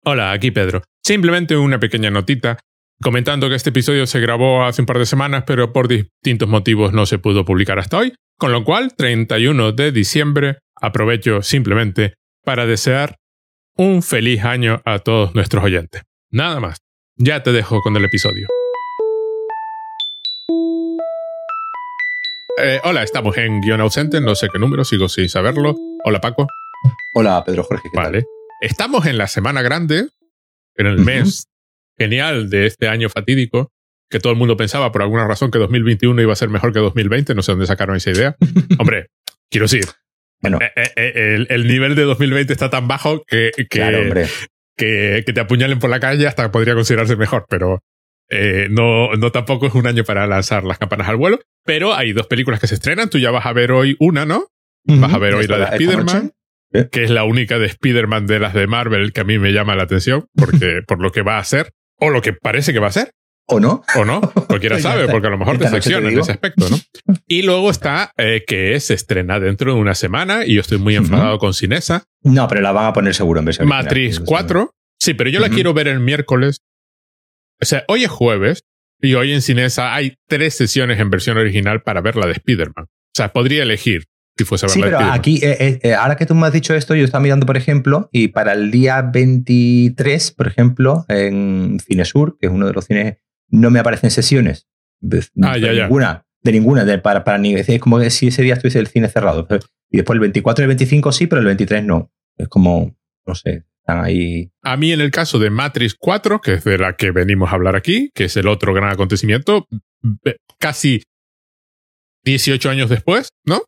Hola, aquí Pedro. Simplemente una pequeña notita comentando que este episodio se grabó hace un par de semanas, pero por distintos motivos no se pudo publicar hasta hoy, con lo cual, 31 de diciembre, aprovecho simplemente para desear un feliz año a todos nuestros oyentes. Nada más. Ya te dejo con el episodio. Hola, estamos en Guión Ausente, no sé qué número, sigo sin saberlo. Hola, Paco. Hola, Pedro Jorge, ¿qué Vale. tal? Estamos en la semana grande, en el mes genial de este año fatídico, que todo el mundo pensaba por alguna razón que 2021 iba a ser mejor que 2020, no sé dónde sacaron esa idea. Hombre, quiero decir, Bueno, el nivel de 2020 está tan bajo claro, hombre. que te apuñalen por la calle hasta podría considerarse mejor, pero no tampoco es un año para lanzar las campanas al vuelo. Pero hay dos películas que se estrenan, tú ya vas a ver hoy una, ¿no? Vas a ver hoy la de Spider-Man, que es la única de Spider-Man de las de Marvel que a mí me llama la atención, porque por lo que va a ser, o lo que parece que va a ser. ¿O no? O no, cualquiera sabe, porque a lo mejor te seccionan en ese aspecto, ¿no? Y luego está que se estrena dentro de una semana, y yo estoy muy enfadado con Cinesa. No, pero la van a poner seguro en versión Matrix 4. Sí, pero yo la quiero ver el miércoles. O sea, hoy es jueves, y hoy en Cinesa hay 3 sesiones en versión original para ver la de Spider-Man. O sea, podría elegir si fuese a ver Sí, la de pero Spider-Man. aquí, ahora que tú me has dicho esto, yo estaba mirando, por ejemplo, y para el día 23, por ejemplo, en Cinesur, que es uno de los cines, no me aparecen sesiones. Ninguna. Para ni es como que si ese día estuviese el cine cerrado. Y después el 24 y el 25 sí, pero el 23 no. Es como, no sé, están ahí. A mí, en el caso de Matrix 4, que es de la que venimos a hablar aquí, que es el otro gran acontecimiento, casi 18 años después, ¿no?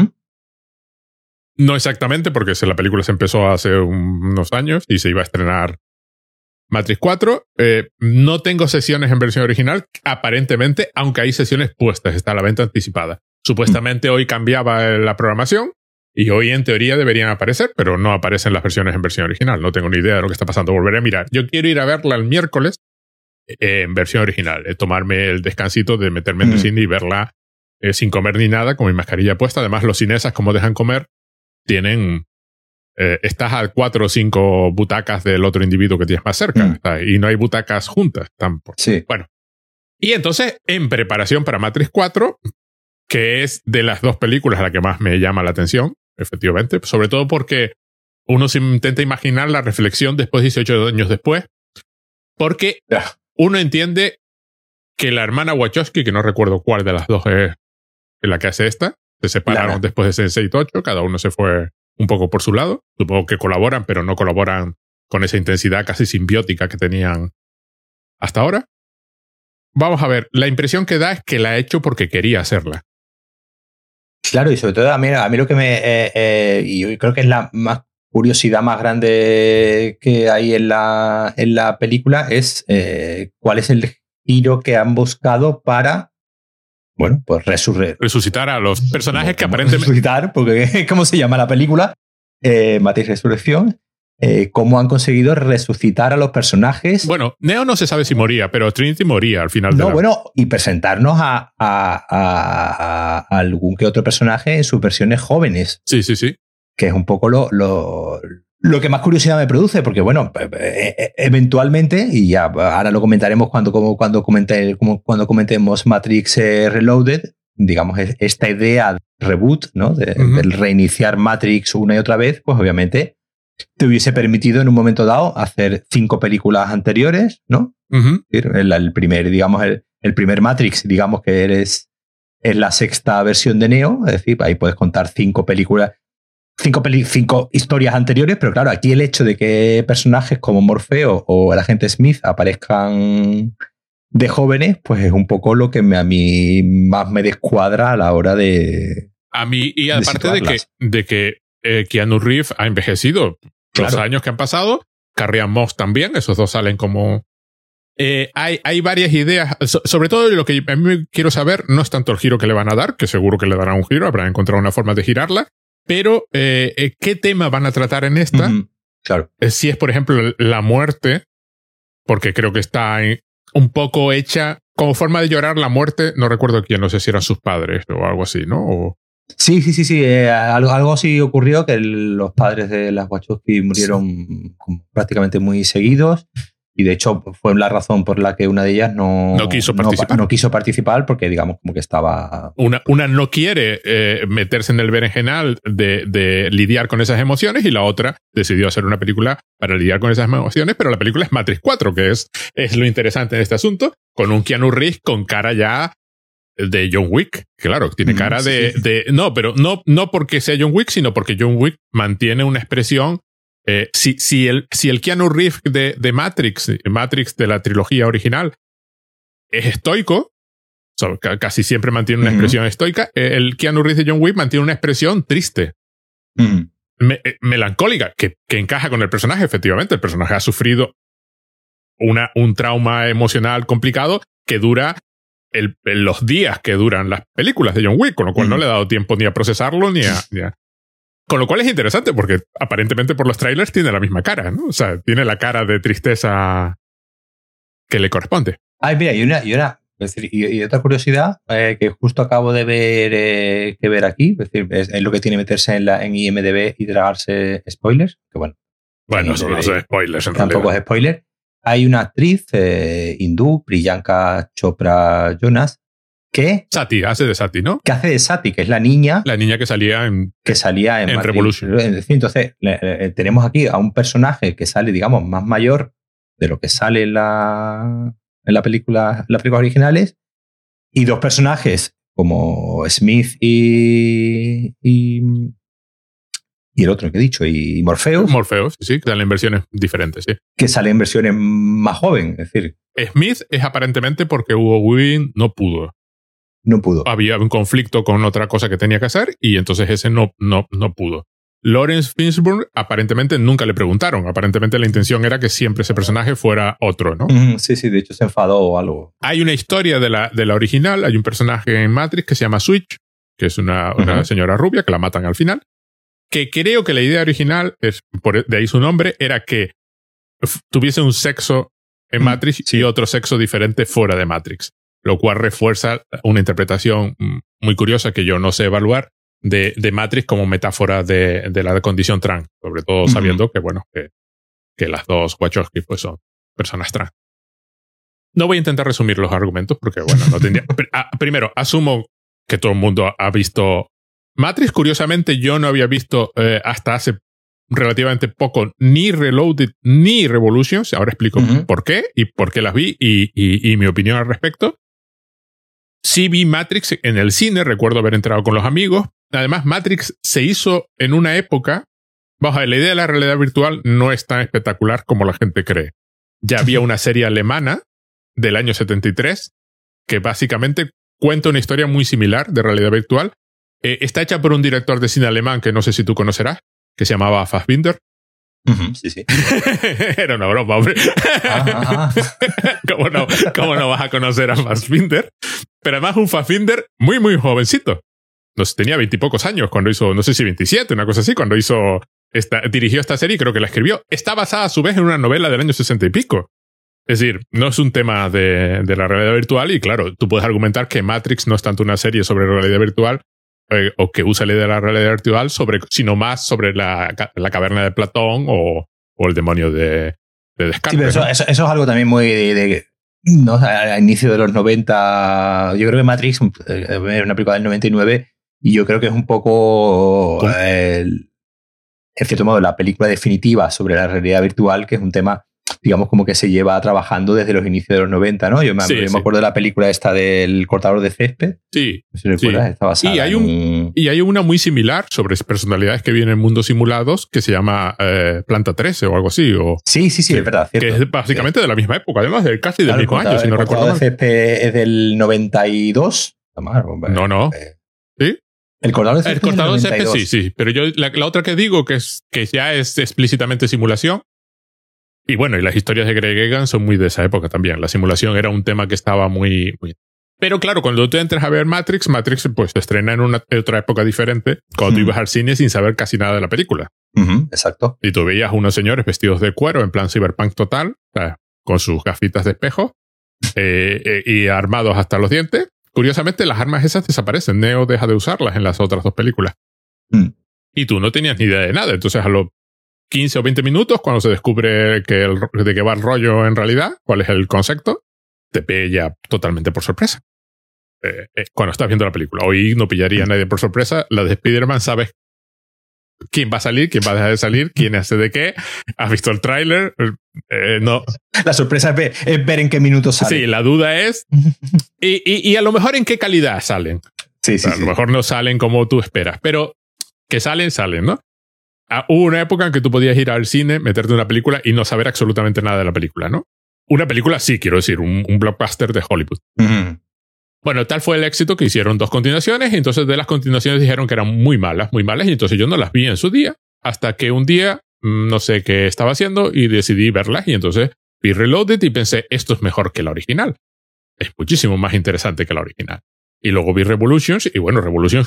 No exactamente, porque la película se empezó hace unos años y se iba a estrenar Matrix 4. No tengo sesiones en versión original, aparentemente, aunque hay sesiones puestas, está a la venta anticipada. Supuestamente hoy cambiaba la programación y hoy en teoría deberían aparecer, pero no aparecen las versiones en versión original. No tengo ni idea de lo que está pasando. Volveré a mirar. Yo quiero ir a verla el miércoles en versión original, tomarme el descansito de meterme en el cine y verla sin comer ni nada, con mi mascarilla puesta. Además, los cinesas, como dejan comer, tienen... estás a 4 o 5 butacas del otro individuo que tienes más cerca, y no hay butacas juntas tampoco. Sí. Bueno, y entonces, en preparación para Matrix 4, que es de las dos películas la que más me llama la atención, efectivamente, sobre todo porque uno se intenta imaginar la reflexión después de 18 años después, porque uno entiende que la hermana Wachowski, que no recuerdo cuál de las dos es la que hace esta, se separaron después de Sense8, 8, cada uno se fue un poco por su lado. Supongo que colaboran, pero no colaboran con esa intensidad casi simbiótica que tenían hasta ahora. Vamos a ver, la impresión que da es que la ha hecho porque quería hacerla. Claro, y sobre todo a mí lo que y yo creo que es la más curiosidad más grande que hay en la película es cuál es el giro que han buscado para, bueno, pues resucitar a los personajes que aparentemente... Resucitar, porque ¿cómo se llama la película? Matrix Resurrección. Cómo han conseguido resucitar a los personajes. Bueno, Neo no se sabe si moría, pero Trinity moría al final. Y presentarnos a algún que otro personaje en sus versiones jóvenes. Sí, sí, sí. Que es un poco lo que más curiosidad me produce, porque bueno, eventualmente, y ya ahora lo comentaremos cuando comentemos Matrix Reloaded, digamos, esta idea de reboot, ¿no? Del reiniciar Matrix una y otra vez, pues obviamente te hubiese permitido en un momento dado hacer 5 películas anteriores, ¿no? El primer Matrix, digamos que es la 6ª versión de Neo, es decir, ahí puedes contar 5 películas, 5 historias anteriores, pero claro, aquí el hecho de que personajes como Morfeo o el agente Smith aparezcan de jóvenes, pues es un poco lo que a mí más me descuadra a la hora de... A mí, y aparte de que Keanu Reeves ha envejecido. Los años que han pasado, Carrie Ann Moss también, esos dos salen como... hay varias ideas, sobre todo lo que a mí quiero saber no es tanto el giro que le van a dar, que seguro que le darán un giro, habrán encontrado una forma de girarla, pero ¿qué tema van a tratar en esta? Claro. Si es, por ejemplo, la muerte, porque creo que está un poco hecha como forma de llorar la muerte, no recuerdo quién, no sé si eran sus padres o algo así, ¿no? Sí. Algo sí ocurrió, que los padres de las Wachowski murieron prácticamente muy seguidos. Y de hecho fue la razón por la que una de ellas no quiso participar porque, digamos, como que estaba... Una no quiere meterse en el berenjenal de lidiar con esas emociones, y la otra decidió hacer una película para lidiar con esas emociones, pero la película es Matrix 4, que es lo interesante de este asunto, con un Keanu Reeves con cara ya de John Wick. Claro, tiene cara de... No, pero no porque sea John Wick, sino porque John Wick mantiene una expresión. Si el Keanu Reeves de Matrix de la trilogía original es estoico, casi siempre mantiene una expresión estoica, el Keanu Reeves de John Wick mantiene una expresión triste, melancólica, que encaja con el personaje. Efectivamente, el personaje ha sufrido un trauma emocional complicado que dura los días que duran las películas de John Wick, con lo cual no le ha dado tiempo ni a procesarlo ni a... Con lo cual es interesante porque aparentemente por los trailers tiene la misma cara, ¿no? O sea, tiene la cara de tristeza que le corresponde. Ay, mira, es decir, y otra curiosidad que justo acabo de ver aquí, es decir, es lo que tiene meterse en IMDb y tragarse spoilers, que bueno. Bueno, eso no son spoilers en tampoco realidad. Es spoiler. Hay una actriz hindú, Priyanka Chopra Jonas, que... Sati, hace de Sati, ¿no? Que hace de Sati, que es la niña... La niña que salía en Revolution. Entonces, tenemos aquí a un personaje que sale, digamos, más mayor de lo que sale en las películas originales, y dos personajes como Smith y el otro que he dicho, y Morpheus, sí, que salen en versiones diferentes, sí. Que salen en versiones más joven, es decir... Smith es aparentemente porque Hugo Weaving no pudo. Había un conflicto con otra cosa que tenía que hacer y entonces ese no pudo. Lawrence Fishburne aparentemente nunca le preguntaron. Aparentemente la intención era que siempre ese personaje fuera otro, ¿no? Sí, de hecho se enfadó o algo. Hay una historia de la original. Hay un personaje en Matrix que se llama Switch, que es una señora rubia que la matan al final. Que creo que la idea original, de ahí su nombre, era que tuviese un sexo en Matrix y otro sexo diferente fuera de Matrix. Lo cual refuerza una interpretación muy curiosa que yo no sé evaluar de Matrix como metáfora de la condición trans, sobre todo sabiendo que las dos Wachowski pues son personas trans. No voy a intentar resumir los argumentos porque, bueno, no tendría... Primero, asumo que todo el mundo ha visto Matrix. Curiosamente, yo no había visto hasta hace relativamente poco ni Reloaded ni Revolutions. Ahora explico por qué y por qué las vi y mi opinión al respecto. Sí vi Matrix en el cine, recuerdo haber entrado con los amigos. Además, Matrix se hizo en una época... Vamos a ver, la idea de la realidad virtual no es tan espectacular como la gente cree. Ya había una serie alemana del año 73 que básicamente cuenta una historia muy similar de realidad virtual. Está hecha por un director de cine alemán que no sé si tú conocerás, que se llamaba Fassbinder. Sí. Era una broma, hombre. ¿Cómo no vas a conocer a Fassbinder? Pero además un Fassbinder muy, muy jovencito. Tenía 20 y pocos años cuando hizo, no sé si 27, una cosa así, cuando dirigió esta serie y creo que la escribió. Está basada a su vez en una novela del año 60 y pico. Es decir, no es un tema de la realidad virtual y claro, tú puedes argumentar que Matrix no es tanto una serie sobre realidad virtual o que usa la idea de la realidad virtual sino más sobre la caverna de Platón o el demonio de Descartes. Sí, pero eso es algo también muy ¿no? A inicio de los 90. Yo creo que Matrix es una película del 99 y yo creo que es un poco en cierto modo la película definitiva sobre la realidad virtual, que es un tema, digamos, como que se lleva trabajando desde los inicios de los 90, ¿no? Yo me acuerdo de la película esta del cortador de césped. Sí. No sé si recuerdas, está basada y hay una muy similar sobre personalidades que viven en mundos simulados que se llama Planta 13 o algo así. Sí, es verdad. Cierto. Que es básicamente de la misma época, además, casi del mismo año, si no recuerdo mal. El cortador de césped es del 92. No. ¿Sí? El cortador de césped sí. Pero yo la otra que digo que ya es explícitamente simulación. Y bueno, y las historias de Greg Egan son muy de esa época también. La simulación era un tema que estaba muy... Pero claro, cuando tú entras a ver Matrix pues se estrena en otra época diferente, cuando tú ibas al cine sin saber casi nada de la película. Exacto. Y tú veías unos señores vestidos de cuero en plan cyberpunk total, con sus gafitas de espejo y armados hasta los dientes, curiosamente las armas esas desaparecen. Neo deja de usarlas en las otras 2 películas. Y tú no tenías ni idea de nada. Entonces a los 15 o 20 minutos, cuando se descubre de qué va el rollo en realidad, cuál es el concepto, te pilla totalmente por sorpresa. Cuando estás viendo la película. Hoy no pillaría a nadie por sorpresa. La de Spider-Man sabes quién va a salir, quién va a dejar de salir, quién hace de qué. ¿Has visto el tráiler? No. La sorpresa es ver en qué minutos salen. Sí, la duda es... Y a lo mejor en qué calidad salen. Sí, sí, a lo mejor no salen como tú esperas, pero que salen, ¿no? Hubo una época en que tú podías ir al cine, meterte en una película y no saber absolutamente nada de la película, ¿no? Una película, sí, quiero decir, un blockbuster de Hollywood. Bueno, tal fue el éxito que hicieron 2 continuaciones y entonces de las continuaciones dijeron que eran muy malas y entonces yo no las vi en su día hasta que un día no sé qué estaba haciendo y decidí verlas y entonces vi Reloaded y pensé, esto es mejor que la original. Es muchísimo más interesante que la original. Y luego vi Revolutions y bueno,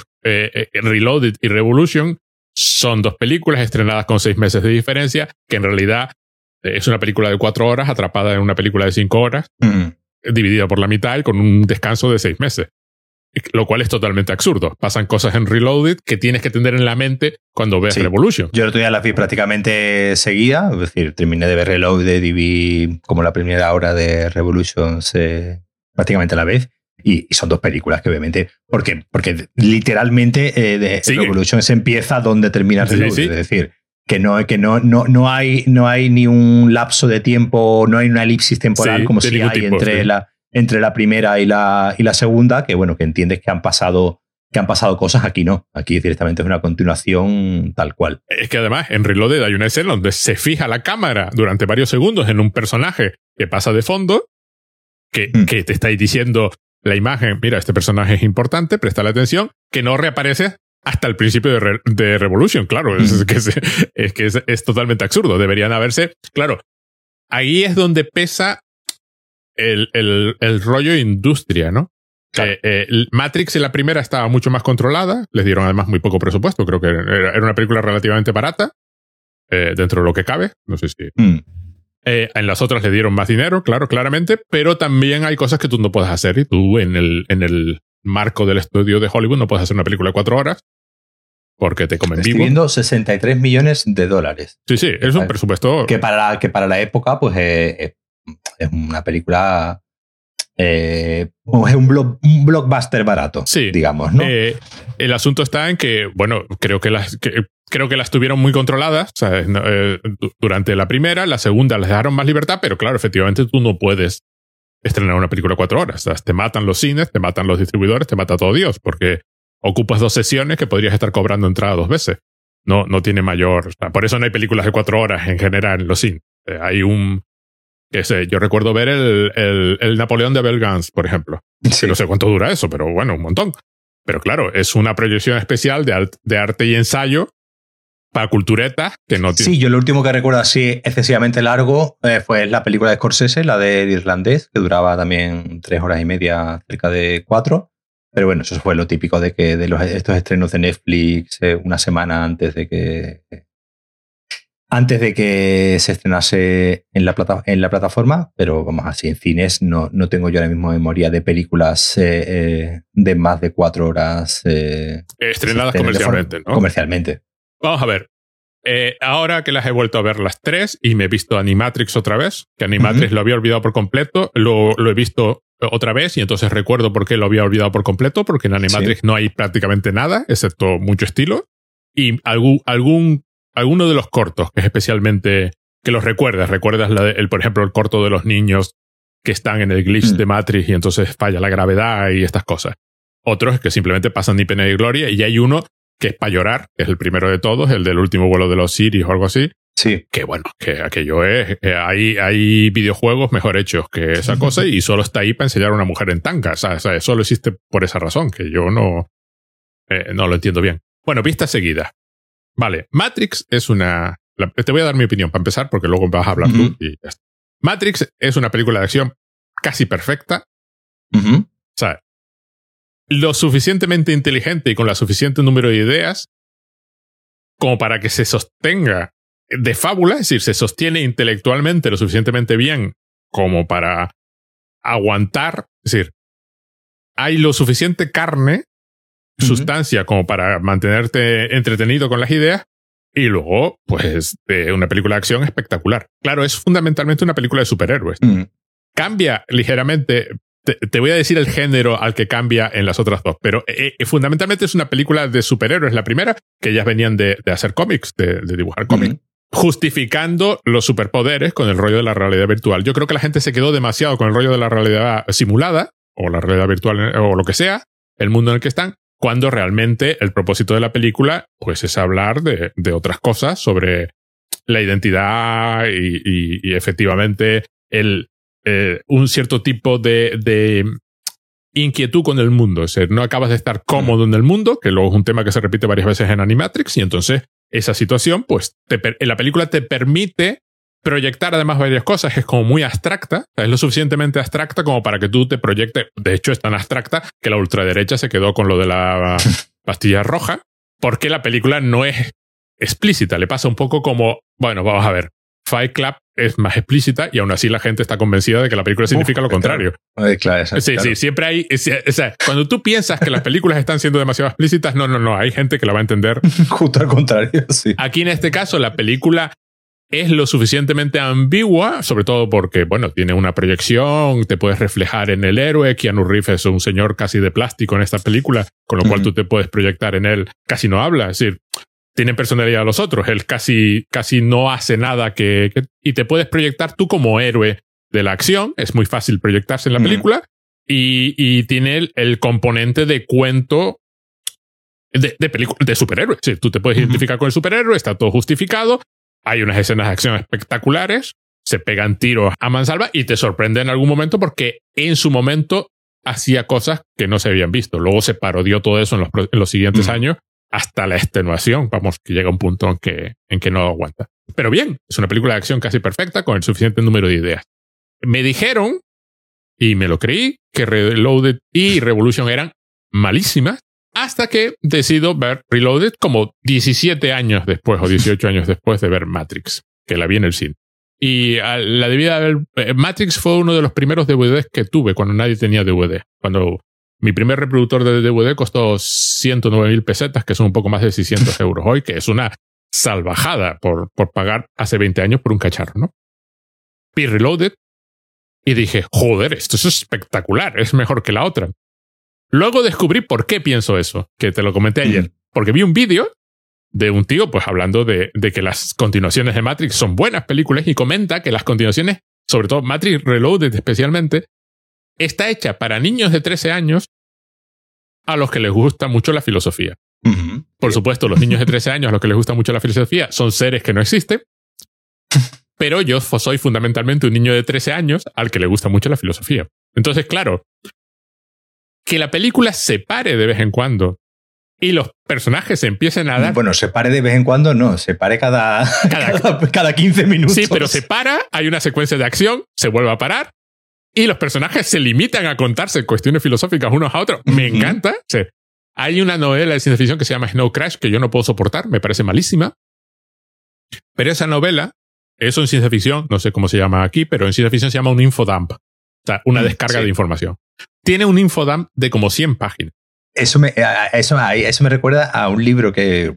Reloaded y Revolution son 2 películas estrenadas con 6 meses de diferencia que en realidad es una película de 4 horas atrapada en una película de 5 horas. Dividida por la mitad y con un descanso de 6 meses. Lo cual es totalmente absurdo. Pasan cosas en Reloaded que tienes que tener en la mente cuando ves Revolution. Yo el otro día las vi prácticamente seguida. Es decir, terminé de ver Reloaded y vi como la primera hora de Revolution prácticamente a la vez. Y son 2 películas que obviamente... Porque literalmente Revolution se empieza donde termina Reloaded. Es decir... Que no hay ni un lapso de tiempo, no hay una elipsis temporal como si hay entre la primera y la segunda, que bueno, que entiendes que han pasado cosas. Aquí no. Aquí directamente es una continuación tal cual. Es que además en Reloaded hay una escena donde se fija la cámara durante varios segundos en un personaje que pasa de fondo, que te está diciendo la imagen, mira, este personaje es importante, presta la atención, que no reaparece hasta el principio de Revolution, claro. Es que es totalmente absurdo. Deberían haberse... Claro, ahí es donde pesa el rollo industria, ¿no? Claro. Matrix en la primera estaba mucho más controlada. Les dieron además muy poco presupuesto. Creo que era una película relativamente barata. Dentro de lo que cabe. No sé si... en las otras le dieron más dinero, claro, claramente. Pero también hay cosas que tú no puedes hacer. Y tú en el marco del estudio de Hollywood no puedes hacer una película de 4 horas. Porque te comen vivo. Estoy viendo $63 millones. Sí, es un presupuesto... Que para la época, pues es una película... es un blockbuster barato, sí, digamos, ¿no? El asunto está en que, bueno, creo que las tuvieron muy controladas, ¿sabes? Durante la primera, la segunda les dejaron más libertad, pero claro, efectivamente tú no puedes estrenar una película 4 horas. O sea, te matan los cines, te matan los distribuidores, te mata todo Dios, porque ocupas 2 sesiones que podrías estar cobrando entrada 2 veces. No tiene mayor... O sea, por eso no hay películas de 4 horas en general en los cines. Hay yo recuerdo ver el Napoleón de Abel Gance, por ejemplo. Sí. Que no sé cuánto dura eso, pero bueno, un montón. Pero claro, es una proyección especial de arte y ensayo para culturetas que no tiene... Sí, yo lo último que recuerdo así excesivamente largo fue la película de Scorsese, la del irlandés, que duraba también 3 horas y media, cerca de 4. Pero bueno, eso fue lo típico de que estos estrenos de Netflix una semana antes de que se estrenase en la plataforma, pero vamos, así en cines no tengo yo ahora mismo memoria de películas de más de 4 horas estrenadas comercialmente, ¿no? Comercialmente. Vamos a ver. Ahora que las he vuelto a ver las 3 y me he visto Animatrix otra vez, que Animatrix lo había olvidado por completo, lo he visto otra vez y entonces recuerdo por qué lo había olvidado por completo, porque en Animatrix no hay prácticamente nada, excepto mucho estilo, y alguno de los cortos que es especialmente que los recuerdas por ejemplo el corto de los niños que están en el glitch de Matrix y entonces falla la gravedad y estas cosas. Otros que simplemente pasan ni pena ni gloria, y hay uno que es para llorar, que es el primero de todos, el del último vuelo de los Sirius o algo así. Sí. Que bueno, que aquello es... hay videojuegos mejor hechos que esa cosa y solo está ahí para enseñar a una mujer en tanga. O sea, solo existe por esa razón, que yo no lo entiendo bien. Bueno, vista seguida. Vale, Matrix es una... Te voy a dar mi opinión para empezar, porque luego vas a hablar tú y ya está. Matrix es una película de acción casi perfecta. O sea, lo suficientemente inteligente y con la suficiente número de ideas como para que se sostenga de fábula, es decir, se sostiene intelectualmente lo suficientemente bien como para aguantar. Es decir, hay lo suficiente carne, sustancia como para mantenerte entretenido con las ideas, y luego, pues, una película de acción espectacular. Claro, es fundamentalmente una película de superhéroes. Cambia ligeramente, te voy a decir el género al que cambia en las otras dos, pero fundamentalmente es una película de superhéroes, la primera, que ellas venían de hacer cómics, de dibujar cómics, justificando los superpoderes con el rollo de la realidad virtual. Yo creo que la gente se quedó demasiado con el rollo de la realidad simulada, o la realidad virtual, o lo que sea, el mundo en el que están, cuando realmente el propósito de la película pues es hablar de otras cosas sobre la identidad y efectivamente un cierto tipo de inquietud con el mundo. O sea, no acabas de estar cómodo en el mundo, que luego es un tema que se repite varias veces en Animatrix, y entonces esa situación, pues la película te permite proyectar además varias cosas. Es como muy abstracta, es lo suficientemente abstracta como para que tú te proyectes. De hecho, es tan abstracta que la ultraderecha se quedó con lo de la pastilla roja, porque la película no es explícita. Le pasa un poco como, bueno, vamos a ver, Fight Club es más explícita y aún así la gente está convencida de que la película significa lo contrario. Claro, sí, siempre hay... O sea, cuando tú piensas que las películas están siendo demasiado explícitas, no, hay gente que la va a entender. Justo al contrario, sí. Aquí en este caso la película es lo suficientemente ambigua, sobre todo porque, bueno, tiene una proyección, te puedes reflejar en el héroe. Keanu Reeves es un señor casi de plástico en esta película, con lo cual tú te puedes proyectar en él. Casi no habla, es decir, tienen personalidad los otros. Él casi no hace nada y te puedes proyectar tú como héroe de la acción. Es muy fácil proyectarse en la película y tiene el componente de cuento de película de superhéroe. Sí, tú te puedes identificar con el superhéroe, está todo justificado. Hay unas escenas de acción espectaculares, se pegan tiros a mansalva y te sorprende en algún momento porque en su momento hacía cosas que no se habían visto. Luego se parodió todo eso en los siguientes años hasta la extenuación. Vamos, que llega un punto en que no aguanta. Pero bien, es una película de acción casi perfecta con el suficiente número de ideas. Me dijeron, y me lo creí, que Reloaded y Revolution eran malísimas, hasta que decido ver Reloaded como 17 años después o 18 años después de ver Matrix, que la vi en el cine. Y la debí haber... Matrix fue uno de los primeros DVDs que tuve cuando nadie tenía DVD. Cuando mi primer reproductor de DVD costó 109.000 pesetas, que son un poco más de 600 euros hoy, que es una salvajada por pagar hace 20 años por un cacharro, ¿no? Vi Reloaded y dije, joder, esto es espectacular, es mejor que la otra. Luego descubrí por qué pienso eso, que te lo comenté ayer. Porque vi un vídeo de un tío pues hablando de que las continuaciones de Matrix son buenas películas y comenta que las continuaciones, sobre todo Matrix Reloaded especialmente, está hecha para niños de 13 años a los que les gusta mucho la filosofía. Por supuesto, los niños de 13 años a los que les gusta mucho la filosofía son seres que no existen, pero yo soy fundamentalmente un niño de 13 años al que le gusta mucho la filosofía. Entonces, claro, que la película se pare de vez en cuando y los personajes se empiecen a dar... Bueno, se pare de vez en cuando, no, se pare cada 15 minutos. Sí, pero se para, hay una secuencia de acción, se vuelve a parar y los personajes se limitan a contarse cuestiones filosóficas unos a otros. Me encanta. Sí. Hay una novela de ciencia ficción que se llama Snow Crash que yo no puedo soportar, me parece malísima. Pero esa novela, eso en ciencia ficción, no sé cómo se llama aquí, pero en ciencia ficción se llama un infodump. O sea, una descarga de información. Tiene un infodump de como 100 páginas. Eso me recuerda a un libro que,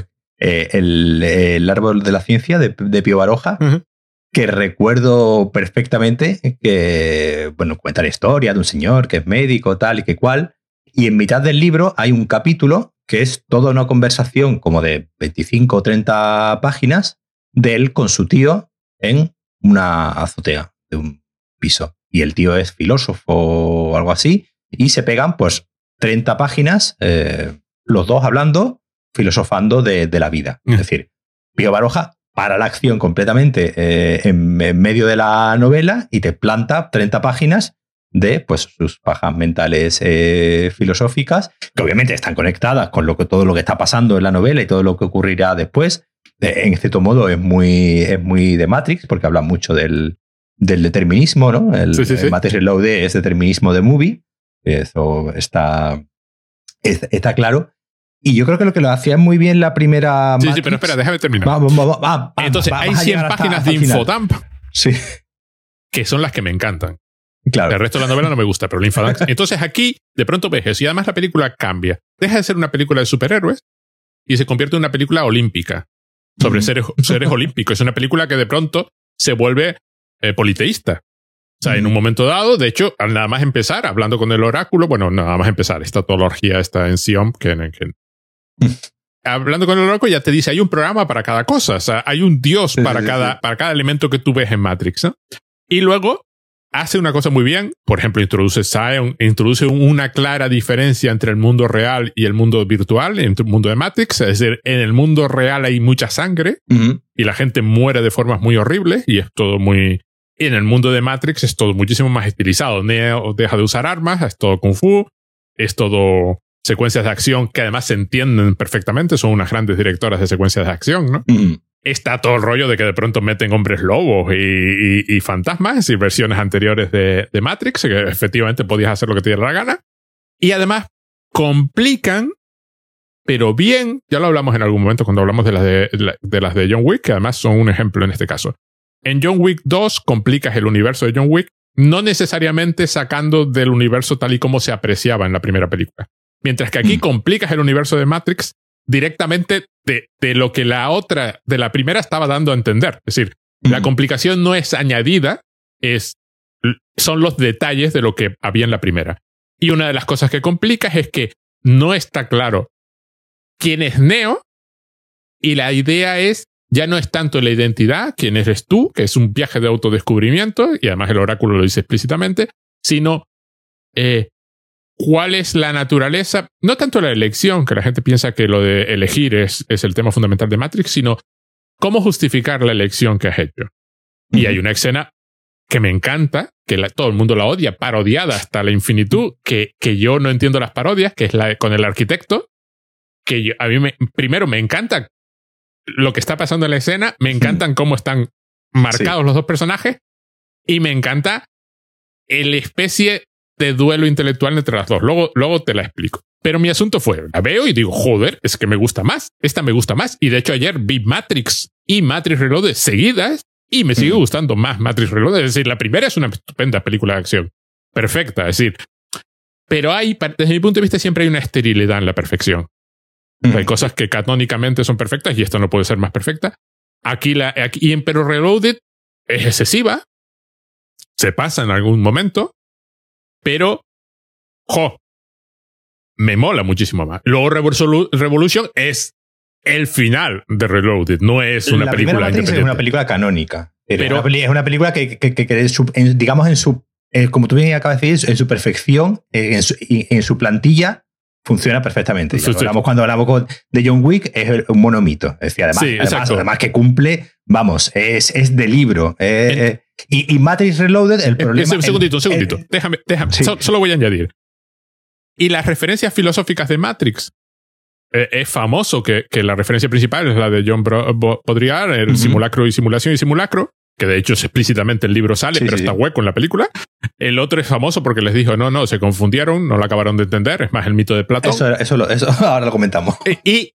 el árbol de la ciencia de Pío Baroja, que recuerdo perfectamente que, bueno, cuenta la historia de un señor que es médico, tal y que cual, y en mitad del libro hay un capítulo que es toda una conversación como de 25 o 30 páginas de él con su tío en una azotea de un piso. Y el tío es filósofo o algo así, y se pegan pues 30 páginas, los dos hablando, filosofando de la vida. Es decir, Pío Baroja para la acción completamente en medio de la novela y te planta 30 páginas de pues, sus pajas mentales filosóficas, que obviamente están conectadas con todo lo que está pasando en la novela y todo lo que ocurrirá después. En cierto modo es muy de Matrix, porque habla mucho del determinismo, ¿no? El Matrix Reloaded es determinismo de movie. Eso está claro. Y yo creo que lo que lo hacía muy bien la primera Matrix... Sí, pero espera, déjame terminar. Entonces, hay 100 páginas de infodump que son las que me encantan. Claro. El resto de la novela no me gusta, pero Lynfadunks. Entonces aquí, de pronto ves eso. Y además la película cambia. Deja de ser una película de superhéroes y se convierte en una película olímpica. Sobre seres olímpicos. Es una película que de pronto se vuelve politeísta. O sea, en un momento dado, de hecho, al nada más empezar, hablando con el oráculo, bueno, nada más empezar, esta toda la orgía está en Sion, hablando con el oráculo ya te dice, hay un programa para cada cosa, o sea, hay un dios para cada elemento que tú ves en Matrix, ¿no? Y luego hace una cosa muy bien, por ejemplo, introduce Sion, introduce una clara diferencia entre el mundo real y el mundo virtual, entre el mundo de Matrix, es decir, en el mundo real hay mucha sangre y la gente muere de formas muy horribles y es todo muy... Y en el mundo de Matrix es todo muchísimo más estilizado. Neo deja de usar armas, es todo Kung Fu, es todo secuencias de acción que además se entienden perfectamente, son unas grandes directoras de secuencias de acción, ¿no? Está todo el rollo de que de pronto meten hombres lobos y fantasmas y versiones anteriores de Matrix, que efectivamente podías hacer lo que te diera la gana. Y además complican, pero bien, ya lo hablamos en algún momento cuando hablamos de las de John Wick, que además son un ejemplo en este caso. En John Wick 2 complicas el universo de John Wick, no necesariamente sacando del universo tal y como se apreciaba en la primera película. Mientras que aquí complicas el universo de Matrix directamente de lo que de la primera estaba dando a entender. Es decir, la complicación no es añadida, son los detalles de lo que había en la primera. Y una de las cosas que complicas es que no está claro quién es Neo y la idea es ya no es tanto la identidad, quién eres tú, que es un viaje de autodescubrimiento, y además el oráculo lo dice explícitamente, sino cuál es la naturaleza, no tanto la elección, que la gente piensa que lo de elegir es el tema fundamental de Matrix, sino cómo justificar la elección que has hecho. Y hay una escena que me encanta, que todo el mundo la odia, parodiada hasta la infinitud, que yo no entiendo las parodias, que es la con el arquitecto, que a mí primero me encanta lo que está pasando en la escena, me encantan cómo están marcados los dos personajes y me encanta el especie de duelo intelectual entre las dos. Luego te la explico. Pero mi asunto fue, la veo y digo, joder, es que me gusta más. Esta me gusta más. Y de hecho ayer vi Matrix y Matrix Reloaded seguidas y me sigue gustando más Matrix Reloaded. Es decir, la primera es una estupenda película de acción. Perfecta, es decir. Pero desde mi punto de vista siempre hay una esterilidad en la perfección. Hay cosas que canónicamente son perfectas y esta no puede ser más perfecta. Pero Reloaded es excesiva. Se pasa en algún momento. Pero, me mola muchísimo más. Luego Revolution es el final de Reloaded. No es una película independiente. Es una película canónica. Pero es una película que digamos, como tú bien acabas de decir, en su perfección, en su plantilla, funciona perfectamente. Cuando hablamos de John Wick, es un monomito. Es decir, además que cumple, vamos, es de libro. Y Matrix Reloaded, el problema... Un segundito. Déjame. Sí. Solo voy a añadir. Y las referencias filosóficas de Matrix. Es famoso que la referencia principal es la de John Baudrillard, el simulacro y simulacro, que de hecho es explícitamente el libro sale, pero está hueco en la película. El otro es famoso porque les dijo, no, se confundieron, no lo acabaron de entender, es más el mito de Platón. Eso ahora lo comentamos. Y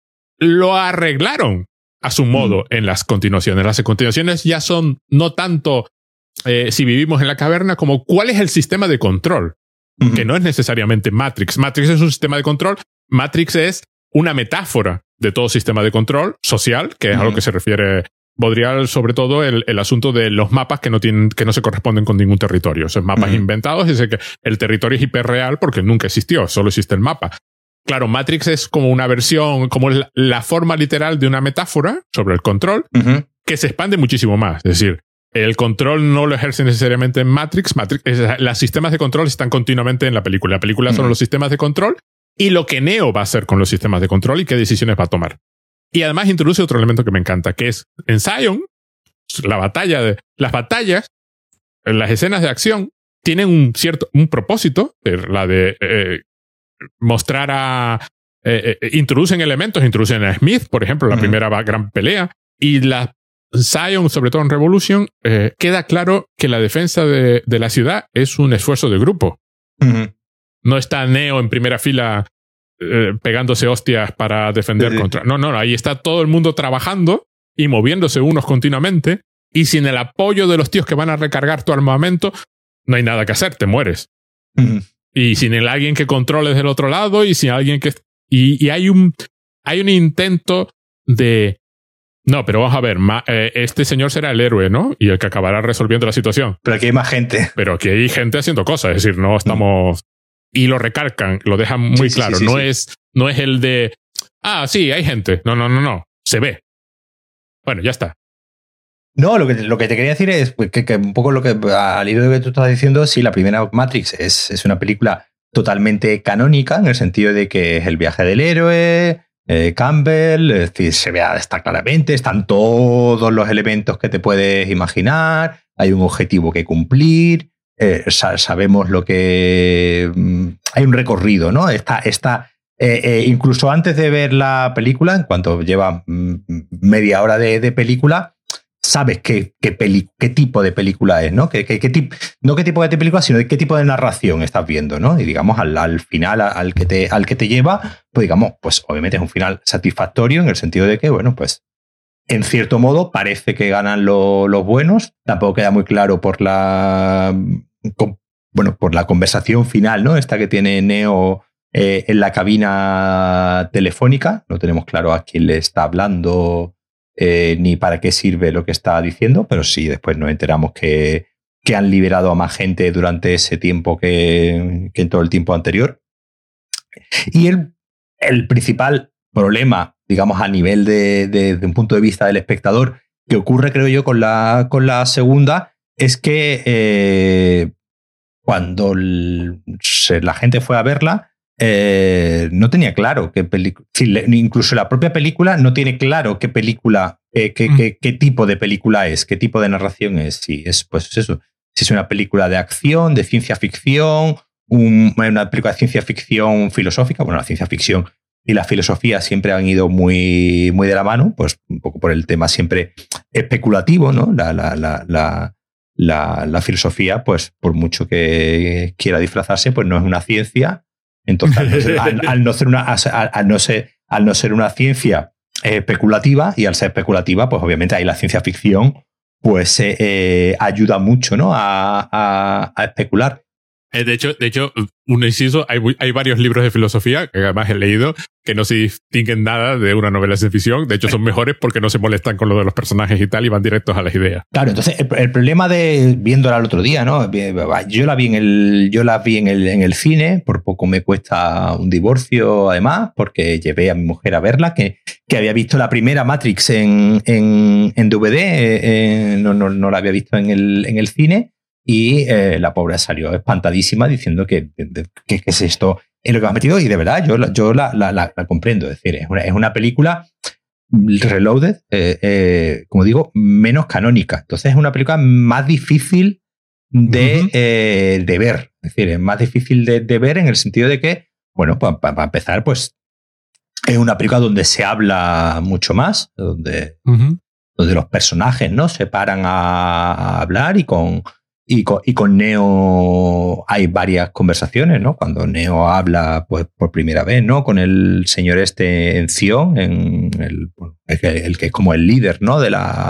lo arreglaron a su modo en las continuaciones. Las continuaciones ya son no tanto si vivimos en la caverna como cuál es el sistema de control, que no es necesariamente Matrix. Matrix es un sistema de control. Matrix es una metáfora de todo sistema de control social, que es a lo que se refiere Baudrillard, sobre todo el asunto de los mapas que no se corresponden con ningún territorio. Son mapas inventados, y que el territorio es hiperreal porque nunca existió, solo existe el mapa. Claro, Matrix es como una versión, como la forma literal de una metáfora sobre el control, que se expande muchísimo más. Es decir, el control no lo ejerce necesariamente en Matrix. Los sistemas de control están continuamente en la película. La película son los sistemas de control y lo que Neo va a hacer con los sistemas de control y qué decisiones va a tomar. Y además introduce otro elemento que me encanta, que es en Sion, las batallas, las escenas de acción tienen un propósito, la de mostrar introducen elementos, introducen a Smith, por ejemplo, la primera gran pelea, y la Sion, sobre todo en Revolution, queda claro que la defensa de la ciudad es un esfuerzo de grupo. No está Neo en primera fila pegándose hostias para defender contra... No, ahí está todo el mundo trabajando y moviéndose unos continuamente, y sin el apoyo de los tíos que van a recargar tu armamento, no hay nada que hacer, te mueres. Y sin alguien que controles del otro lado y sin alguien que... Y hay un intento de... No, pero vamos a ver, este señor será el héroe, ¿no? Y el que acabará resolviendo la situación. Pero aquí hay más gente. Pero aquí hay gente haciendo cosas, es decir, no estamos... Y lo recalcan, lo dejan muy claro. No es el de... Sí, hay gente. No. Se ve. Bueno, ya está. No, lo que te quería decir es que un poco lo que, al hilo de lo que tú estás diciendo, sí, la primera Matrix es una película totalmente canónica, en el sentido de que es el viaje del héroe, Campbell, es decir, está claramente, están todos los elementos que te puedes imaginar, hay un objetivo que cumplir, sabemos lo que... hay un recorrido, ¿no? Incluso antes de ver la película, en cuanto lleva media hora de película, sabes qué tipo de película es, ¿no? No qué tipo de película, sino de qué tipo de narración estás viendo, ¿no? Y digamos, al final al que te lleva, pues digamos, pues obviamente es un final satisfactorio en el sentido de que, bueno, pues en cierto modo parece que ganan los buenos. Tampoco queda muy claro por la conversación final, ¿no? Esta que tiene Neo en la cabina telefónica. No tenemos claro a quién le está hablando ni para qué sirve lo que está diciendo, pero sí, después nos enteramos que han liberado a más gente durante ese tiempo que en todo el tiempo anterior. Y el principal problema, digamos, a nivel de un punto de vista del espectador, que ocurre, creo yo, con la segunda, es que cuando la gente fue a verla, no tenía claro qué película. Incluso la propia película no tiene claro qué película, qué tipo de película es, qué tipo de narración es. Si es, pues eso, si es una película de acción, de ciencia ficción, una película de ciencia ficción filosófica. Bueno, la ciencia ficción y la filosofía siempre han ido muy, muy de la mano, pues un poco por el tema siempre especulativo, ¿no? La filosofía, pues por mucho que quiera disfrazarse, pues no es una ciencia. Entonces, al no ser una ciencia especulativa, y al ser especulativa, pues obviamente ahí la ciencia ficción pues ayuda mucho, ¿no? a especular. De hecho, un inciso, hay varios libros de filosofía que además he leído que no se distinguen nada de una novela de ciencia ficción. De hecho, son mejores porque no se molestan con lo de los personajes y tal y van directos a las ideas. Claro, entonces el problema de viéndola el otro día, ¿no? Yo la vi en el cine, por poco me cuesta un divorcio, además, porque llevé a mi mujer a verla, que había visto la primera Matrix en DVD, no la había visto en el cine. Y la pobre salió espantadísima diciendo que es esto en lo que me has metido. Y de verdad, yo la comprendo. Es decir, es una película Reloaded, como digo, menos canónica. Entonces es una película más difícil de ver. Es decir, es más difícil de ver en el sentido de que, bueno, para empezar, pues es una película donde se habla mucho más, donde los personajes, ¿no? Se paran a hablar y con Neo hay varias conversaciones, ¿no? Cuando Neo habla pues por primera vez, ¿no? Con el señor en Zion, el que es como el líder, ¿no?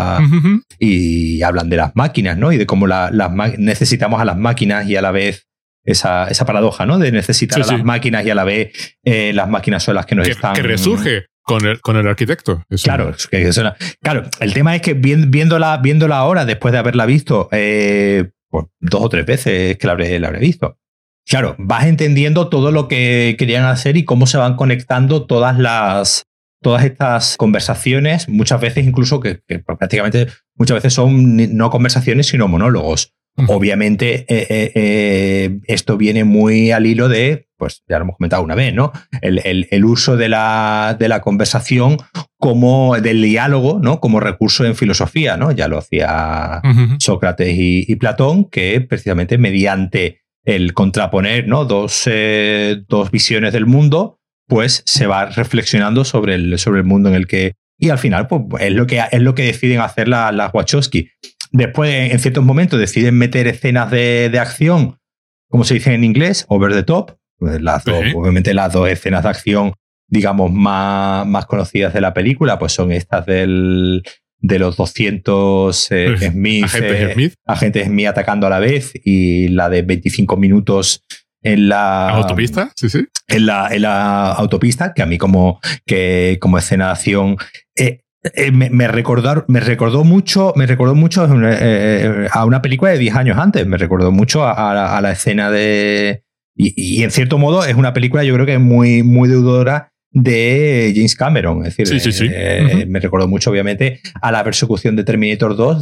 Y hablan de las máquinas, ¿no? Y de cómo necesitamos a las máquinas y a la vez esa paradoja, ¿no? De necesitar a las máquinas y a la vez las máquinas son las que están... Que resurge con el arquitecto. Claro, claro, el tema es que viéndola ahora, después de haberla visto... pues 2 o 3 veces que la habré visto. Claro, vas entendiendo todo lo que querían hacer y cómo se van conectando todas estas conversaciones, muchas veces incluso que prácticamente muchas veces son no conversaciones sino monólogos. Obviamente esto viene muy al hilo de, pues ya lo hemos comentado una vez, ¿no? El uso de la conversación como del diálogo, ¿no? Como recurso en filosofía, ¿no? Ya lo hacía Sócrates y Platón, que precisamente mediante el contraponer, ¿no? dos visiones del mundo, pues se va reflexionando sobre el mundo en el que... Y al final, pues es lo que deciden hacer las Wachowski. Después, en ciertos momentos, deciden meter escenas de acción, como se dice en inglés, over the top. Pues obviamente las 2 escenas de acción, digamos, más conocidas de la película, pues son estas del los 200 agentes Smith atacando a la vez, y la de 25 minutos en la autopista, sí. En la autopista, que a mí como escena de acción me recordó mucho a una película de 10 años antes. Me recordó mucho a la escena de... Y en cierto modo es una película, yo creo que es muy, muy deudora de James Cameron. Es decir, sí. Me recordó mucho, obviamente, a la persecución de Terminator 2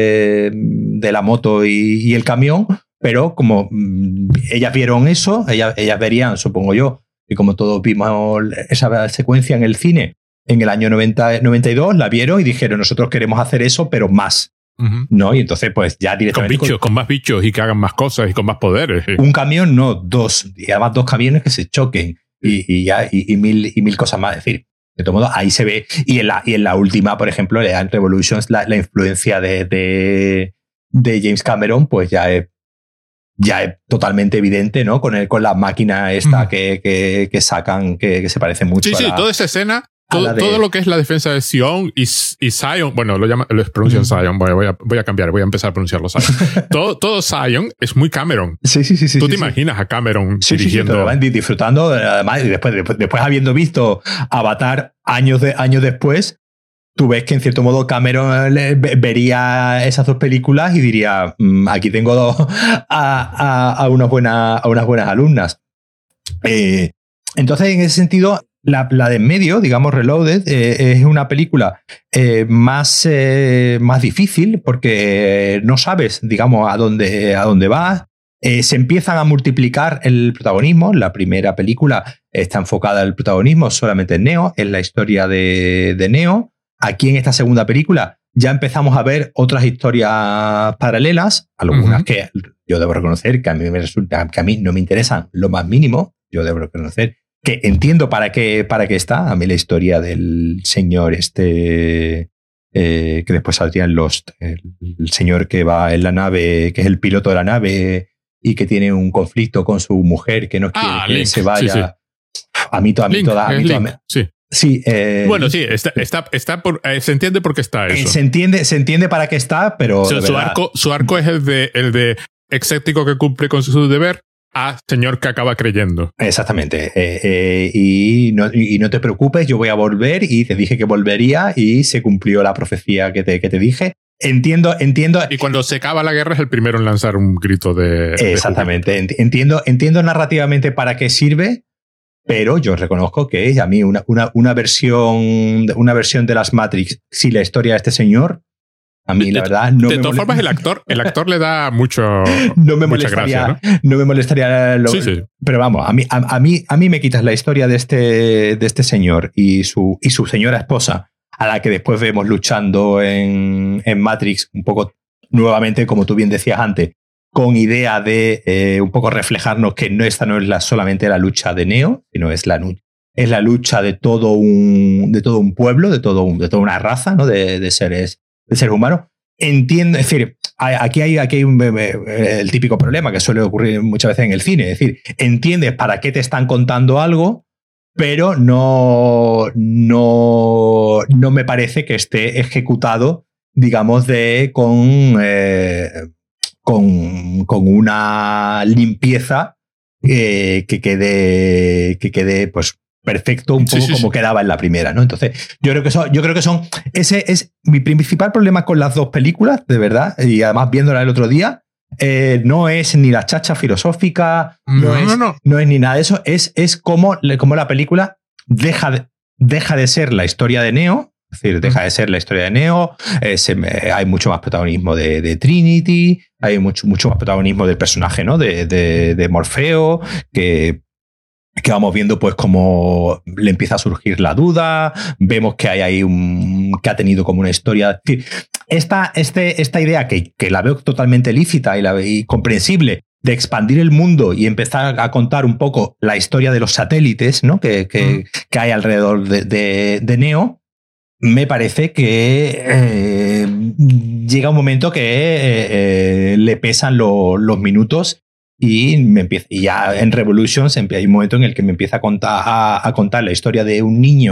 de la moto y el camión, pero como ellas vieron eso, ellas verían, supongo yo, y como todos vimos esa secuencia en el cine en el año 92, la vieron y dijeron, nosotros queremos hacer eso, pero más. ¿No? Y entonces, pues ya directamente. Con más bichos y que hagan más cosas y con más poderes. Un camión, no, dos. Y además, dos camiones que se choquen y mil cosas más. Es decir, de todo modo, ahí se ve. Y en la última, por ejemplo, en Revolutions, la influencia de James Cameron, pues ya es totalmente evidente, ¿no? Con la máquina esta que sacan, que se parece mucho. Sí, toda esa escena. Todo lo que es la defensa de Sion y Zion, bueno, lo pronuncian Zion, voy a cambiar, voy a empezar a pronunciarlo Zion. todo Zion es muy Cameron. Sí. Tú te imaginas a Cameron dirigiendo. Sí, disfrutando, además, y después habiendo visto Avatar años después, tú ves que en cierto modo Cameron vería esas dos películas y diría, aquí tengo a unas buenas alumnas. Entonces, en ese sentido, la de en medio, digamos, Reloaded, es una película más difícil porque no sabes, digamos, a dónde vas. Se empiezan a multiplicar el protagonismo. La primera película está enfocada el protagonismo solamente en Neo, en la historia de Neo. Aquí en esta segunda película ya empezamos a ver otras historias paralelas, algunas que yo debo reconocer que a mí no me interesan lo más mínimo. Yo debo reconocer que entiendo para qué está. A mí la historia del señor que después saldría en Lost, el señor que va en la nave, que es el piloto de la nave y que tiene un conflicto con su mujer que no quiere que Link, se vaya. Sí. A mí toda sí. Sí, bueno, sí, está se entiende por qué está eso. Se entiende para qué está, pero su arco es el de escéptico que cumple con su deber a señor que acaba creyendo. Exactamente. Y no te preocupes, yo voy a volver y te dije que volvería y se cumplió la profecía que te dije. Entiendo. Y cuando se acaba la guerra es el primero en lanzar un grito de... Exactamente. Entiendo narrativamente para qué sirve, pero yo reconozco que a mí una versión de las Matrix sin la historia de este señor, a mí la verdad no me molesta. De todas formas, el actor le da mucha gracia, ¿no? No me molestaría sí. Pero vamos, a mí me quitas la historia de este señor y su señora esposa, a la que después vemos luchando en Matrix, un poco nuevamente, como tú bien decías antes, con idea de un poco reflejarnos que esta no es solamente la lucha de Neo, sino es la lucha de todo un pueblo, de toda una raza, ¿no? de seres humanos. Entiendo, es decir, aquí hay el típico problema que suele ocurrir muchas veces en el cine, es decir, entiendes para qué te están contando algo, pero no me parece que esté ejecutado, digamos, con una limpieza que quede pues perfecto, un poco como quedaba en la primera, ¿no? Entonces, yo creo que son ese es mi principal problema con las dos películas, de verdad, y además viéndola el otro día, no es ni la chacha filosófica, no es ni nada de eso, es como la película deja de ser la historia de Neo. Es decir, deja de ser la historia de Neo, hay mucho más protagonismo de Trinity, hay mucho más protagonismo del personaje, ¿no? de Morfeo, que vamos viendo pues cómo le empieza a surgir la duda, vemos que hay ahí que ha tenido como una historia. Es decir, esta idea que la veo totalmente lícita y comprensible, de expandir el mundo y empezar a contar un poco la historia de los satélites, ¿no? que hay alrededor de Neo. Me parece que llega un momento que le pesan los minutos y ya en Revolutions hay un momento en el que me empieza a contar la historia de un niño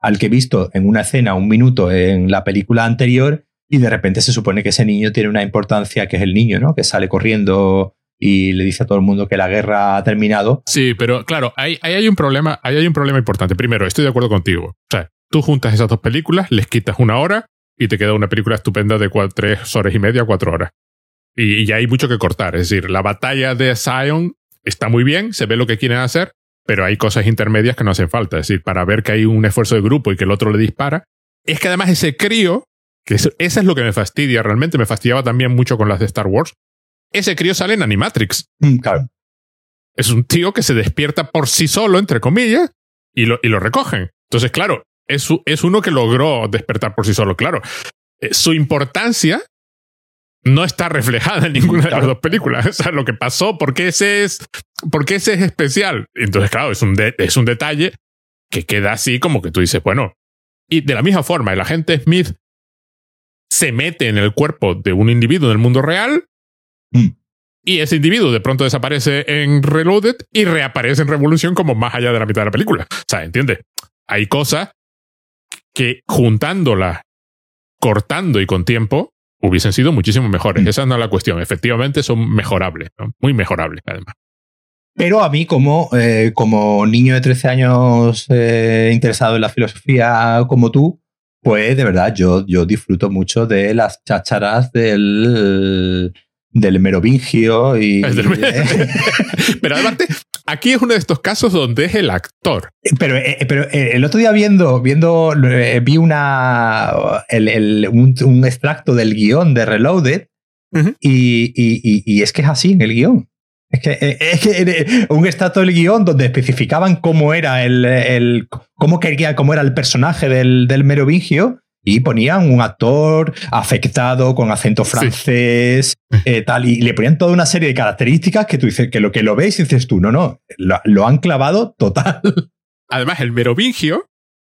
al que he visto en una escena 1 minuto en la película anterior, y de repente se supone que ese niño tiene una importancia, que es el niño, ¿no? Que sale corriendo y le dice a todo el mundo que la guerra ha terminado. Sí, pero claro, ahí hay un problema importante. Primero, estoy de acuerdo contigo. O sea, tú juntas esas 2 películas, les quitas 1 hora y te queda una película estupenda de 3 horas y media, 4 horas. Y ya hay mucho que cortar. Es decir, la batalla de Zion está muy bien, se ve lo que quieren hacer, pero hay cosas intermedias que no hacen falta. Es decir, para ver que hay un esfuerzo de grupo y que el otro le dispara. Es que además ese crío, que eso es lo que me fastidia realmente, me fastidiaba también mucho con las de Star Wars. Ese crío sale en Animatrix. Claro. Es un tío que se despierta por sí solo, entre comillas, y lo recogen. Entonces, claro, es uno que logró despertar por sí solo. Claro, su importancia no está reflejada en ninguna de las 2 películas. O sea, lo que pasó, ¿por qué ese es especial? Entonces, claro, es un detalle que queda así como que tú dices, bueno, y de la misma forma, el agente Smith se mete en el cuerpo de un individuo en el mundo real y ese individuo de pronto desaparece en Reloaded y reaparece en Revolution como más allá de la mitad de la película. O sea, ¿entiendes? Hay cosas que juntándolas, cortando y con tiempo, hubiesen sido muchísimo mejores. Esa no es la cuestión. Efectivamente son mejorables, ¿no? Muy mejorables, además. Pero a mí, como niño de 13 años interesado en la filosofía como tú, pues de verdad yo disfruto mucho de las chácharas del merovingio y... Pero aparte, aquí es uno de estos casos donde es el actor. Pero el otro día vi un extracto del guión de Reloaded y es que es así en el guión. Es que un extracto del guión donde especificaban cómo era cómo era el personaje del merovingio, y ponían un actor afectado con acento francés, tal, y le ponían toda una serie de características que tú dices que lo ves y dices tú, no, lo han clavado total. Además, el merovingio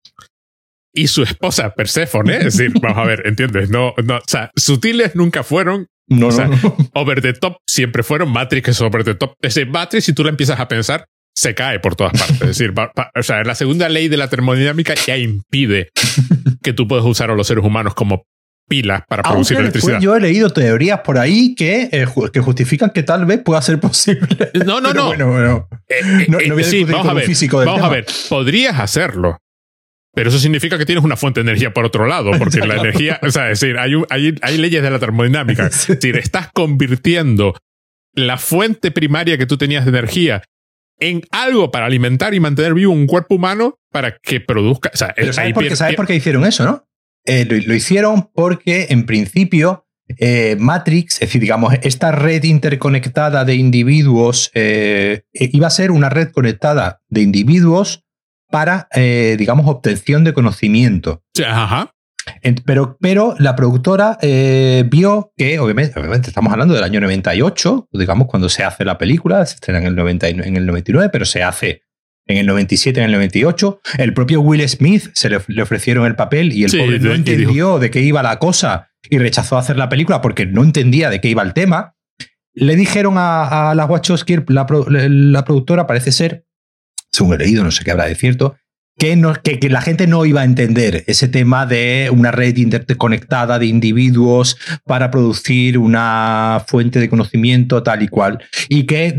y su esposa Perséfone, es decir, vamos a ver, ¿entiendes? No, o sea, sutiles nunca fueron. No. Over the top siempre fueron. Matrix es over the top. Es decir, Matrix, si tú la empiezas a pensar, se cae por todas partes. Es decir, o sea, la segunda ley de la termodinámica ya impide que tú puedas usar a los seres humanos como pilas para producir electricidad. Yo he leído teorías por ahí que justifican que tal vez pueda ser posible. No. Bueno. No voy a discutir con un físico del tema. Vamos a ver, podrías hacerlo. Pero eso significa que tienes una fuente de energía por otro lado, porque la energía, o sea, es decir, hay leyes de la termodinámica. Es decir, estás convirtiendo la fuente primaria que tú tenías de energía en algo para alimentar y mantener vivo un cuerpo humano para que produzca. O sea, pero ¿sabes por qué hicieron eso, no? Lo hicieron porque, en principio, Matrix, es decir, digamos, esta red interconectada de individuos iba a ser una red conectada de individuos para, digamos, obtención de conocimiento. Sí, ajá. Pero la productora vio que, obviamente estamos hablando del año 98, digamos, cuando se hace la película, se estrena en el 99, pero se hace en el 97, en el 98. El propio Will Smith le ofrecieron el papel y el pobre no entendió de qué iba la cosa y rechazó hacer la película porque no entendía de qué iba el tema. Le dijeron a la Wachowski, la productora, parece ser, según he leído, no sé qué habrá de cierto, que la gente no iba a entender ese tema de una red interconectada de individuos para producir una fuente de conocimiento tal y cual, y que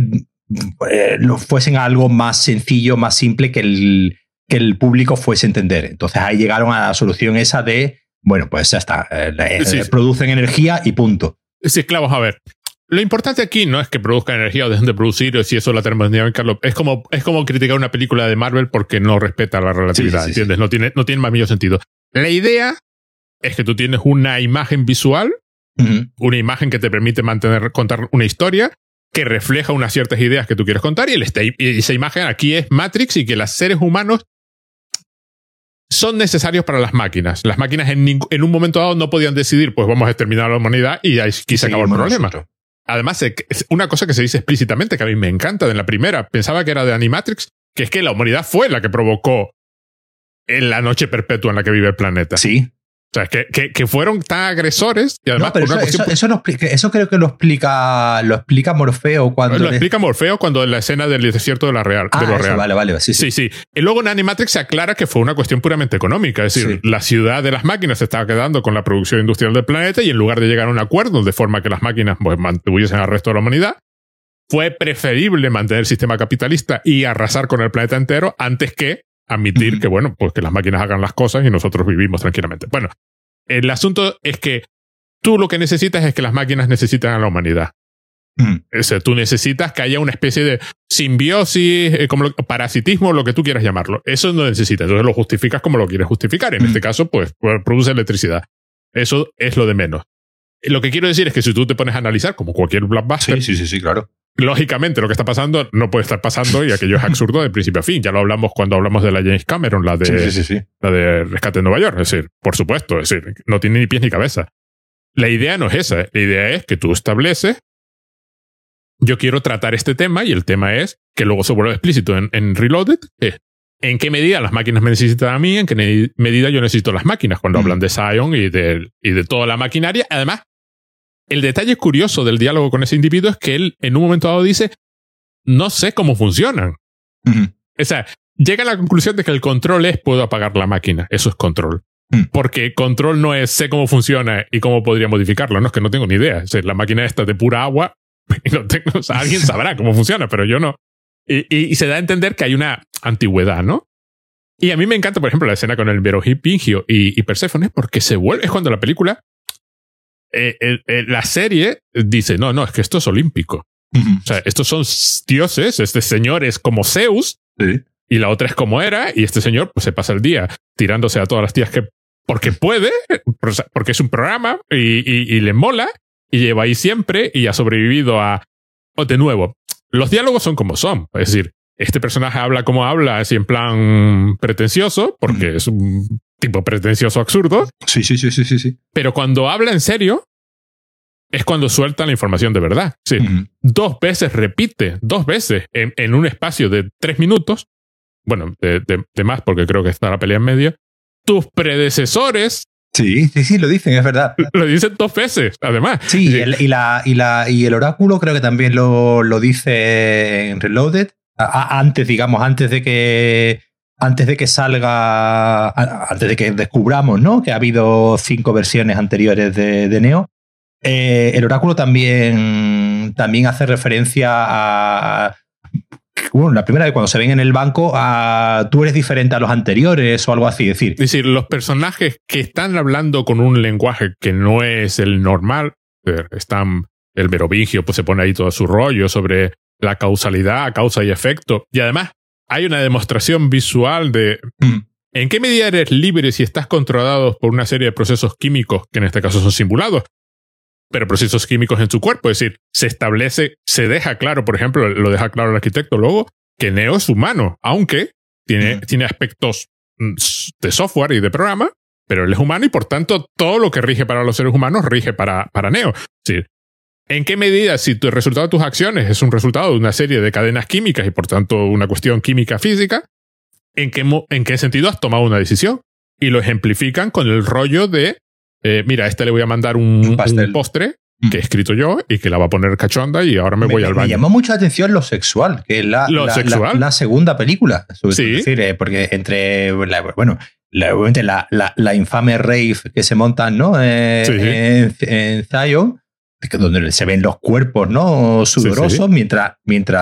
fuesen algo más sencillo, más simple, que el público fuese a entender. Entonces ahí llegaron a la solución esa de, bueno, pues ya está, producen energía y punto. Sí, claro, a ver. Lo importante aquí no es que produzcan energía o dejen de producir, o si eso la termodinámica es como criticar una película de Marvel porque no respeta la relatividad, ¿entiendes? Sí. No tiene más medio sentido. La idea es que tú tienes una imagen visual, una imagen que te permite contar una historia que refleja unas ciertas ideas que tú quieres contar, y esa imagen aquí es Matrix, y que los seres humanos son necesarios para las máquinas. Las máquinas en un momento dado no podían decidir, pues vamos a exterminar a la humanidad, y ahí se acabó el problema. Además, una cosa que se dice explícitamente, que a mí me encanta, de la primera, pensaba que era de Animatrix, que es que la humanidad fue la que provocó en la noche perpetua en la que vive el planeta. Sí. O sea, que fueron tan agresores y además... No, pero eso creo que lo explica Morfeo cuando... Lo explica Morfeo cuando en la escena del desierto de lo real. Vale. Sí. Y luego en Animatrix se aclara que fue una cuestión puramente económica. Es decir, la ciudad de las máquinas se estaba quedando con la producción industrial del planeta y en lugar de llegar a un acuerdo de forma que las máquinas pues, mantuviesen al resto de la humanidad, fue preferible mantener el sistema capitalista y arrasar con el planeta entero antes que admitir que, bueno, pues que las máquinas hagan las cosas y nosotros vivimos tranquilamente. Bueno, el asunto es que tú lo que necesitas es que las máquinas necesitan a la humanidad. O sea, tú necesitas que haya una especie de simbiosis, como parasitismo, lo que tú quieras llamarlo. Eso no necesitas. Entonces lo justificas como lo quieres justificar. En este caso, pues produce electricidad. Eso es lo de menos. Lo que quiero decir es que si tú te pones a analizar, como cualquier blockbuster, sí, claro. Lógicamente lo que está pasando no puede estar pasando y aquello es absurdo de principio a fin. Ya lo hablamos cuando hablamos de la James Cameron, la de Rescate en Nueva York. Es decir, por supuesto, es decir, no tiene ni pies ni cabeza. La idea no es esa. La idea es que tú estableces, yo quiero tratar este tema y el tema es que luego se vuelve explícito en Reloaded. ¿En qué medida las máquinas me necesitan a mí? ¿En qué medida yo necesito las máquinas? Cuando hablan de Zion y de toda la maquinaria. Además, el detalle curioso del diálogo con ese individuo es que él en un momento dado dice, no sé cómo funcionan. O sea, llega a la conclusión de que el control es puedo apagar la máquina. Eso es control. Porque control no es sé cómo funciona y cómo podría modificarlo. No, es que no tengo ni idea. O sea, la máquina esta de pura agua, no tengo, o sea, alguien sabrá cómo funciona, pero yo no. Y se da a entender que hay una antigüedad, ¿no? Y a mí me encanta, por ejemplo, la escena con el Merovingio y Perséfone, porque se vuelve, es cuando la película, la serie dice, no, es que esto es olímpico. O sea, estos son dioses, este señor es como Zeus, y la otra es como Hera, y este señor pues se pasa el día tirándose a todas las tías porque puede, porque es un programa, y le mola, y lleva ahí siempre, y ha sobrevivido a... de nuevo, los diálogos son como son, es decir, este personaje habla como habla, así en plan pretencioso, porque es un tipo pretencioso absurdo. Sí. Pero cuando habla en serio, es cuando suelta la información de verdad. Sí. 2 veces repite, 2 veces en un espacio de 3 minutos, bueno, de más porque creo que está la pelea en medio, tus predecesores... Sí, lo dicen, es verdad. Lo dicen 2 veces, además. Sí, y el oráculo creo que también lo dice en Reloaded. Antes de que salga, antes de que descubramos, ¿no?, que ha habido 5 versiones anteriores de Neo, el oráculo también hace referencia a... Bueno, la primera vez cuando se ven en el banco, tú eres diferente a los anteriores o algo así. Es decir, los personajes que están hablando con un lenguaje que no es el normal, el Merovingio pues se pone ahí todo su rollo sobre la causalidad, causa y efecto. Y además hay una demostración visual de en qué medida eres libre si estás controlado por una serie de procesos químicos, que en este caso son simulados, pero procesos químicos en tu cuerpo. Es decir, se deja claro, por ejemplo, lo deja claro el arquitecto luego, que Neo es humano, aunque tiene aspectos de software y de programa, pero él es humano y por tanto todo lo que rige para los seres humanos rige para Neo. Es decir, ¿en qué medida si el resultado de tus acciones es un resultado de una serie de cadenas químicas y por tanto una cuestión química física, en qué sentido has tomado una decisión? Y lo ejemplifican con el rollo de mira, a este le voy a mandar un postre que he escrito yo y que la va a poner cachonda y ahora me voy al baño. Me llamó mucha atención lo sexual, que es la segunda película. Sí. Es decir, porque entre... obviamente la infame rave que se montan, ¿no? En Zion, donde se ven los cuerpos, ¿no?, sudorosos, mientras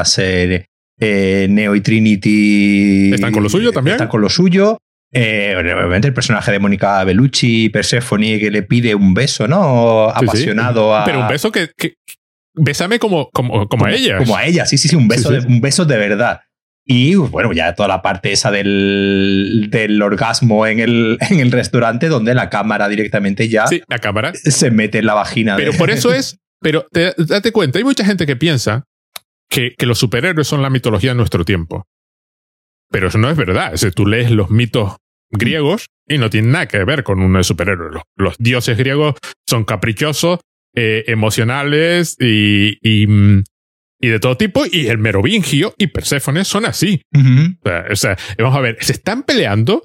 Neo y Trinity están con lo suyo también. Están con lo suyo. Obviamente el personaje de Mónica Bellucci, Perséfone, que le pide un beso, ¿no?, apasionado. Pero un beso que bésame como a ella. Como a ella, sí, un beso, un beso de verdad. Y bueno, ya toda la parte esa del orgasmo en el restaurante, donde la cámara directamente ya la cámara se mete en la vagina. Pero por eso es... Pero date cuenta, hay mucha gente que piensa que los superhéroes son la mitología de nuestro tiempo. Pero eso no es verdad. O sea, tú lees los mitos griegos y no tienen nada que ver con uno de superhéroes. Los dioses griegos son caprichosos, emocionales y de todo tipo, y el Merovingio y Perséfone son así. O sea, vamos a ver, se están peleando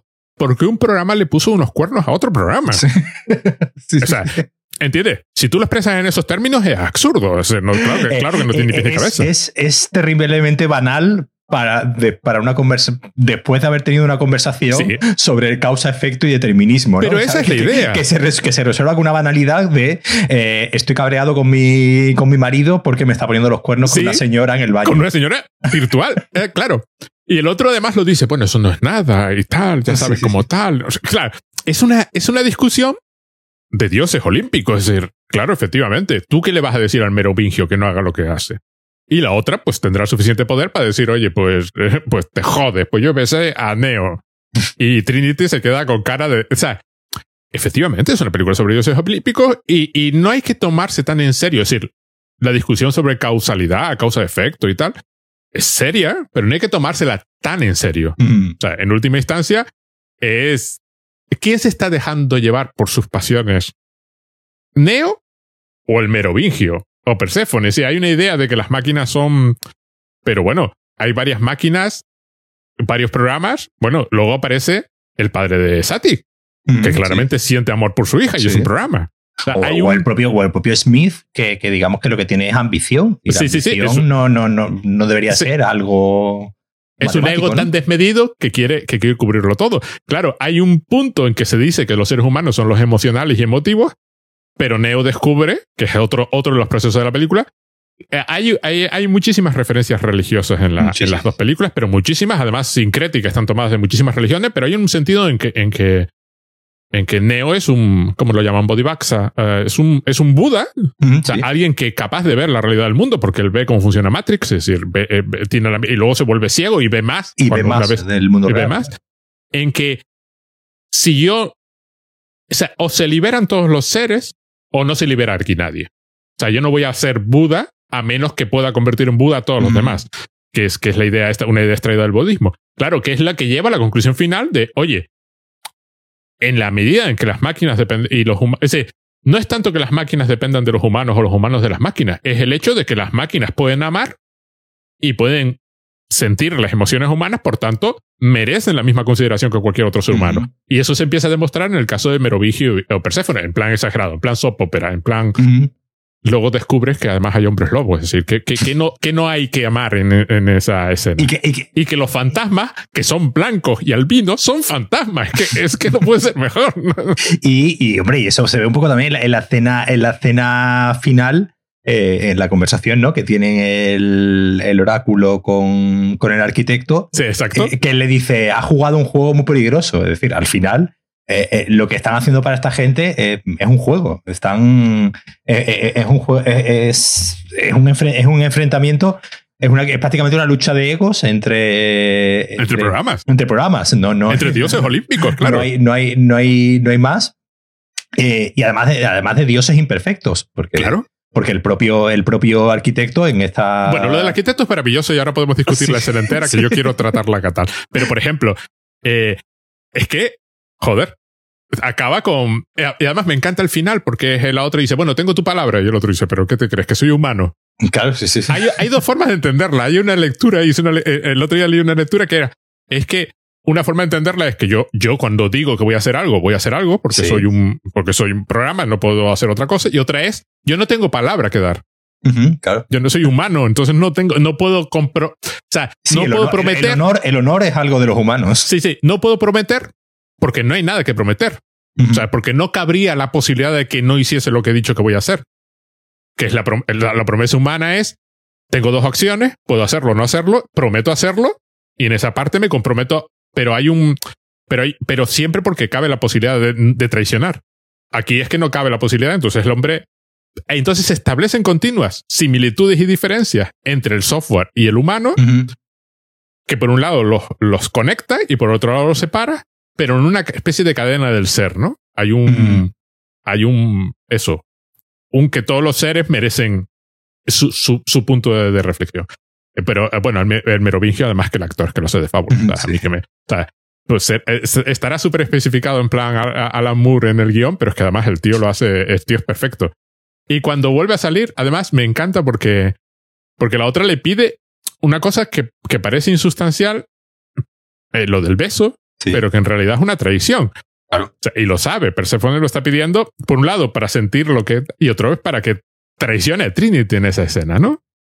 porque un programa le puso unos cuernos a otro programa. Sí. O sea, ¿entiendes? Si tú lo expresas en esos términos es absurdo. O sea, claro que no tiene ni pies ni cabeza. Es terriblemente banal para una conversación, después de haber tenido una conversación sobre el causa-efecto y determinismo, ¿no? Pero esa es la idea. Que se resuelva con una banalidad de estoy cabreado con mi marido porque me está poniendo los cuernos con una señora en el baño. Con una señora virtual, claro. Y el otro además lo dice, bueno, eso no es nada y tal, ya sabes, como tal. O sea, claro, es una discusión de dioses olímpicos. Es decir, claro, efectivamente, ¿tú qué le vas a decir al merovingio que no haga lo que hace? Y la otra, pues tendrá suficiente poder para decir, oye, pues te jodes. Pues yo besé a Neo. Y Trinity se queda con cara de... O sea, efectivamente es una película sobre dioses olímpicos y no hay que tomarse tan en serio. Es decir, la discusión sobre causalidad, causa-efecto y tal, es seria, pero no hay que tomársela tan en serio. O sea, en última instancia, es... ¿Quién se está dejando llevar por sus pasiones? ¿Neo o el merovingio? O Perséfone. Sí, hay una idea de que las máquinas son... Pero bueno, hay varias máquinas, varios programas. Bueno, luego aparece el padre de Sati, que claramente siente amor por su hija y es un programa. O sea, o el propio Smith, que digamos que lo que tiene es ambición. Y la ambición no debería ser algo... Es un ego tan desmedido que quiere cubrirlo todo. Claro, hay un punto en que se dice que los seres humanos son los emocionales y emotivos, pero Neo descubre, que es otro de los procesos de la película, hay muchísimas referencias religiosas en las dos películas, pero muchísimas, además sincréticas, están tomadas de muchísimas religiones, pero hay un sentido en que Neo es un, ¿cómo lo llaman? Bodhisattva, es un Buda, o sea, alguien que es capaz de ver la realidad del mundo, porque él ve cómo funciona Matrix, es decir, y luego se vuelve ciego y ve más. Y ve más del mundo real. Ve más. En que si yo... O sea, o se liberan todos los seres o no se libera aquí nadie. O sea, yo no voy a ser Buda a menos que pueda convertir en Buda a todos los demás. Que es la idea una idea extraída del budismo. Claro, que es la que lleva a la conclusión final de, oye, en la medida en que las máquinas dependen y los humanos... Es decir, no es tanto que las máquinas dependan de los humanos o los humanos de las máquinas. Es el hecho de que las máquinas pueden amar y pueden sentir las emociones humanas, por tanto, merecen la misma consideración que cualquier otro ser humano. Y eso se empieza a demostrar en el caso de Merovingio o Perséfone, en plan exagerado, en plan soap opera, en plan... Luego descubres que además hay hombres lobos, es decir, que no hay que amar en esa escena. Y que los fantasmas, que son blancos y albinos, son fantasmas. Es que no puede ser mejor. y hombre, y eso se ve un poco también en la escena final, en la conversación, ¿no? Que tienen el oráculo con el arquitecto. Sí, exacto. Que él le dice, ha jugado un juego muy peligroso. Es decir, al final... lo que están haciendo para esta gente es un juego. Es un enfrentamiento. Es prácticamente una lucha de egos entre programas. Entre programas. Entre dioses olímpicos, claro. No hay más. Y además de dioses imperfectos. Claro. Porque el propio arquitecto en esta... Bueno, lo del arquitecto es maravilloso y ahora podemos discutir la escena entera, que yo quiero tratarla a tal. Pero, por ejemplo, es que, joder, acaba con... Y además me encanta el final, porque la otra dice, bueno, tengo tu palabra. Y el otro dice, ¿pero qué te crees? ¿Que soy humano? Claro, sí. Hay dos formas de entenderla. Hay una lectura, el otro día leí una lectura que era, es que una forma de entenderla es que yo cuando digo que voy a hacer algo, porque soy un programa, no puedo hacer otra cosa. Y otra es, yo no tengo palabra que dar. Claro. Yo no soy humano, entonces no puedo no puedo prometer. El honor es algo de los humanos. Sí, no puedo prometer porque no hay nada que prometer. O sea, porque no cabría la posibilidad de que no hiciese lo que he dicho que voy a hacer. Que es la promesa humana es, tengo dos opciones, puedo hacerlo o no hacerlo, prometo hacerlo, y en esa parte me comprometo, pero siempre porque cabe la posibilidad de traicionar. Aquí es que no cabe la posibilidad, entonces el hombre... Entonces se establecen continuas similitudes y diferencias entre el software y el humano, que por un lado los conecta y por otro lado los separa, pero en una especie de cadena del ser, ¿no? Hay un que todos los seres merecen su punto de reflexión. Pero bueno, el merovingio, además que el actor, que lo sé de fábula. A mí que pues estará súper especificado en plan Alan Moore en el guión, pero es que además el tío es perfecto. Y cuando vuelve a salir, además me encanta porque la otra le pide una cosa que parece insustancial, lo del beso. pero que en realidad es una traición. Claro. O sea, y lo sabe. Perséfone lo está pidiendo, por un lado, para sentir lo que... Y otra vez para que traicione a Trinity en esa escena, ¿no?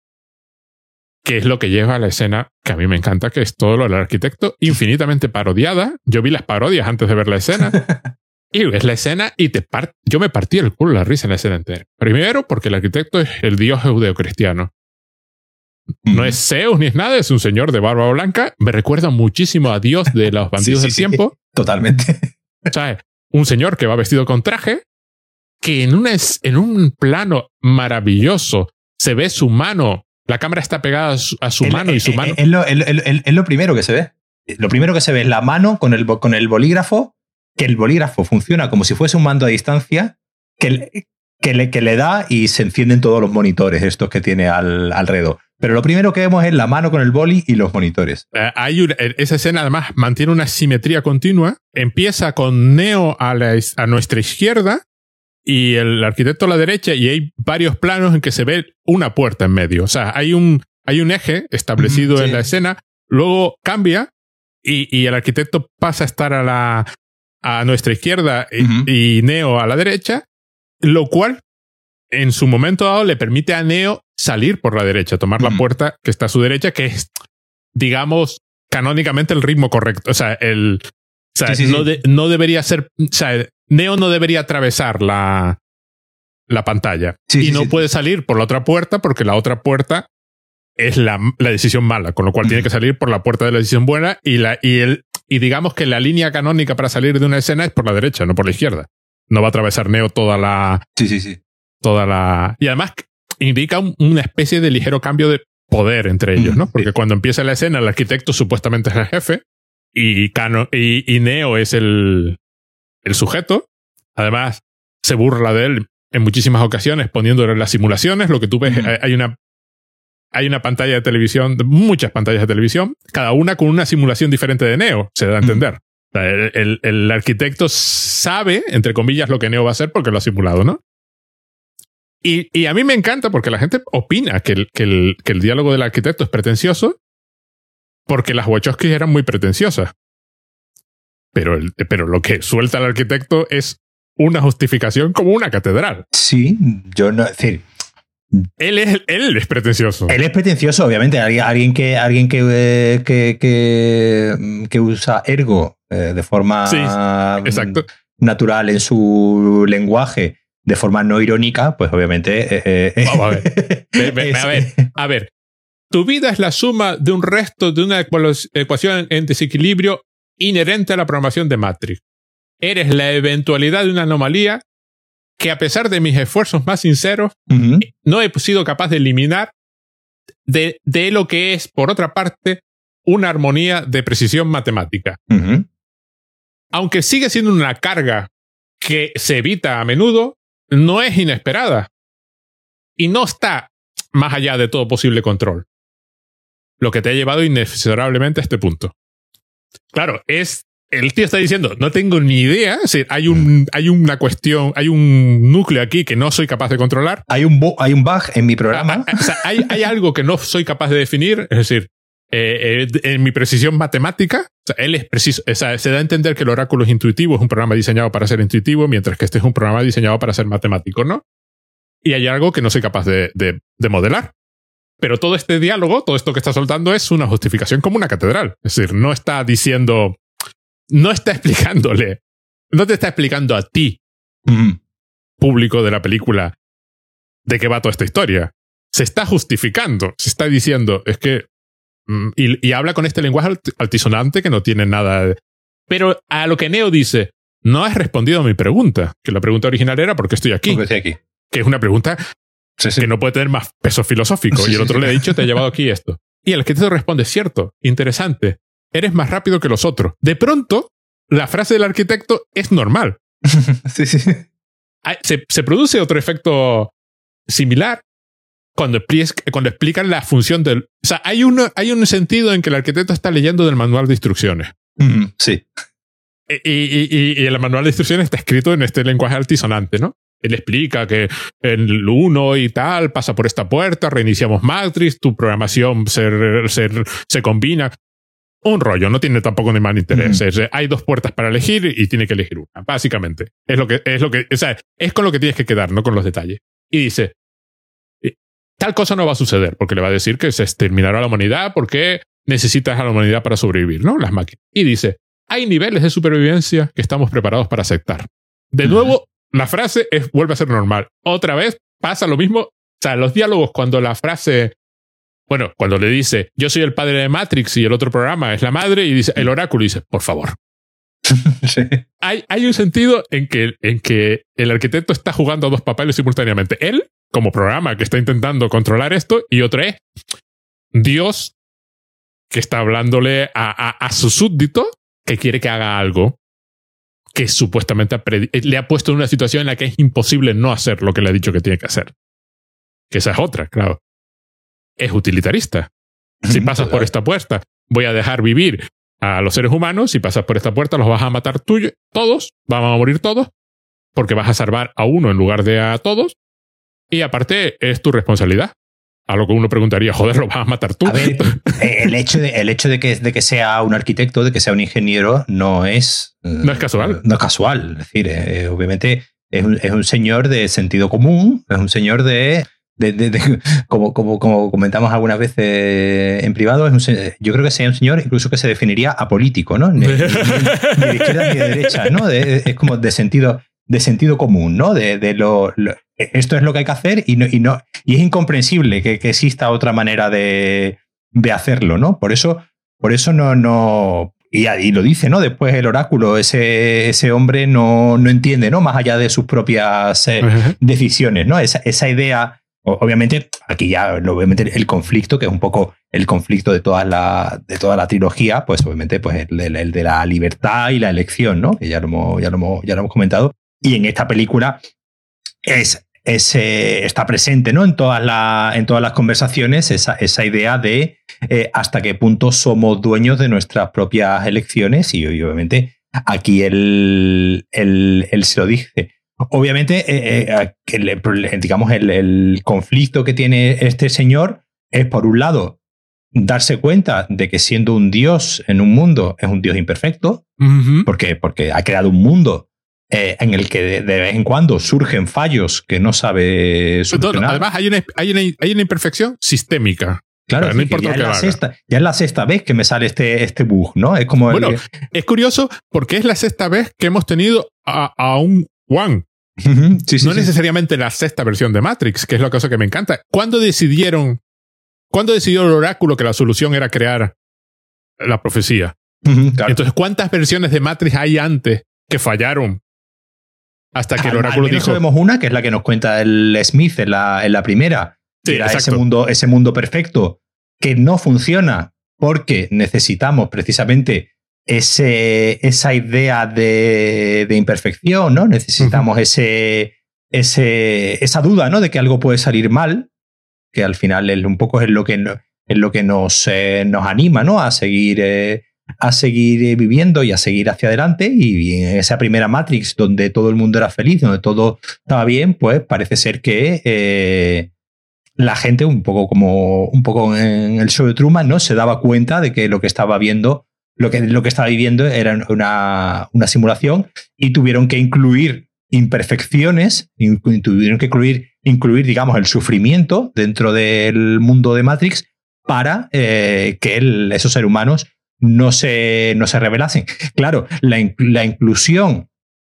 Que es lo que lleva a la escena que a mí me encanta, que es todo lo del arquitecto, infinitamente parodiada. Yo vi las parodias antes de ver la escena. Y ves la escena y yo me partí el culo de la risa en la escena entera. Primero, porque el arquitecto es el dios judeocristiano. No es Zeus ni es nada, es un señor de barba blanca. Me recuerda muchísimo a Dios de los bandidos del tiempo. Totalmente. ¿Sabes? Un señor que va vestido con traje, que en un plano maravilloso se ve su mano. La cámara está pegada a su mano y su mano. Es lo primero que se ve. Lo primero que se ve es la mano con el bolígrafo, que el bolígrafo funciona como si fuese un mando a distancia, que le da y se encienden todos los monitores estos que tiene alrededor. Pero lo primero que vemos es la mano con el boli y los monitores. Esa escena además mantiene una simetría continua. Empieza con Neo a nuestra izquierda y el arquitecto a la derecha, y hay varios planos en que se ve una puerta en medio. O sea, hay un eje establecido en la escena, luego cambia y el arquitecto pasa a estar a nuestra izquierda y Neo a la derecha, lo cual en su momento dado le permite a Neo salir por la derecha, tomar la puerta que está a su derecha, que es, digamos, canónicamente el ritmo correcto. O sea, no debería ser... O sea, Neo no debería atravesar la pantalla. No puede salir por la otra puerta porque la otra puerta es la decisión mala, con lo cual tiene que salir por la puerta de la decisión buena y digamos que la línea canónica para salir de una escena es por la derecha, no por la izquierda. No va a atravesar Neo toda la... Toda la... Y además indica una especie de ligero cambio de poder entre ellos, ¿no? Porque cuando empieza la escena, el arquitecto supuestamente es el jefe y Neo es el sujeto. Además, se burla de él en muchísimas ocasiones poniéndole las simulaciones. Lo que tú ves, hay una pantalla de televisión, muchas pantallas de televisión, cada una con una simulación diferente de Neo, se da a entender. O sea, el arquitecto sabe, entre comillas, lo que Neo va a hacer porque lo ha simulado, ¿no? Y a mí me encanta porque la gente opina que el diálogo del arquitecto es pretencioso porque las Wachowski eran muy pretenciosas. Pero lo que suelta el arquitecto es una justificación como una catedral. Sí, yo no... Es decir, él es pretencioso. Él es pretencioso, obviamente. Alguien que usa ergo de forma natural en su lenguaje, de forma no irónica, pues obviamente... Vamos a ver. Tu vida es la suma de un resto de una ecuación en desequilibrio inherente a la programación de Matrix. Eres la eventualidad de una anomalía que, a pesar de mis esfuerzos más sinceros, no he sido capaz de eliminar de lo que es, por otra parte, una armonía de precisión matemática. Aunque sigue siendo una carga que se evita a menudo, no es inesperada y no está más allá de todo posible control, lo que te ha llevado inexorablemente a este punto. Claro, el tío está diciendo, no tengo ni idea, es decir, hay una cuestión, hay un núcleo aquí que no soy capaz de controlar. Hay un bug en mi programa. O sea, hay algo que no soy capaz de definir, es decir, en mi precisión matemática. O sea, él es preciso, o sea, se da a entender que el oráculo es intuitivo, es un programa diseñado para ser intuitivo, mientras que este es un programa diseñado para ser matemático, ¿no? Y hay algo que no soy capaz de modelar. Pero todo este diálogo, todo esto que está soltando es una justificación como una catedral. Es decir, no está diciendo, no está explicándole, no te está explicando a ti, público de la película, de qué va toda esta historia. Se está justificando, se está diciendo, es que... Y habla con este lenguaje altisonante que no tiene nada de... Pero a lo que Neo dice, no has respondido a mi pregunta, que la pregunta original era ¿por qué estoy aquí? Porque estoy aquí. Que es una pregunta que no puede tener más peso filosófico. Y el otro le ha dicho, te he llevado aquí esto. Y el arquitecto responde, cierto, interesante, eres más rápido que los otros. De pronto, la frase del arquitecto es normal. Se produce otro efecto similar cuando explican la función del... O sea, hay un sentido en que el arquitecto está leyendo del manual de instrucciones. Sí. Y el manual de instrucciones está escrito en este lenguaje altisonante, ¿no? Él explica que el 1 y tal pasa por esta puerta, reiniciamos Matrix, tu programación se combina. un rollo, no tiene tampoco ni mal interés. Hay 2 puertas para elegir y tiene que elegir una, básicamente. O sea, es con lo que tienes que quedar, no con los detalles. Y dice, tal cosa no va a suceder, porque le va a decir que se exterminará la humanidad porque necesitas a la humanidad para sobrevivir, ¿no? Las máquinas. Y dice, hay niveles de supervivencia que estamos preparados para aceptar. De nuevo, la frase vuelve a ser normal. Otra vez pasa lo mismo. O sea, los diálogos cuando la frase... Bueno, cuando le dice, yo soy el padre de Matrix y el otro programa es la madre, y dice, el oráculo, y dice, por favor. Sí. Hay un sentido en que el arquitecto está jugando a 2 papeles simultáneamente. Él, como programa que está intentando controlar esto, y otro es Dios, que está hablándole a su súbdito, que quiere que haga algo que supuestamente le ha puesto en una situación en la que es imposible no hacer lo que le ha dicho que tiene que hacer. Que esa es otra, claro. Es utilitarista. Si pasas por esta puerta, voy a dejar vivir a los seres humanos. Si pasas por esta puerta, los vas a matar todos. Vamos a morir todos. Porque vas a salvar a uno en lugar de a todos. Y aparte, es tu responsabilidad. A lo que uno preguntaría, joder, lo vas a matar tú. A ver, el hecho de que sea un arquitecto, de que sea un ingeniero, no es casual. No es casual. Es decir, obviamente es un señor de sentido común, es un señor como comentamos algunas veces en privado, yo creo que sería un señor incluso que se definiría apolítico, ¿no? Ni de izquierda ni de derecha, ¿no? Es como de sentido común, ¿no? Esto es lo que hay que hacer y es incomprensible que exista otra manera de hacerlo, ¿no? Por eso no. Y lo dice, ¿no? Después el oráculo, ese hombre no entiende, ¿no? Más allá de sus propias decisiones, ¿no? Esa idea. Obviamente, aquí ya lo voy a meter el conflicto, que es un poco el conflicto de toda la trilogía, pues obviamente pues el de la libertad y la elección, ¿no? Que ya lo hemos comentado. Y en esta película está presente, ¿no? En todas las conversaciones esa idea de hasta qué punto somos dueños de nuestras propias elecciones, y obviamente aquí él se lo dice. Obviamente, digamos, el conflicto que tiene este señor es, por un lado, darse cuenta de que siendo un dios en un mundo es un dios imperfecto, porque ha creado un mundo en el que de vez en cuando surgen fallos que no sabe solucionar. Además, hay una imperfección sistémica. Claro, no importa lo que haga. Ya es la 6ª vez que me sale este bug, ¿no? Es como es curioso porque es la 6ª vez que hemos tenido a un One. No necesariamente la 6ª versión de Matrix, que es la cosa que me encanta. ¿Cuándo decidió el oráculo que la solución era crear la profecía? Claro. Entonces, ¿cuántas versiones de Matrix hay antes que fallaron? Hasta que el oráculo dijo... sabemos una, que es la que nos cuenta el Smith en la primera. Sí, era ese mundo perfecto que no funciona porque necesitamos precisamente esa idea de imperfección, ¿no? Necesitamos esa duda, ¿no? De que algo puede salir mal, que al final un poco es lo que nos anima, ¿no? A seguir viviendo y a seguir hacia adelante. Y en esa primera Matrix, donde todo el mundo era feliz, donde todo estaba bien, pues parece ser que la gente, un poco en el show de Truman, ¿no? Se daba cuenta de que lo que estaba viendo, lo que estaba viviendo era una simulación, y tuvieron que incluir imperfecciones, tuvieron que incluir, digamos, el sufrimiento dentro del mundo de Matrix para que esos seres humanos no se rebelasen. Claro, la inclusión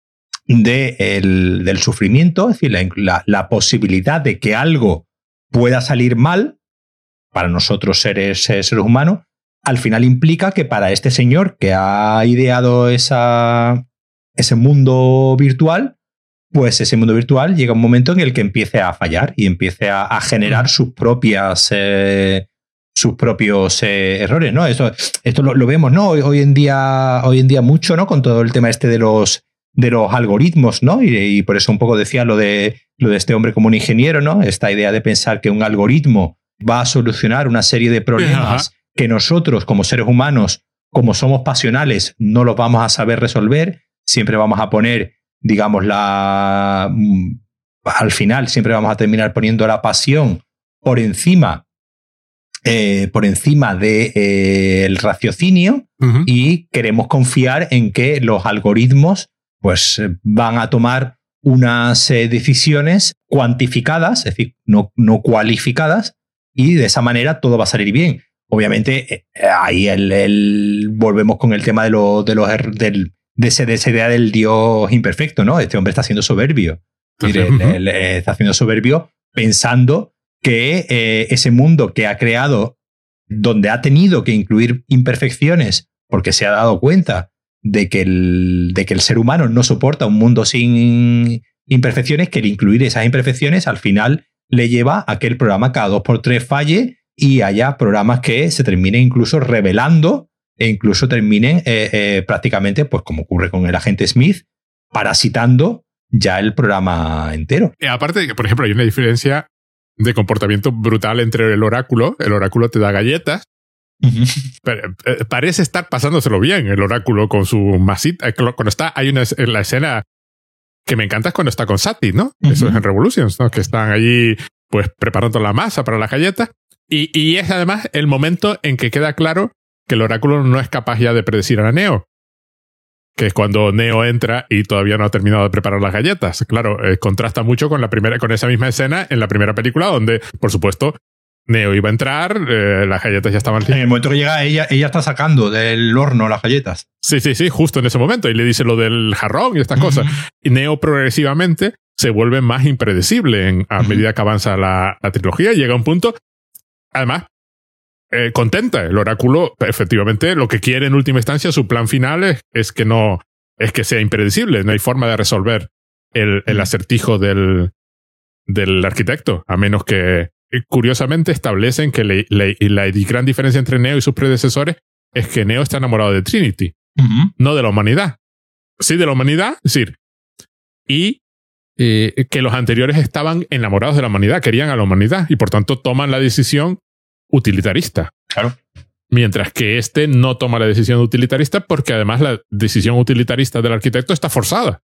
del sufrimiento, es decir, la posibilidad de que algo pueda salir mal para nosotros seres humanos, al final implica que para este señor que ha ideado ese mundo virtual, pues ese mundo virtual llega un momento en el que empiece a fallar y empiece a generar sus propios errores, ¿no? Esto lo vemos, ¿no? Hoy en día mucho, ¿no? Con todo el tema de los algoritmos, ¿no? Y por eso un poco decía lo de este hombre como un ingeniero, ¿no? Esta idea de pensar que un algoritmo va a solucionar una serie de problemas que nosotros, como seres humanos, como somos pasionales, no los vamos a saber resolver. Siempre vamos a poner, digamos, al final siempre vamos a terminar poniendo la pasión por encima por encima del raciocinio y queremos confiar en que los algoritmos pues, van a tomar unas decisiones cuantificadas, es decir, no cualificadas, y de esa manera todo va a salir bien. Obviamente, ahí volvemos con el tema de esa idea del Dios imperfecto, ¿no? Este hombre está siendo soberbio. Él está siendo soberbio pensando que ese mundo que ha creado, donde ha tenido que incluir imperfecciones, porque se ha dado cuenta de que el ser humano no soporta un mundo sin imperfecciones, que el incluir esas imperfecciones al final le lleva a que el programa cada 2x3 falle y haya programas que se terminen incluso revelando e incluso terminen prácticamente, pues como ocurre con el agente Smith, parasitando ya el programa entero. Aparte de que, por ejemplo, hay una diferencia de comportamiento brutal entre el oráculo. El oráculo te da galletas. Pero, parece estar pasándoselo bien el oráculo con su masita. Cuando está, hay una en la escena que me encanta, es cuando está con Sati, ¿no? Eso es en Revolutions, ¿no? Que están allí pues preparando la masa para las galletas. Y es además el momento en que queda claro que el oráculo no es capaz ya de predecir a Neo, que es cuando Neo entra y todavía no ha terminado de preparar las galletas. Claro, contrasta mucho con esa misma escena en la primera película, donde, por supuesto, Neo iba a entrar, las galletas ya estaban listas. En el momento que llega, ella está sacando del horno las galletas. Sí, justo en ese momento. Y le dice lo del jarrón y estas cosas. Y Neo progresivamente se vuelve más impredecible a medida que avanza la trilogía. Llega a un punto, además, contenta. El oráculo, efectivamente, lo que quiere en última instancia, su plan final es que sea impredecible. No hay forma de resolver el acertijo del arquitecto, a menos que, curiosamente, establecen que la gran diferencia entre Neo y sus predecesores es que Neo está enamorado de Trinity, no de la humanidad. Sí, de la humanidad, es decir, y que los anteriores estaban enamorados de la humanidad, querían a la humanidad, y por tanto toman la decisión utilitarista. Claro. Mientras que este no toma la decisión utilitarista, porque además la decisión utilitarista del arquitecto está forzada.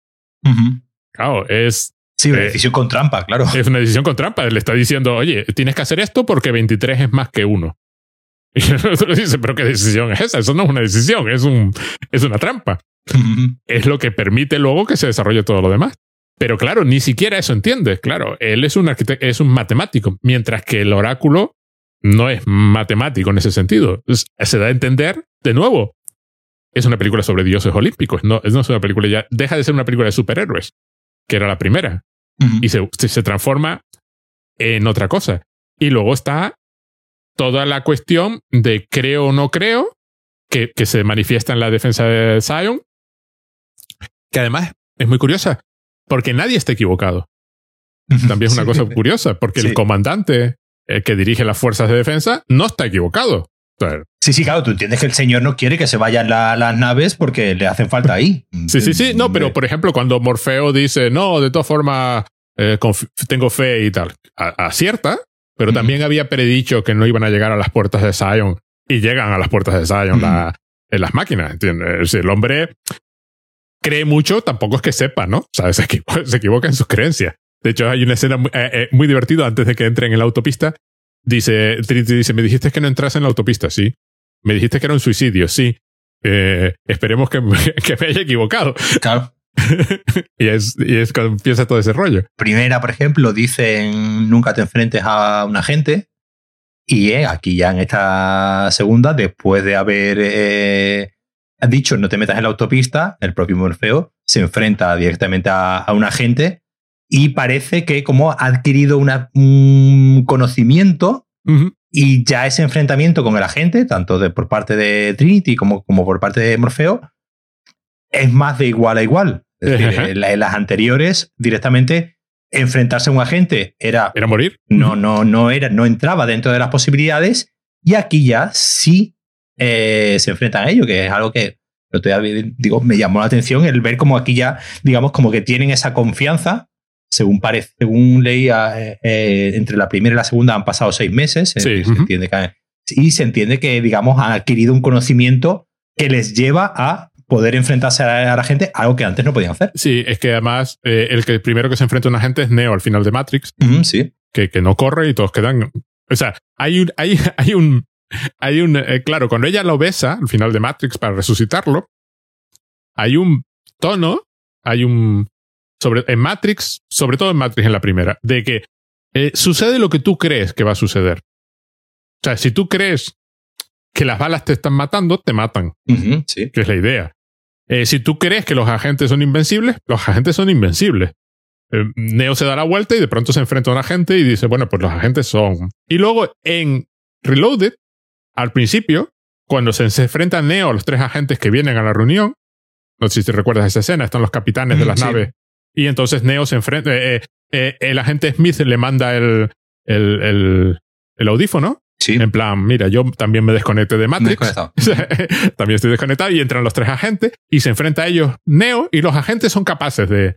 Claro, es... Sí, una decisión con trampa, claro. Es una decisión con trampa. Le está diciendo, oye, tienes que hacer esto porque 23 es más que 1. Y el otro le dice, ¿pero qué decisión es esa? Eso no es una decisión, es una trampa. Es lo que permite luego que se desarrolle todo lo demás. Pero claro, ni siquiera eso entiende. Claro, él es un arquitecto, es un matemático, mientras que el oráculo no es matemático en ese sentido. Se da a entender, de nuevo, es una película sobre dioses olímpicos. No es una película ya, deja de ser una película de superhéroes, que era la primera. Y se transforma en otra cosa. Y luego está toda la cuestión de creo o no creo, que se manifiesta en la defensa de Zion, que además es muy curiosa, porque nadie está equivocado. También es una cosa curiosa, porque el comandante que dirige las fuerzas de defensa no está equivocado. Sí, claro, tú entiendes que el señor no quiere que se vayan las naves porque le hacen falta ahí. Sí, no, pero por ejemplo, cuando Morfeo dice, no, de todas formas, tengo fe y tal, acierta, pero también había predicho que no iban a llegar a las puertas de Zion y llegan a las puertas de Zion en las máquinas, ¿entiendes? El hombre cree mucho, tampoco es que sepa, ¿no? O sea, se equivoca en sus creencias. De hecho, hay una escena muy divertida antes de que entren en la autopista. Trinity dice, me dijiste que no entras en la autopista, sí. Me dijiste que era un suicidio, sí. Esperemos que me haya equivocado. Claro. y es cuando empieza todo ese rollo. Primera, por ejemplo, dicen nunca te enfrentes a un agente. Y aquí ya en esta segunda, después de haber dicho no te metas en la autopista, el propio Morfeo se enfrenta directamente a un agente. Y parece que como ha adquirido un conocimiento y ya ese enfrentamiento con el agente, tanto por parte de Trinity como por parte de Morfeo, es más de igual a igual. Es decir, en las anteriores, directamente enfrentarse a un agente era morir. No entraba dentro de las posibilidades, y aquí ya sí se enfrentan a ello, que es algo que me llamó la atención el ver como aquí ya, digamos, como que tienen esa confianza. Según leía, entre la primera y la segunda han pasado 6 meses. Se entiende que, digamos, han adquirido un conocimiento que les lleva a poder enfrentarse a la gente, algo que antes no podían hacer. Sí, es que además el primero que se enfrenta a un agente es Neo al final de Matrix. Sí. Que no corre y todos quedan O sea, claro, cuando ella lo besa al final de Matrix para resucitarlo, hay un tono, en Matrix, sobre todo en Matrix en la primera, de que sucede lo que tú crees que va a suceder. O sea, si tú crees que las balas te están matando, te matan. Sí. Que es la idea. Si tú crees que los agentes son invencibles, los agentes son invencibles. Neo se da la vuelta y de pronto se enfrenta a un agente y dice, bueno, pues los agentes son... Y luego en Reloaded, al principio, cuando se enfrenta Neo a los 3 agentes que vienen a la reunión, no sé si te recuerdas esa escena, están los capitanes de las naves, y entonces Neo se enfrenta... el agente Smith le manda el audífono. Sí. En plan, mira, yo también me desconecté de Matrix. También estoy desconectado y entran los 3 agentes y se enfrenta a ellos Neo y los agentes son capaces de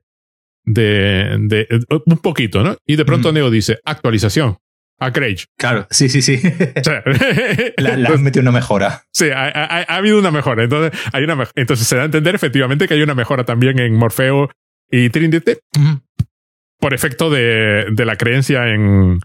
un poquito, ¿no? Y de pronto Neo dice, actualización, upgrade. Claro, sí. O sea, le han metido una mejora. Sí, ha habido una mejora. Entonces se da a entender efectivamente que hay una mejora también en Morfeo y Trinity por efecto de la creencia en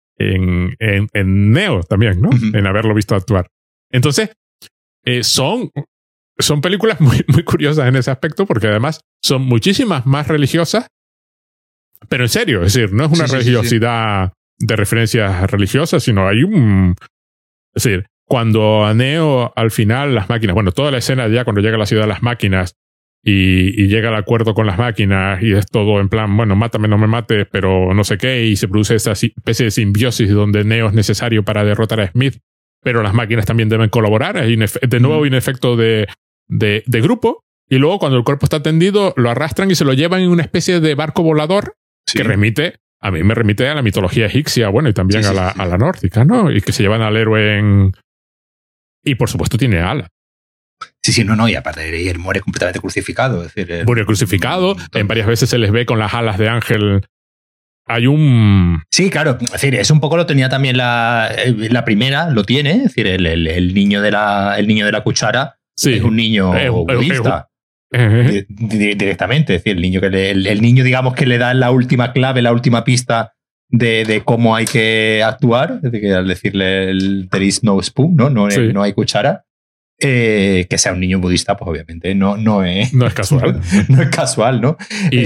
Neo también, ¿no? En haberlo visto actuar. Entonces, son películas muy, muy curiosas en ese aspecto porque además son muchísimas más religiosas, pero en serio, es decir, no es una religiosidad de referencias religiosas, sino hay es decir, cuando a Neo al final las máquinas, bueno, toda la escena ya cuando llega a la ciudad de las máquinas y llega al acuerdo con las máquinas y es todo en plan, bueno, mátame, no me mates, pero no sé qué, y se produce esa especie de simbiosis donde Neo es necesario para derrotar a Smith, pero las máquinas también deben colaborar. Hay de nuevo hay un efecto de grupo, y luego cuando el cuerpo está tendido lo arrastran y se lo llevan en una especie de barco volador que a mí me remite a la mitología egipcia, bueno, y también a la nórdica, ¿no? Y que se llevan al héroe y por supuesto tiene alas. Sí, no, y aparte él muere completamente crucificado. Es decir, muere crucificado, en varias veces se les ve con las alas de ángel. Hay Sí, claro, es decir, eso un poco lo tenía también la primera, lo tiene, es decir, el niño de la cuchara es un niño budista. Directamente, es decir, el niño, digamos, que le da la última clave, la última pista de cómo hay que actuar, es decir, que al decirle there is no spoon, no hay cuchara. Que sea un niño budista, pues obviamente no es casual. No es casual, ¿no? Y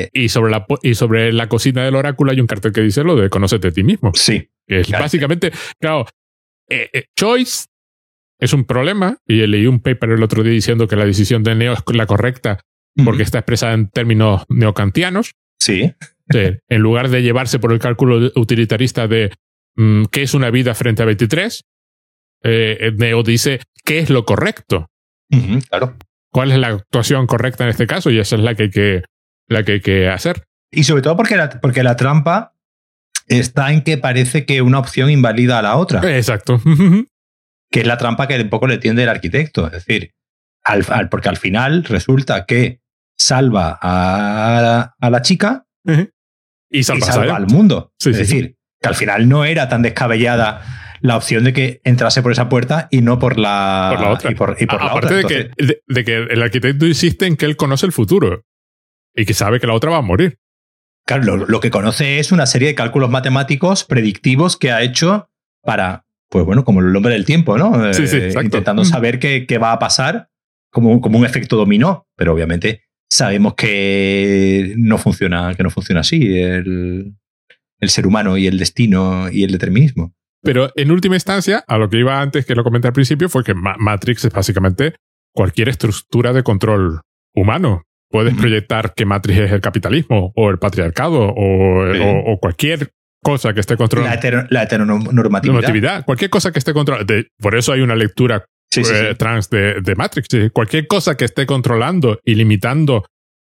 sobre la cocina del oráculo hay un cartel que dice lo de conócete a ti mismo. Sí. Que es básicamente, claro, choice es un problema, y leí un paper el otro día diciendo que la decisión de Neo es la correcta porque está expresada en términos neokantianos. Sí. En lugar de llevarse por el cálculo utilitarista de qué es una vida frente a 23, Neo dice qué es lo correcto. Claro. ¿Cuál es la actuación correcta en este caso? Y esa es la que hay que hacer. Y sobre todo porque la trampa está en que parece que una opción invalida a la otra. Exacto. Que es la trampa que un poco le tiende el arquitecto. Es decir, porque al final resulta que salva a la chica y salva al mundo. Es decir, que al final no era tan descabellada la opción de que entrase por esa puerta y no por la otra. Y por la Aparte otra. de que el arquitecto insiste en que él conoce el futuro y que sabe que la otra va a morir. Claro, lo que conoce es una serie de cálculos matemáticos predictivos que ha hecho para, pues bueno, como el hombre del tiempo, ¿no? Intentando saber qué va a pasar como un efecto dominó. Pero obviamente sabemos que no funciona así el ser humano y el destino y el determinismo. Pero en última instancia, a lo que iba antes, que lo comenté al principio, fue que Matrix es básicamente cualquier estructura de control humano. Puedes proyectar que Matrix es el capitalismo o el patriarcado o cualquier cosa que esté controlando. La heteronormatividad. Cualquier cosa que esté controlando. Por eso hay una lectura trans de Matrix. Cualquier cosa que esté controlando y limitando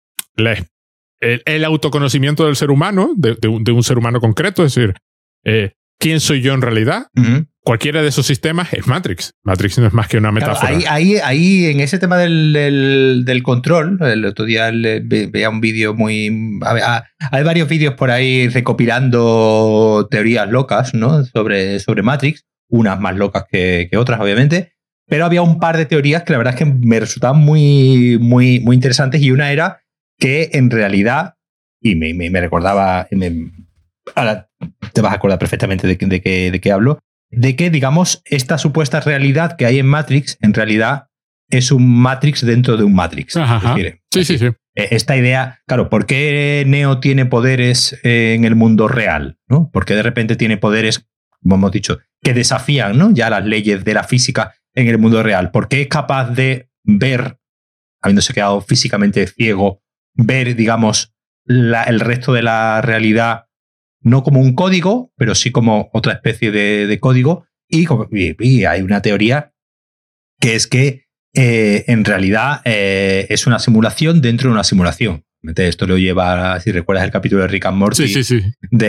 el autoconocimiento del ser humano, de un ser humano concreto, es decir, ¿quién soy yo en realidad? Cualquiera de esos sistemas es Matrix. Matrix no es más que una metáfora. Claro, ahí en ese tema del control, el otro día veía un vídeo muy... Hay varios vídeos por ahí recopilando teorías locas, ¿no? sobre Matrix, unas más locas que otras, obviamente, pero había un par de teorías que la verdad es que me resultaban muy, muy, muy interesantes, y una era que en realidad, y me recordaba... ahora te vas a acordar perfectamente de qué hablo, de que, digamos, esta supuesta realidad que hay en Matrix, en realidad es un Matrix dentro de un Matrix. Ajá. Sí. Esta idea, claro, ¿por qué Neo tiene poderes en el mundo real? ¿No? ¿Por qué de repente tiene poderes, como hemos dicho, que desafían, ¿no?, ya las leyes de la física en el mundo real? ¿Por qué es capaz de ver, habiéndose quedado físicamente ciego, ver, digamos, el resto de la realidad no como un código, pero sí como otra especie de código? Y hay una teoría que es que en realidad es una simulación dentro de una simulación. Esto lo lleva, si recuerdas el capítulo de Rick and Morty, sí.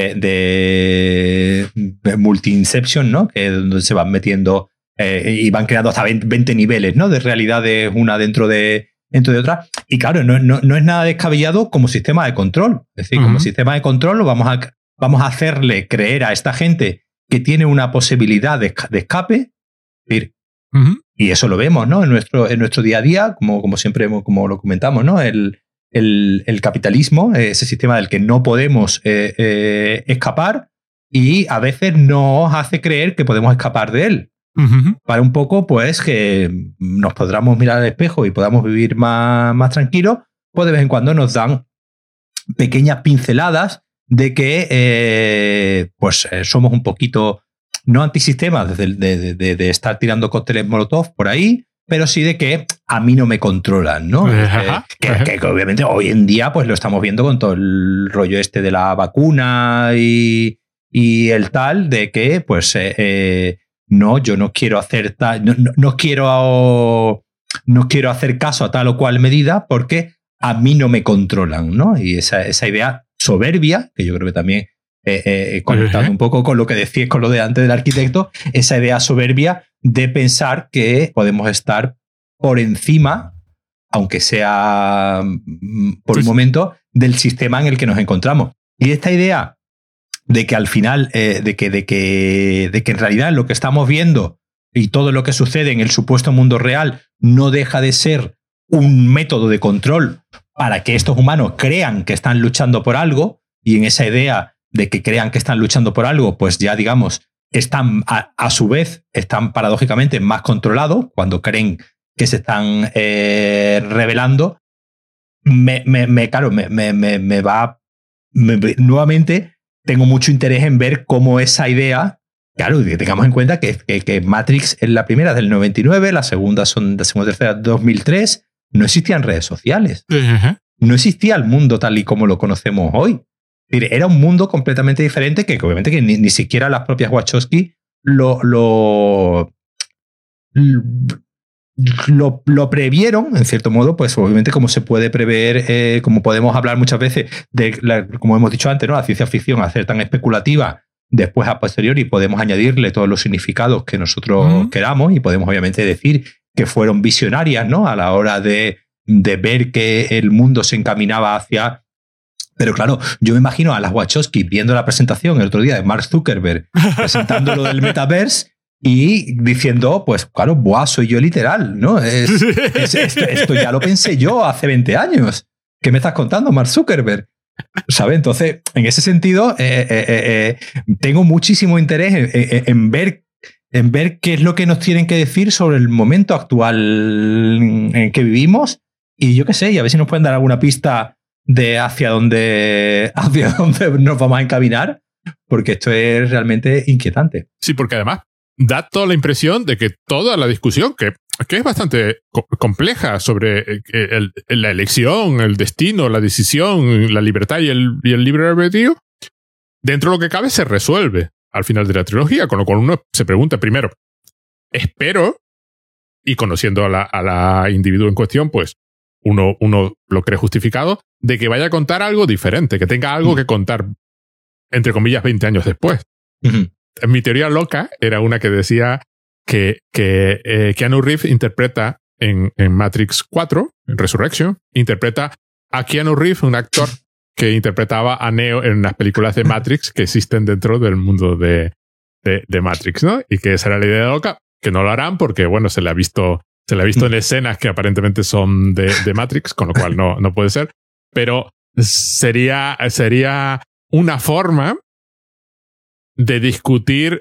de Multi-Inception, ¿no?, que es donde se van metiendo y van creando hasta 20 niveles, ¿no?, de realidades, una dentro de otra. Y claro, no es nada descabellado como sistema de control. Es decir, como sistema de control vamos a hacerle creer a esta gente que tiene una posibilidad de escape. Es decir, y eso lo vemos, ¿no?, en nuestro día a día, como siempre, como lo comentamos, ¿no? El capitalismo, ese sistema del que no podemos escapar, y a veces nos hace creer que podemos escapar de él. Para un poco, pues, que nos podamos mirar al espejo y podamos vivir más tranquilos, pues de vez en cuando nos dan pequeñas pinceladas de que somos un poquito, no antisistemas de estar tirando cócteles Molotov por ahí, pero sí de que a mí no me controlan, ¿no? Que obviamente hoy en día pues lo estamos viendo con todo el rollo este de la vacuna y el tal, de que pues no, yo no quiero hacer no quiero hacer caso a tal o cual medida porque a mí no me controlan, ¿no? Y esa idea soberbia, que yo creo que también conectando un poco con lo que decías, con lo de antes del arquitecto, esa idea soberbia de pensar que podemos estar por encima, aunque sea por un momento, del sistema en el que nos encontramos. Y esta idea de que al final, de que en realidad lo que estamos viendo y todo lo que sucede en el supuesto mundo real no deja de ser un método de control para que estos humanos crean que están luchando por algo, y en esa idea de que crean que están luchando por algo, pues ya, digamos, están a su vez, están paradójicamente más controlados cuando creen que se están rebelando. Nuevamente tengo mucho interés en ver cómo esa idea, claro, tengamos en cuenta que Matrix es la primera del 99, la segunda tercera 2003, no existían redes sociales. No existía el mundo tal y como lo conocemos hoy. Era un mundo completamente diferente que obviamente que ni siquiera las propias Wachowski lo previeron, en cierto modo, pues obviamente como se puede prever, como podemos hablar muchas veces como hemos dicho antes, ¿no?, la ciencia ficción, hacer tan especulativa, después a posteriori podemos añadirle todos los significados que nosotros queramos, y podemos obviamente decir que fueron visionarias, ¿no?, a la hora de ver que el mundo se encaminaba hacia... Pero claro, yo me imagino a las Wachowski viendo la presentación el otro día de Mark Zuckerberg presentando lo del metaverse y diciendo, pues claro, buah, soy yo literal, ¿no? Esto ya lo pensé yo hace 20 años. ¿Qué me estás contando, Mark Zuckerberg? ¿Sabes? Entonces, en ese sentido, tengo muchísimo interés en ver qué es lo que nos tienen que decir sobre el momento actual en que vivimos, y yo qué sé, y a ver si nos pueden dar alguna pista de hacia dónde nos vamos a encaminar, porque esto es realmente inquietante. Sí, porque además da toda la impresión de que toda la discusión, que es bastante compleja sobre la elección, el destino, la decisión, la libertad y el libre albedrío, dentro de lo que cabe se resuelve al final de la trilogía, con lo cual uno se pregunta primero, espero, y conociendo a la individuo en cuestión, pues uno lo cree justificado, de que vaya a contar algo diferente, que tenga algo que contar, entre comillas, 20 años después. Mi teoría loca era una que decía que Keanu Reeves interpreta en Matrix 4, en Resurrection, interpreta a Keanu Reeves, un actor que interpretaba a Neo en las películas de Matrix que existen dentro del mundo de Matrix, ¿no? Y que esa era la idea loca, que no lo harán porque, bueno, se le ha visto en escenas que aparentemente son de Matrix, con lo cual no puede ser. Pero sería una forma de discutir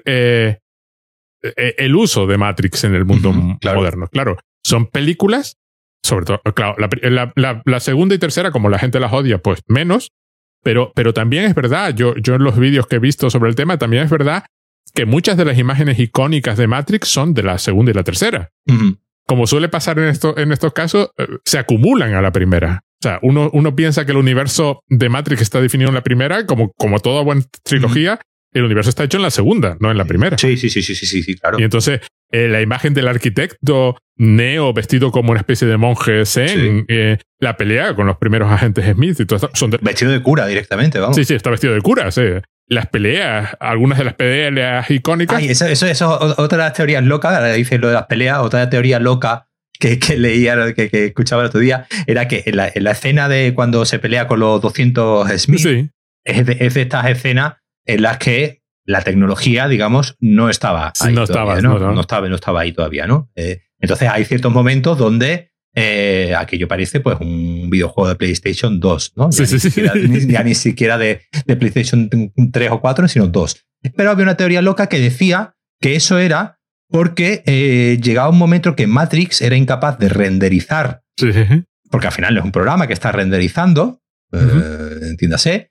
el uso de Matrix en el mundo moderno. Claro, son películas, sobre todo, claro, la segunda y tercera, como la gente las odia, pues menos, pero también es verdad, yo en los vídeos que he visto sobre el tema, también es verdad que muchas de las imágenes icónicas de Matrix son de la segunda y la tercera. Como suele pasar en estos casos, se acumulan a la primera. O sea, uno piensa que el universo de Matrix está definido en la primera, como toda buena trilogía, el universo está hecho en la segunda, no en la primera. Sí, claro. Y entonces, la imagen del arquitecto Neo vestido como una especie de monje zen, la pelea con los primeros agentes Smith y todo esto, son vestido de cura directamente, vamos. Sí, está vestido de cura, sí. Las peleas, algunas de las peleas icónicas. Ay, eso es otra de las teorías locas, ahora dice lo de las peleas, otra teoría loca que leía, que escuchaba el otro día, era que en la escena de cuando se pelea con los 200 Smith, es de estas escenas en las que la tecnología, digamos, no estaba ahí todavía, ¿no? No estaba ahí todavía, ¿no? Entonces hay ciertos momentos donde aquello parece pues un videojuego de PlayStation 2, ¿no? Ya ni siquiera de PlayStation 3 o 4, sino 2. Pero había una teoría loca que decía que eso era porque llegaba un momento que Matrix era incapaz de renderizar, porque al final es un programa que está renderizando, entiéndase,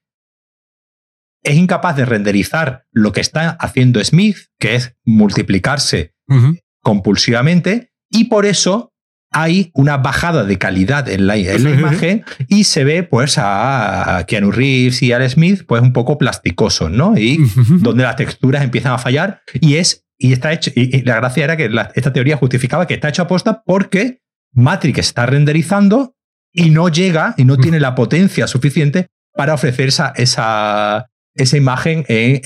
es incapaz de renderizar lo que está haciendo Smith, que es multiplicarse compulsivamente, y por eso hay una bajada de calidad en la imagen y se ve pues a Keanu Reeves y a Smith pues un poco plasticosos, ¿no? Y donde las texturas empiezan a fallar y está hecho, y la gracia era que esta teoría justificaba que está hecho aposta porque Matrix está renderizando y no llega y no tiene la potencia suficiente para ofrecer esa imagen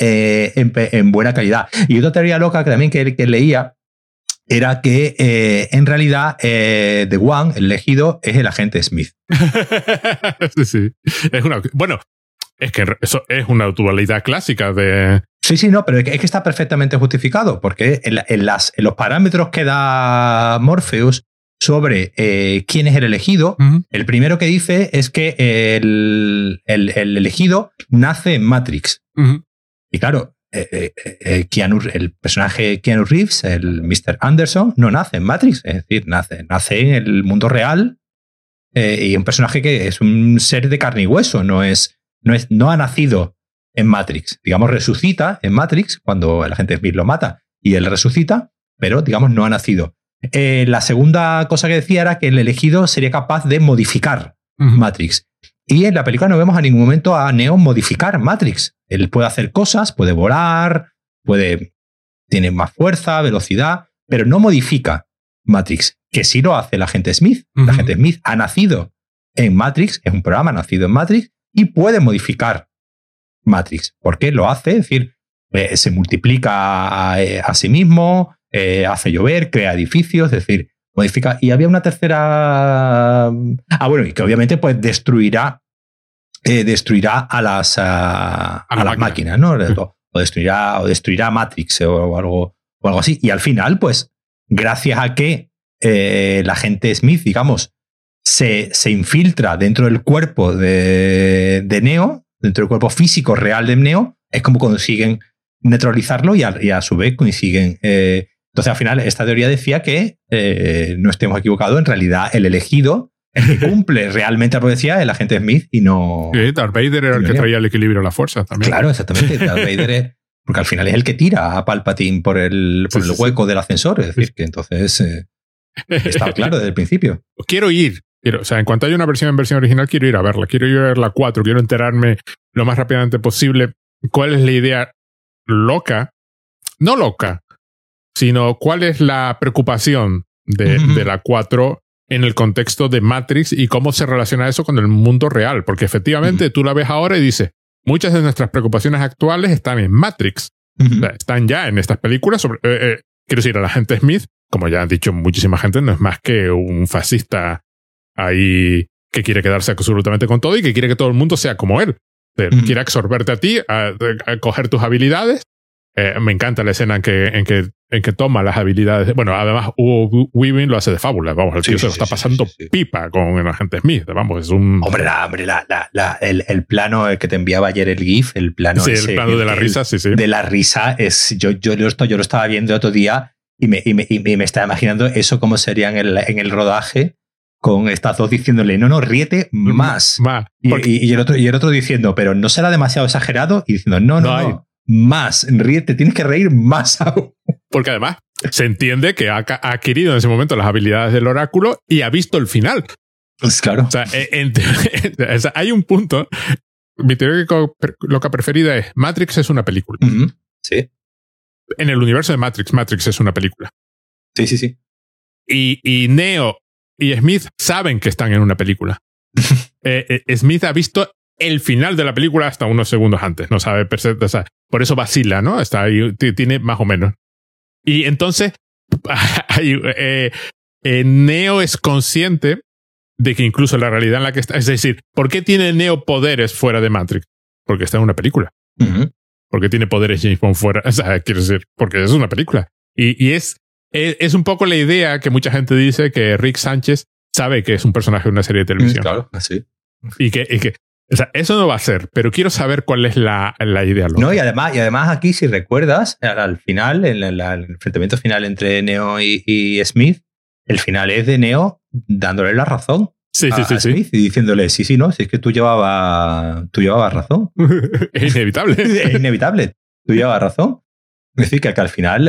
en buena calidad. Y otra teoría loca que también que leía era que en realidad The One, el elegido, es el agente Smith. Sí. Es que eso es una dualidad clásica de... Sí, no, pero es que está perfectamente justificado, porque en los parámetros que da Morpheus sobre quién es el elegido, el primero que dice es que el elegido nace en Matrix. Y claro, el personaje Keanu Reeves, el Mr. Anderson, no nace en Matrix, es decir, nace en el mundo real y un personaje que es un ser de carne y hueso, no ha nacido en Matrix. Digamos, resucita en Matrix cuando el agente Smith lo mata y él resucita, pero digamos no ha nacido. La segunda cosa que decía era que el elegido sería capaz de modificar Matrix. Y en la película no vemos a ningún momento a Neo modificar Matrix. Él puede hacer cosas, puede volar, tiene más fuerza, velocidad, pero no modifica Matrix, que sí lo hace el agente Smith. El agente Smith ha nacido en Matrix, es un programa nacido en Matrix, y puede modificar Matrix. ¿Por qué lo hace? Es decir, se multiplica a sí mismo, hace llover, crea edificios, es decir, modifica. Y había una tercera... y que obviamente pues destruirá a las máquinas, ¿no? O destruirá Matrix o algo así. Y al final, pues, gracias a que la agente Smith, digamos, se infiltra dentro del cuerpo de Neo, dentro del cuerpo físico real de Neo, es como consiguen neutralizarlo y a su vez consiguen... entonces, al final, esta teoría decía que no estemos equivocados, en realidad el elegido, el que cumple realmente la profecía, es el agente Smith y no... Sí, Darth Vader era el que traía el equilibrio a la fuerza también. Claro, exactamente. Darth Vader porque al final es el que tira a Palpatine por el hueco del ascensor, es decir, que entonces está claro desde el principio. Quiero ir. O sea, en cuanto haya una versión original, quiero ir a verla. Quiero ir a ver la 4. Quiero enterarme lo más rápidamente posible cuál es la idea loca. No loca, sino cuál es la preocupación de la 4 en el contexto de Matrix y cómo se relaciona eso con el mundo real. Porque efectivamente tú la ves ahora y dices, muchas de nuestras preocupaciones actuales están en Matrix. O sea, están ya en estas películas. Quiero decir, el agente Smith, como ya han dicho muchísima gente, no es más que un fascista ahí que quiere quedarse absolutamente con todo y que quiere que todo el mundo sea como él. Quiere absorberte a ti, a coger tus habilidades Me encanta la escena en que toma las habilidades. Bueno, además, Hugo Weaving lo hace de fábula. Vamos, el tío se lo está pasando pipa con el agente Smith. Vamos, es un. Hombre, el plano que te enviaba ayer el GIF, el plano. Sí, el plano de la risa, sí. De la risa es. Yo lo estaba viendo el otro día y me estaba imaginando eso cómo sería en el rodaje, con estas dos diciéndole, no, ríete más. Y el otro diciendo, pero no será demasiado exagerado, y diciendo, no. Más, ríete, tienes que reír más aún. Porque además se entiende que ha adquirido en ese momento las habilidades del oráculo y ha visto el final. Pues claro. O sea, hay un punto. Mi teoría loca preferida es: Matrix es una película. Uh-huh. Sí. En el universo de Matrix es una película. Sí. Y Neo y Smith saben que están en una película. Smith ha visto el final de la película hasta unos segundos antes. No sabe perfecto. O sea, por eso vacila, ¿no? Está ahí, tiene más o menos. Y entonces, Neo es consciente de que incluso la realidad en la que está. Es decir, ¿por qué tiene Neo poderes fuera de Matrix? Porque está en una película. Uh-huh. ¿Por qué tiene poderes James Bond fuera? O sea, quiero decir, porque es una película. Y es un poco la idea que mucha gente dice que Rick Sánchez sabe que es un personaje de una serie de televisión. Claro, así. Y que o sea, eso no va a ser, pero quiero saber cuál es la idea loca. No, y además aquí, si recuerdas, al final, el enfrentamiento final entre Neo y Smith, el final es de Neo dándole la razón a Smith y diciéndole, sí, no, si es que tú llevabas razón. Es inevitable. Es inevitable. Tú llevabas razón. Es decir, que al final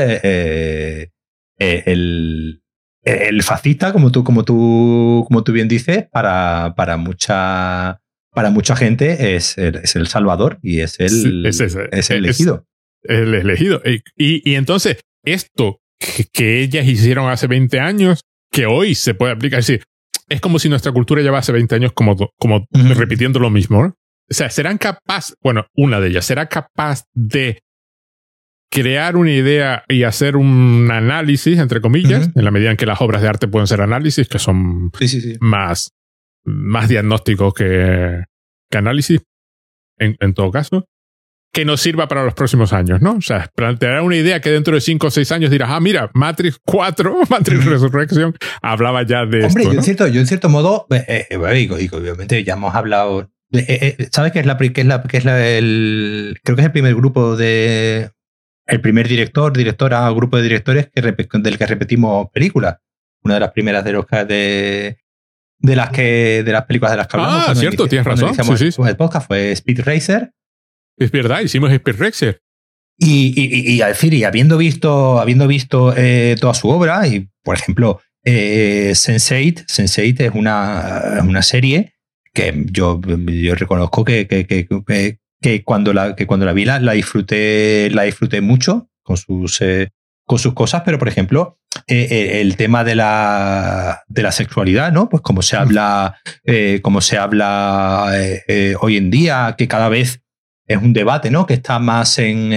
el fascista, como tú bien dices, para mucha gente es el salvador y es el elegido. El elegido. Y entonces, esto que ellas hicieron hace 20 años, que hoy se puede aplicar, es decir, es como si nuestra cultura lleva hace 20 años como repitiendo lo mismo, ¿no? O sea, una de ellas será capaz de crear una idea y hacer un análisis, entre comillas, en la medida en que las obras de arte pueden ser análisis, que son más diagnósticos que análisis, en todo caso, que nos sirva para los próximos años, ¿no? O sea, plantear una idea que dentro de 5 o 6 años dirás, mira, Matrix 4, Matrix Resurrection, hablaba ya de Hombre, esto, ¿no? yo en cierto modo, y obviamente ya hemos hablado, ¿sabes qué es creo que es el primer grupo el primer directora, grupo de directores del que repetimos películas? Una de las primeras de las películas de las que hablamos. Ah, cierto, tienes razón. Sí. El podcast fue Speed Racer. Es verdad, hicimos Speed Racer. Y a decir, y habiendo visto toda su obra, y por ejemplo, Sense8 es una serie que yo reconozco que cuando la vi la disfruté mucho con sus cosas, pero por ejemplo, el tema de la sexualidad, ¿no? Pues como se habla hoy en día, que cada vez es un debate, ¿no? Que está más en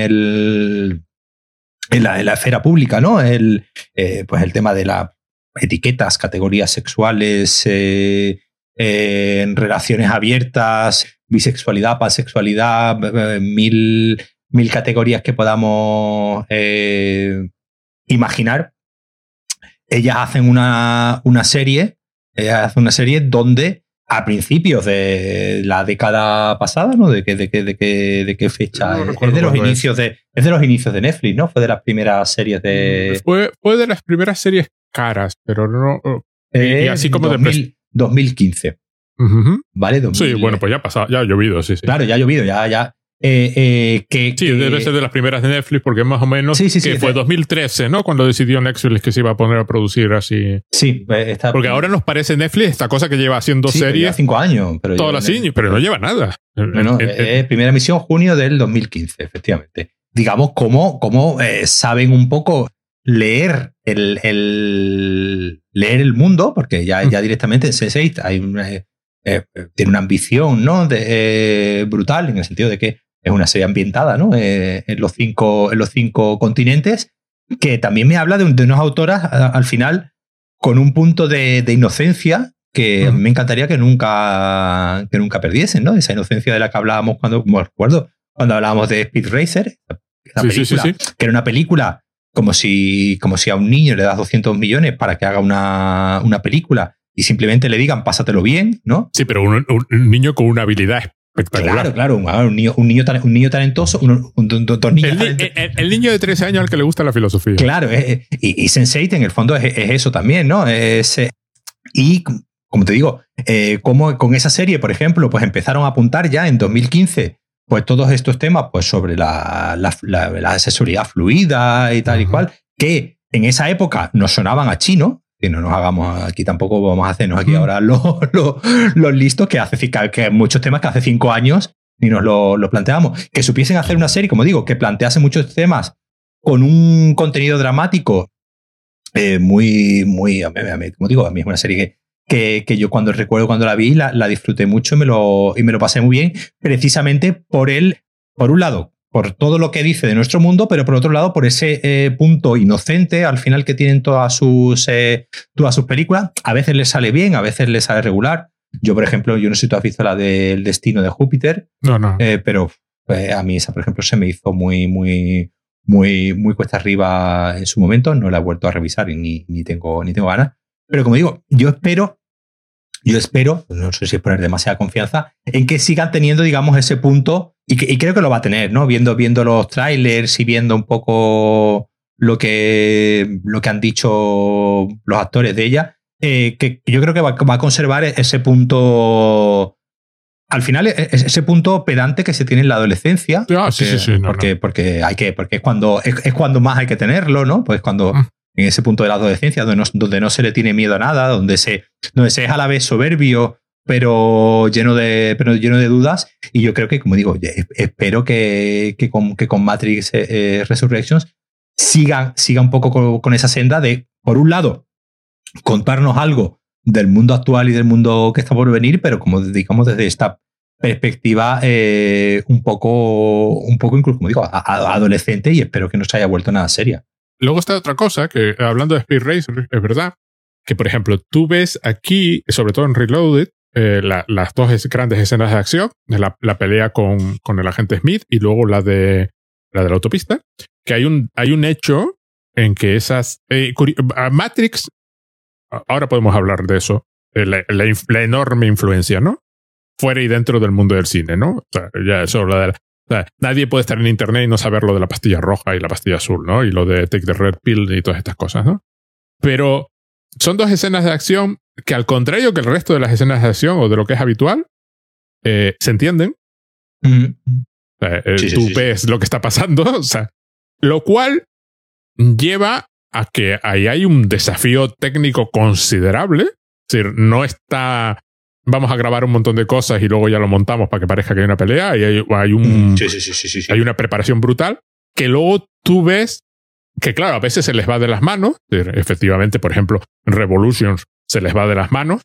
la esfera pública, ¿no? Pues el tema de las etiquetas, categorías sexuales, en relaciones abiertas, bisexualidad, pansexualidad, mil categorías que podamos imaginar. Ellas hacen una serie donde a principios de la década pasada, ¿no? ¿De qué fecha? No es de los inicios de Netflix, ¿no? Fue de las primeras series de... Fue de las primeras series caras, pero no... y así como 2015. Uh-huh. ¿Vale? Sí, bueno, pues ya ha pasado, ya ha llovido, sí. Claro, ya ha llovido, ya. Debe ser de las primeras de Netflix, porque más o menos fue 2013, ¿no? Cuando decidió Netflix que se iba a poner a producir así. Sí, porque ahora nos parece Netflix esta cosa que lleva haciendo series 5 años, pero no lleva nada. Primera emisión junio del 2015, efectivamente. Digamos cómo saben un poco leer el mundo, porque ya directamente en Sense8 hay tiene una ambición, ¿no? Brutal, en el sentido de que es una serie ambientada, ¿no? En los cinco continentes, que también me habla de unas autoras al final con un punto de inocencia que me encantaría que nunca perdiesen, ¿no? Esa inocencia de la que hablábamos cuando hablábamos de Speed Racer, que era una película como si a un niño le das 200 millones para que haga una película y simplemente le digan pásatelo bien, ¿no? Sí, pero un niño con una habilidad espectacular. Claro, un niño talentoso, dos niños el niño de 13 años al que le gusta la filosofía. Claro, y Sense8 en el fondo es eso también, ¿no? Y como te digo, como con esa serie, por ejemplo, pues empezaron a apuntar ya en 2015 pues todos estos temas pues sobre la sexualidad fluida y tal y cual, que en esa época nos sonaban a chino, que no nos hagamos aquí tampoco, vamos a hacernos aquí ahora los listos, que muchos temas que hace 5 años ni nos lo planteamos. Que supiesen hacer una serie, como digo, que plantease muchos temas con un contenido dramático muy, como digo, a mí es una serie que yo recuerdo cuando la vi, la disfruté mucho y me lo pasé muy bien, precisamente por un lado, por todo lo que dice de nuestro mundo, pero por otro lado, por ese punto inocente al final que tienen todas sus películas. A veces les sale bien, a veces les sale regular. Yo, por ejemplo, yo no sé si tú has visto la del Destino de Júpiter. No. Pero a mí esa, por ejemplo, se me hizo muy cuesta arriba en su momento. No la he vuelto a revisar y ni tengo ganas. Pero como digo, yo espero, no sé si es poner demasiada confianza, en que sigan teniendo, digamos, ese punto, y creo que lo va a tener, ¿no? Viendo los trailers y viendo un poco lo que han dicho los actores de ella, que yo creo que va a conservar ese punto, al final, ese punto pedante que se tiene en la adolescencia. Porque es cuando más hay que tenerlo, ¿no? Pues cuando... En ese punto de la adolescencia, donde no se le tiene miedo a nada, donde se es a la vez soberbio, pero lleno de dudas. Y yo creo que, como digo, espero que con Matrix Resurrections siga un poco con esa senda de, por un lado, contarnos algo del mundo actual y del mundo que está por venir, pero como digamos desde esta perspectiva un poco incluso, como digo, adolescente, y espero que no se haya vuelto nada seria. Luego está otra cosa, que hablando de Speed Racer, es verdad, que por ejemplo, tú ves aquí, sobre todo en Reloaded, las dos grandes escenas de acción, la pelea con el agente Smith y luego la de la autopista, que hay un hecho en que esas... Matrix, ahora podemos hablar de eso, la enorme influencia, ¿no? Fuera y dentro del mundo del cine, ¿no? O sea, ya eso lo de o sea, nadie puede estar en internet y no saber lo de la pastilla roja y la pastilla azul, ¿no? Y lo de Take the Red Pill y todas estas cosas, ¿no? Pero son dos escenas de acción que, al contrario que el resto de las escenas de acción o de lo que es habitual, se entienden. Mm-hmm. O sea, tú ves lo que está pasando, o sea, lo cual lleva a que ahí hay un desafío técnico considerable. Es decir, no está... Vamos a grabar un montón de cosas y luego ya lo montamos para que parezca que hay una pelea, y hay una preparación brutal que luego tú ves que, claro, a veces se les va de las manos. Efectivamente, por ejemplo, en Revolutions se les va de las manos.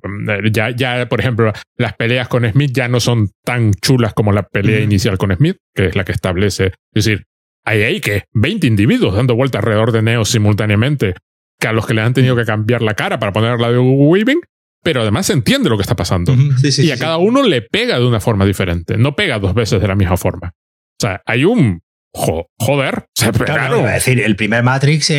Ya, por ejemplo, las peleas con Smith ya no son tan chulas como la pelea inicial con Smith, que es la que establece. Es decir, hay que 20 individuos dando vueltas alrededor de Neo simultáneamente, que a los que le han tenido que cambiar la cara para ponerla de Hugo Weaving. Pero además se entiende lo que está pasando. Y a cada uno le pega de una forma diferente. No pega dos veces de la misma forma. O sea, hay un... Joder. Se pegaron. Claro, es decir, el primer Matrix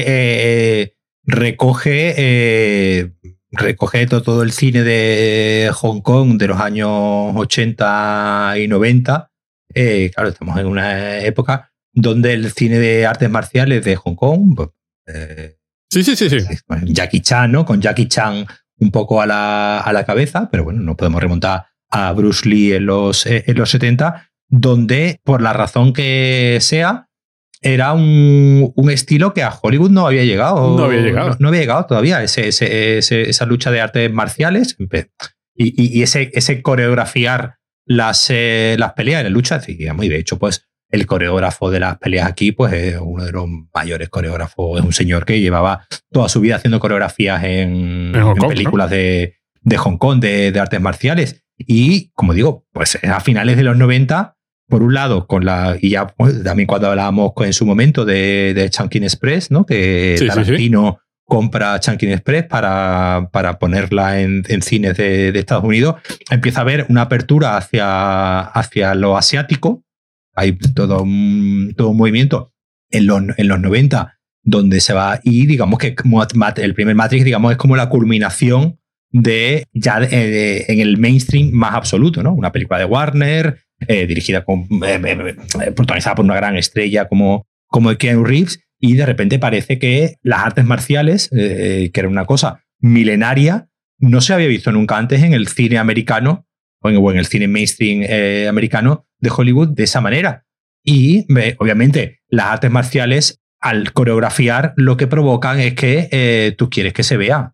recoge todo el cine de Hong Kong de los años 80 y 90. Claro, estamos en una época donde el cine de artes marciales de Hong Kong... Sí. Jackie Chan, ¿no? Con Jackie Chan un poco a la cabeza, pero bueno, no podemos remontar a Bruce Lee en los 70, donde, por la razón que sea, era un estilo que a Hollywood no había llegado. No había llegado todavía, esa lucha de artes marciales y ese coreografiar las peleas, la lucha, digamos, y de hecho, pues, el coreógrafo de las peleas aquí, pues, es uno de los mayores coreógrafos. Es un señor que llevaba toda su vida haciendo coreografías en películas, ¿no? de Hong Kong, de artes marciales. Y, como digo, pues a finales de los 90, por un lado, y ya pues, también cuando hablábamos en su momento de Chungking Express, ¿no? Que Tarantino compra Chungking Express para ponerla en cines de Estados Unidos, empieza a haber una apertura hacia lo asiático, hay todo un movimiento en los 90 donde se va, y digamos que el primer Matrix, digamos, es como la culminación de ya en el mainstream más absoluto, ¿no? Una película de Warner, dirigida protagonizada por una gran estrella como Keanu Reeves, y de repente parece que las artes marciales, que era una cosa milenaria, no se había visto nunca antes en el cine americano o en el cine mainstream americano de Hollywood de esa manera. Y obviamente las artes marciales, al coreografiar, lo que provocan es que tú quieres que se vea,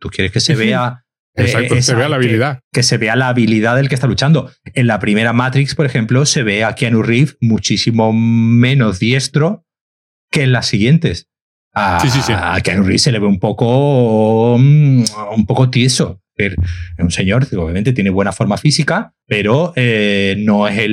Exacto, se vea la habilidad. Que se vea la habilidad del que está luchando. En la primera Matrix, por ejemplo, se ve a Keanu Reeves muchísimo menos diestro que en las siguientes. A Keanu Reeves se le ve un poco tieso. Es un señor, obviamente tiene buena forma física, pero no es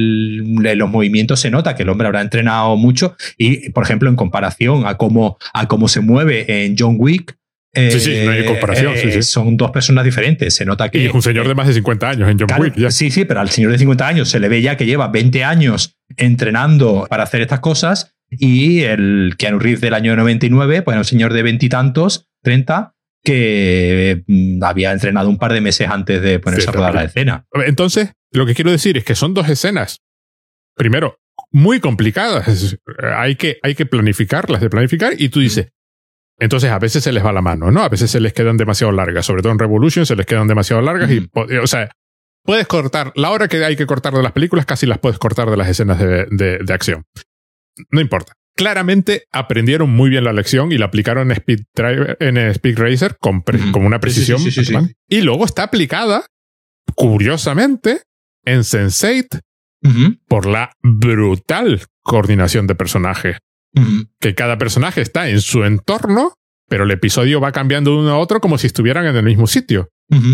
los movimientos se nota que el hombre habrá entrenado mucho, y, por ejemplo, en comparación a cómo se mueve en John Wick, no hay comparación. Son dos personas diferentes. Se nota que... Y es un señor de más de 50 años en John Wick. Ya. Sí, pero al señor de 50 años se le ve ya que lleva 20 años entrenando para hacer estas cosas, y el Keanu Reeves del año 99, pues era un señor de 20 y tantos, 30, que había entrenado un par de meses antes de ponerse a rodar la escena. Entonces, lo que quiero decir es que son dos escenas, primero, muy complicadas. Hay que planificarlas, y tú dices, entonces a veces se les va la mano, ¿no? A veces se les quedan demasiado largas, sobre todo en Revolution se les quedan demasiado largas, y, o sea, puedes cortar, la hora que hay que cortar de las películas casi las puedes cortar de las escenas de acción. No importa. Claramente aprendieron muy bien la lección y la aplicaron en Speed Racer con una precisión. Sí. Y luego está aplicada, curiosamente, en Sense8 por la brutal coordinación de personajes. Que cada personaje está en su entorno, pero el episodio va cambiando de uno a otro como si estuvieran en el mismo sitio.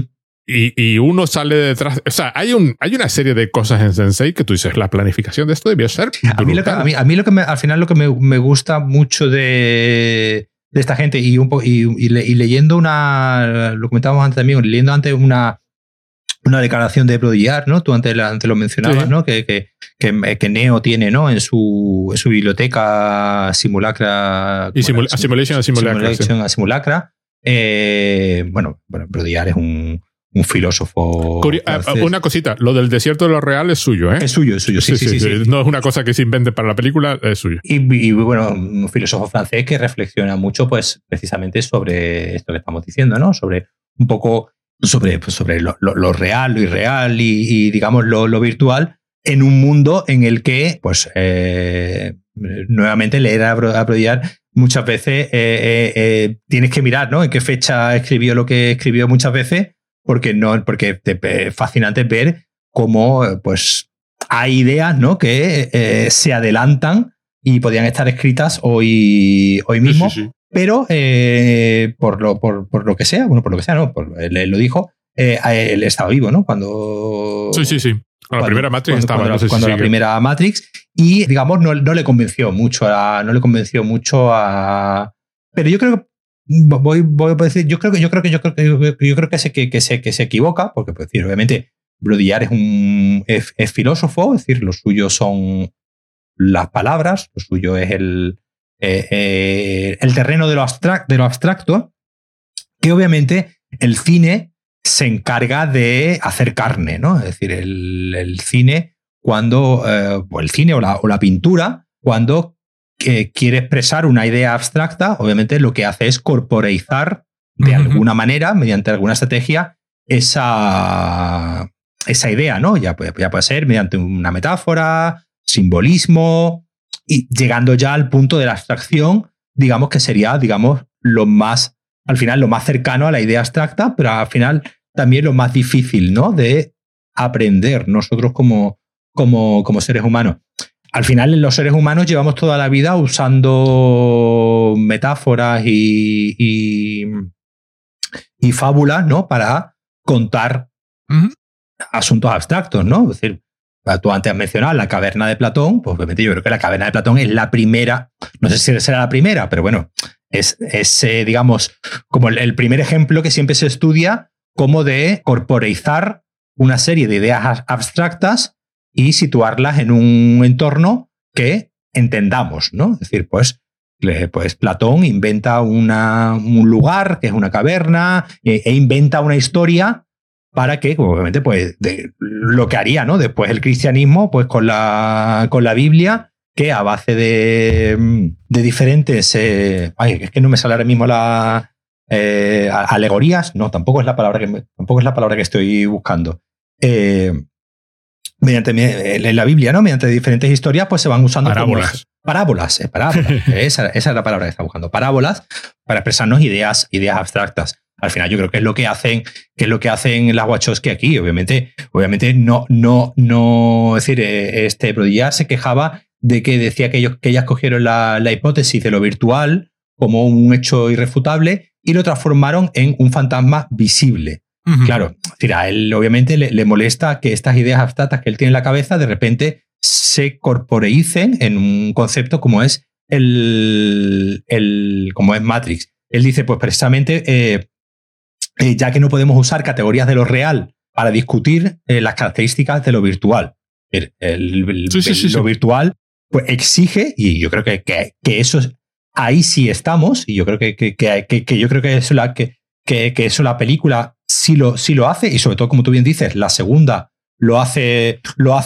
Y uno sale detrás. O sea, hay una serie de cosas en Sense8 que tú dices, la planificación de esto debió ser brutal. A mí al final lo que me gusta mucho de esta gente, y leyendo lo comentábamos antes también, leyendo antes una declaración de Brodillard, ¿no? Tú antes lo mencionabas, ¿no? Que Neo tiene, ¿no? En su biblioteca Simulacra. Y Simulation a Simulacra. Bueno, Brodillard es un filósofo. Una cosita, lo del desierto de lo real es suyo, ¿eh? Es suyo, sí. No es una cosa que se invente para la película, es suyo. Y bueno, un filósofo francés que reflexiona mucho, pues, precisamente sobre esto que estamos diciendo, ¿no? Sobre un poco sobre lo real, lo irreal y digamos lo virtual, en un mundo en el que, pues, nuevamente leer a Brodillard muchas veces tienes que mirar, ¿no? En qué fecha escribió lo que escribió muchas veces, porque es fascinante ver cómo, pues, hay ideas, ¿no? Que se adelantan y podían estar escritas hoy mismo. Sí. Pero por lo que sea, ¿no? Él lo dijo, él estaba vivo, ¿no? Cuando la primera Matrix estaba. Cuando la primera Matrix, y digamos no le convenció mucho a. Pero yo creo que voy a decir, yo creo que se equivoca, porque, pues, decir, obviamente Brodillard es filósofo, es decir, lo suyo son las palabras, lo suyo es el terreno de lo abstracto, que obviamente el cine se encarga de hacer carne, ¿no? Es decir, el cine, cuando el cine o la pintura, cuando quiere expresar una idea abstracta, obviamente lo que hace es corporeizar de alguna manera, mediante alguna estrategia, esa idea, ¿no? Ya puede ser mediante una metáfora, simbolismo, y llegando ya al punto de la abstracción, digamos que sería, digamos, al final lo más cercano a la idea abstracta, pero al final también lo más difícil, ¿no? De aprender nosotros como seres humanos. Al final, los seres humanos llevamos toda la vida usando metáforas y fábulas, ¿no? Para contar asuntos abstractos, ¿no? Es decir, tú antes has mencionado la caverna de Platón, pues obviamente yo creo que la caverna de Platón es la primera, no sé si será la primera, pero bueno, es digamos, como el primer ejemplo que siempre se estudia como de corporeizar una serie de ideas abstractas y situarlas en un entorno que entendamos, ¿no? Es decir, pues Platón inventa un lugar que es una caverna e inventa una historia para que, obviamente, pues lo que haría, ¿no? Después el cristianismo, pues con la Biblia, que a base de diferentes, es que no me sale ahora mismo alegorías, no, tampoco es la palabra que estoy buscando. En la Biblia, ¿no? Mediante diferentes historias, pues se van usando parábolas. Esa es la palabra que está buscando. Parábolas para expresarnos ideas abstractas. Al final, yo creo que es lo que hacen las Wachowski aquí. Obviamente no. Es decir, Brodillard se quejaba de que decía que ellas cogieron la hipótesis de lo virtual como un hecho irrefutable y lo transformaron en un fantasma visible. Uh-huh. Claro, es decir, a él obviamente le molesta que estas ideas abstractas que él tiene en la cabeza de repente se corporeicen en un concepto como es como es Matrix. Él dice, pues precisamente, ya que no podemos usar categorías de lo real para discutir las características de lo virtual. Lo virtual pues exige, y yo creo que eso ahí sí estamos, y yo creo que eso la película sí lo hace, y sobre todo, como tú bien dices, la segunda lo hace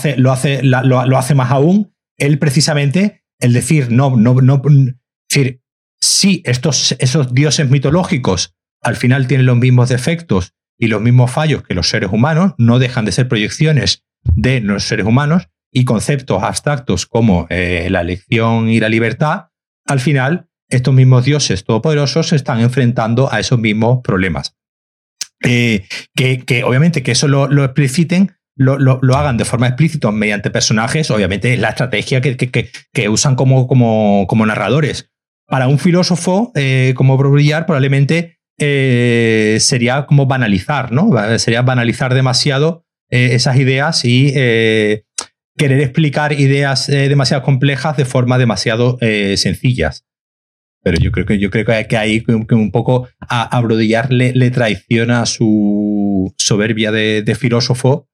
más aún. Él precisamente, el decir decir, sí, esos dioses mitológicos al final tienen los mismos defectos y los mismos fallos que los seres humanos, no dejan de ser proyecciones de los seres humanos, y conceptos abstractos como la elección y la libertad, al final estos mismos dioses todopoderosos se están enfrentando a esos mismos problemas. Que obviamente que eso lo expliciten, lo hagan de forma explícita mediante personajes, obviamente es la estrategia que usan como narradores. Para un filósofo como Brodillard probablemente sería como banalizar, ¿no? Sería banalizar demasiado esas ideas y querer explicar ideas demasiado complejas de forma demasiado sencillas. Pero yo creo que ahí que un poco a Brodillard le traiciona su soberbia de filósofo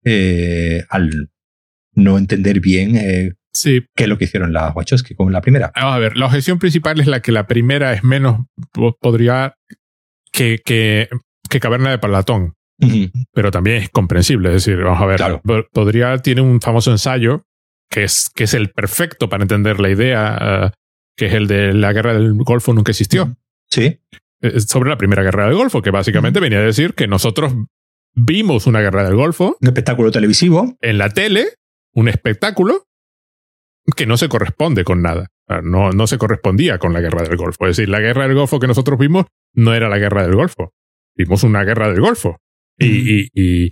al no entender bien qué es lo que hicieron las Wachowski con la primera. Vamos a ver, la objeción principal es la que la primera es menos podría que Caverna de Platón. Uh-huh. Pero también es comprensible. Es decir, vamos a ver, claro. Podría tiene un famoso ensayo que es el perfecto para entender la idea, que es el de la guerra del Golfo nunca existió. Sí. Sobre la primera guerra del Golfo, que básicamente venía a decir que nosotros vimos una guerra del Golfo. Un espectáculo televisivo. En la tele, un espectáculo que no se corresponde con nada. No se correspondía con la guerra del Golfo. Es decir, la guerra del Golfo que nosotros vimos no era la guerra del Golfo. Vimos una guerra del Golfo. Y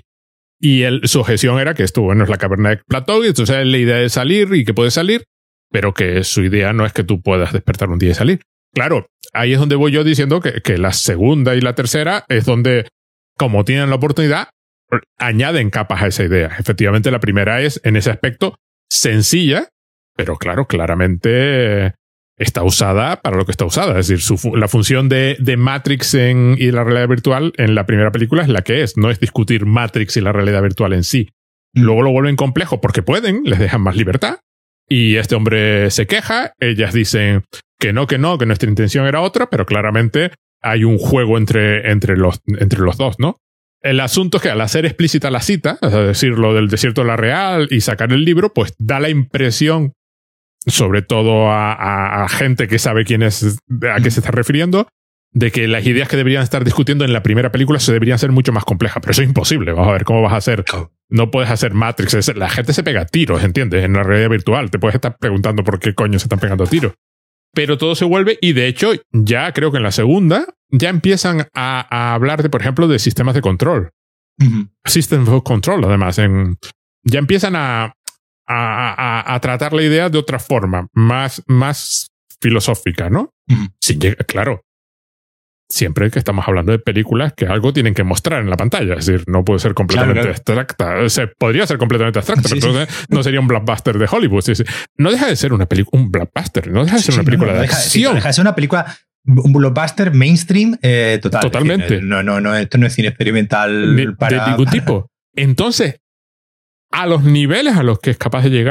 su objeción era que esto, bueno, es la caverna de Platón, y entonces la idea de salir y que puedes salir, pero que su idea no es que tú puedas despertar un día y salir. Claro, ahí es donde voy yo diciendo que la segunda y la tercera es donde, como tienen la oportunidad, añaden capas a esa idea. Efectivamente, la primera es, en ese aspecto, sencilla, pero claro, claramente está usada para lo que está usada. Es decir, la función de Matrix y la realidad virtual en la primera película es la que es. No es discutir Matrix y la realidad virtual en sí. Luego lo vuelven complejo porque pueden, les dejan más libertad. Y este hombre se queja, ellas dicen que nuestra intención era otra, pero claramente hay un juego entre los dos, ¿no? El asunto es que al hacer explícita la cita, es decir, lo del desierto de la Real y sacar el libro, pues da la impresión, sobre todo a gente que sabe a qué se está refiriendo, de que las ideas que deberían estar discutiendo en la primera película se deberían ser mucho más complejas. Pero eso es imposible. Vamos a ver cómo vas a hacer. No puedes hacer Matrix. La gente se pega tiros, ¿entiendes? En la realidad virtual. Te puedes estar preguntando por qué coño se están pegando tiros. Pero todo se vuelve, y de hecho, ya creo que en la segunda, ya empiezan a hablar por ejemplo, de sistemas de control. Uh-huh. Systems of control, además. Ya empiezan a tratar la idea de otra forma, más filosófica, ¿no? Uh-huh. Sí, claro. Siempre que estamos hablando de películas que algo tienen que mostrar en la pantalla. Es decir, no puede ser completamente abstracta. O sea, podría ser completamente abstracta, pero entonces no sería un blockbuster de Hollywood. No deja de ser un blockbuster. No deja de ser una película de acción. Deja de ser una película, un blockbuster mainstream total. Totalmente. No, esto no es cine experimental de ningún tipo. Entonces, a los niveles a los que es capaz de llegar,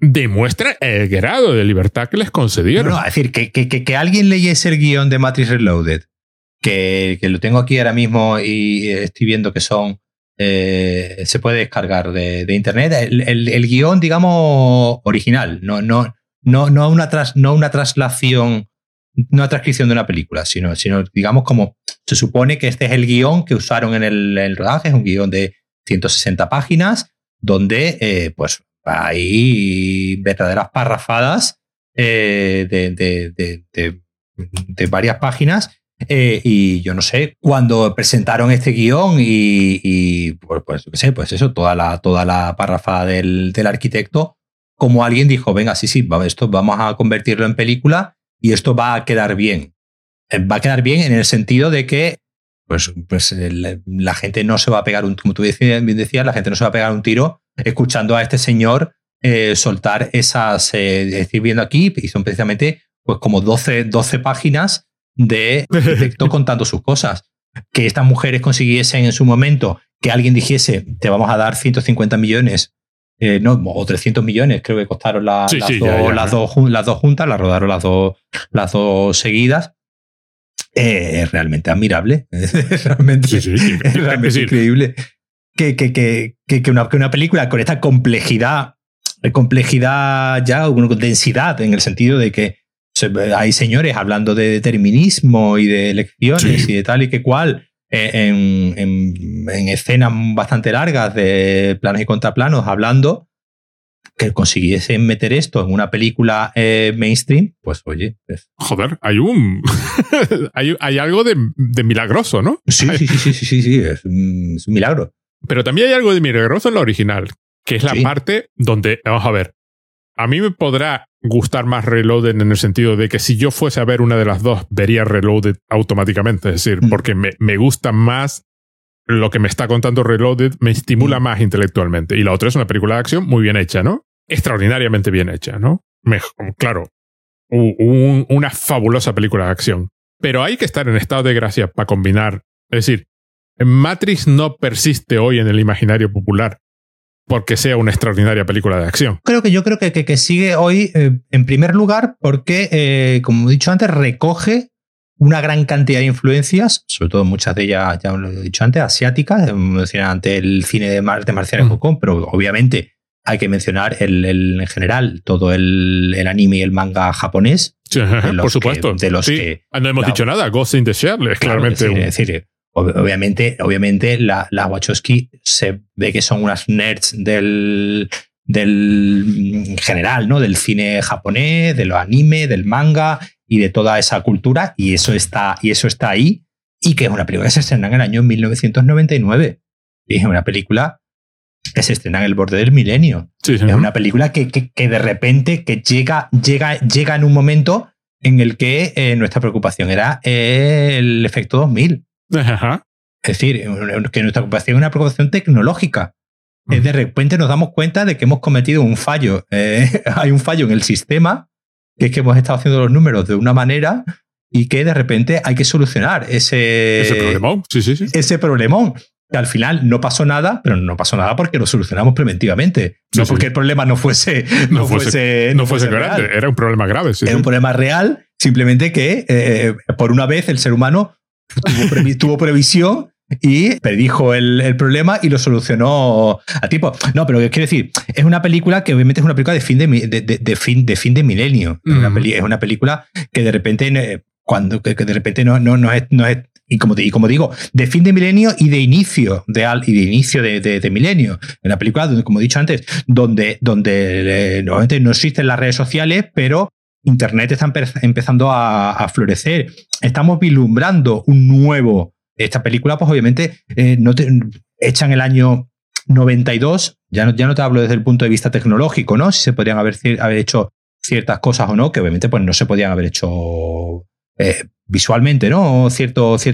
demuestra el grado de libertad que les concedieron. No, es decir, que alguien leyese el guión de Matrix Reloaded, que lo tengo aquí ahora mismo y estoy viendo que son... se puede descargar de internet. El guión, digamos, original, no una traslación, no una transcripción de una película, sino digamos como se supone que este es el guión que usaron en el rodaje. Es un guión de 160 páginas donde pues hay verdaderas parrafadas de varias páginas. Y yo no sé, cuando presentaron este guión y pues eso, toda la parrafada del arquitecto, como alguien dijo, venga, sí, esto vamos a convertirlo en película y esto va a quedar bien. Va a quedar bien en el sentido de que pues la gente no se va a pegar como tú bien decías, la gente no se va a pegar un tiro escuchando a este señor soltar esas, estoy viendo aquí, y son precisamente pues como 12 páginas de arquitecto contando sus cosas. Que estas mujeres consiguiesen en su momento que alguien dijese, te vamos a dar 150 millones, o 300 millones, creo que costaron las dos juntas, las rodaron las dos seguidas. Es realmente admirable. Es realmente increíble que una película con esta complejidad ya, con densidad, en el sentido de que hay señores hablando de determinismo y de elecciones y de tal y que cual en escenas bastante largas de planos y contraplanos, hablando, que consiguiesen meter esto en una película mainstream, pues oye. Joder, hay hay algo de milagroso, ¿no? Sí, es un milagro. Pero también hay algo de milagroso en la original, que es la parte donde, vamos a ver, a mí me podrá gustar más Reloaded en el sentido de que si yo fuese a ver una de las dos, vería Reloaded automáticamente. Es decir, porque me gusta más lo que me está contando Reloaded, me estimula más intelectualmente. Y la otra es una película de acción muy bien hecha, ¿no? Extraordinariamente bien hecha, ¿no? Claro, una fabulosa película de acción. Pero hay que estar en estado de gracia para combinar. Es decir, Matrix no persiste hoy en el imaginario popular porque sea una extraordinaria película de acción. Yo creo que sigue hoy, en primer lugar, porque, como he dicho antes, recoge una gran cantidad de influencias, sobre todo muchas de ellas, ya lo he dicho antes, asiáticas, ante el cine de marciales Hong Kong, pero obviamente hay que mencionar en general todo el anime y el manga japonés. Sí, por supuesto. No hemos dicho nada. Ghost in the Shell es claramente es decir, obviamente las Wachowski se ve que son unas nerds del general, ¿no? Del cine japonés, de los animes, del manga y de toda esa cultura, y eso está ahí, y que es una película que se estrena en el año 1999. Y es una película que se estrena en el borde del milenio. Sí. Es una película que de repente que llega en un momento en el que nuestra preocupación era el efecto 2000. Ajá. Es decir, que nuestra preocupación es una preocupación tecnológica. De repente nos damos cuenta de que hemos cometido un fallo. Hay un fallo en el sistema, que es que hemos estado haciendo los números de una manera y que de repente hay que solucionar ese problemón. Sí. Ese problemón. Que al final no pasó nada, pero no pasó nada porque lo solucionamos preventivamente. No porque el problema no fuese grande, era un problema grave. Era un problema real, simplemente que por una vez el ser humano tuvo previsión y predijo el problema y lo solucionó a tiempo. No, pero quiero decir, es una película que obviamente es una película de fin de milenio. Es una película que de repente de repente no es y como digo, de fin de milenio y de inicio de milenio. Una película donde, como he dicho antes, donde normalmente no existen las redes sociales, pero Internet está empezando a florecer. Estamos vislumbrando un nuevo. Esta película, pues obviamente, hecha en el año 92, ya no te hablo desde el punto de vista tecnológico, ¿no? Si se podrían haber hecho ciertas cosas o no, que obviamente pues no se podían haber hecho visualmente, ¿no? Los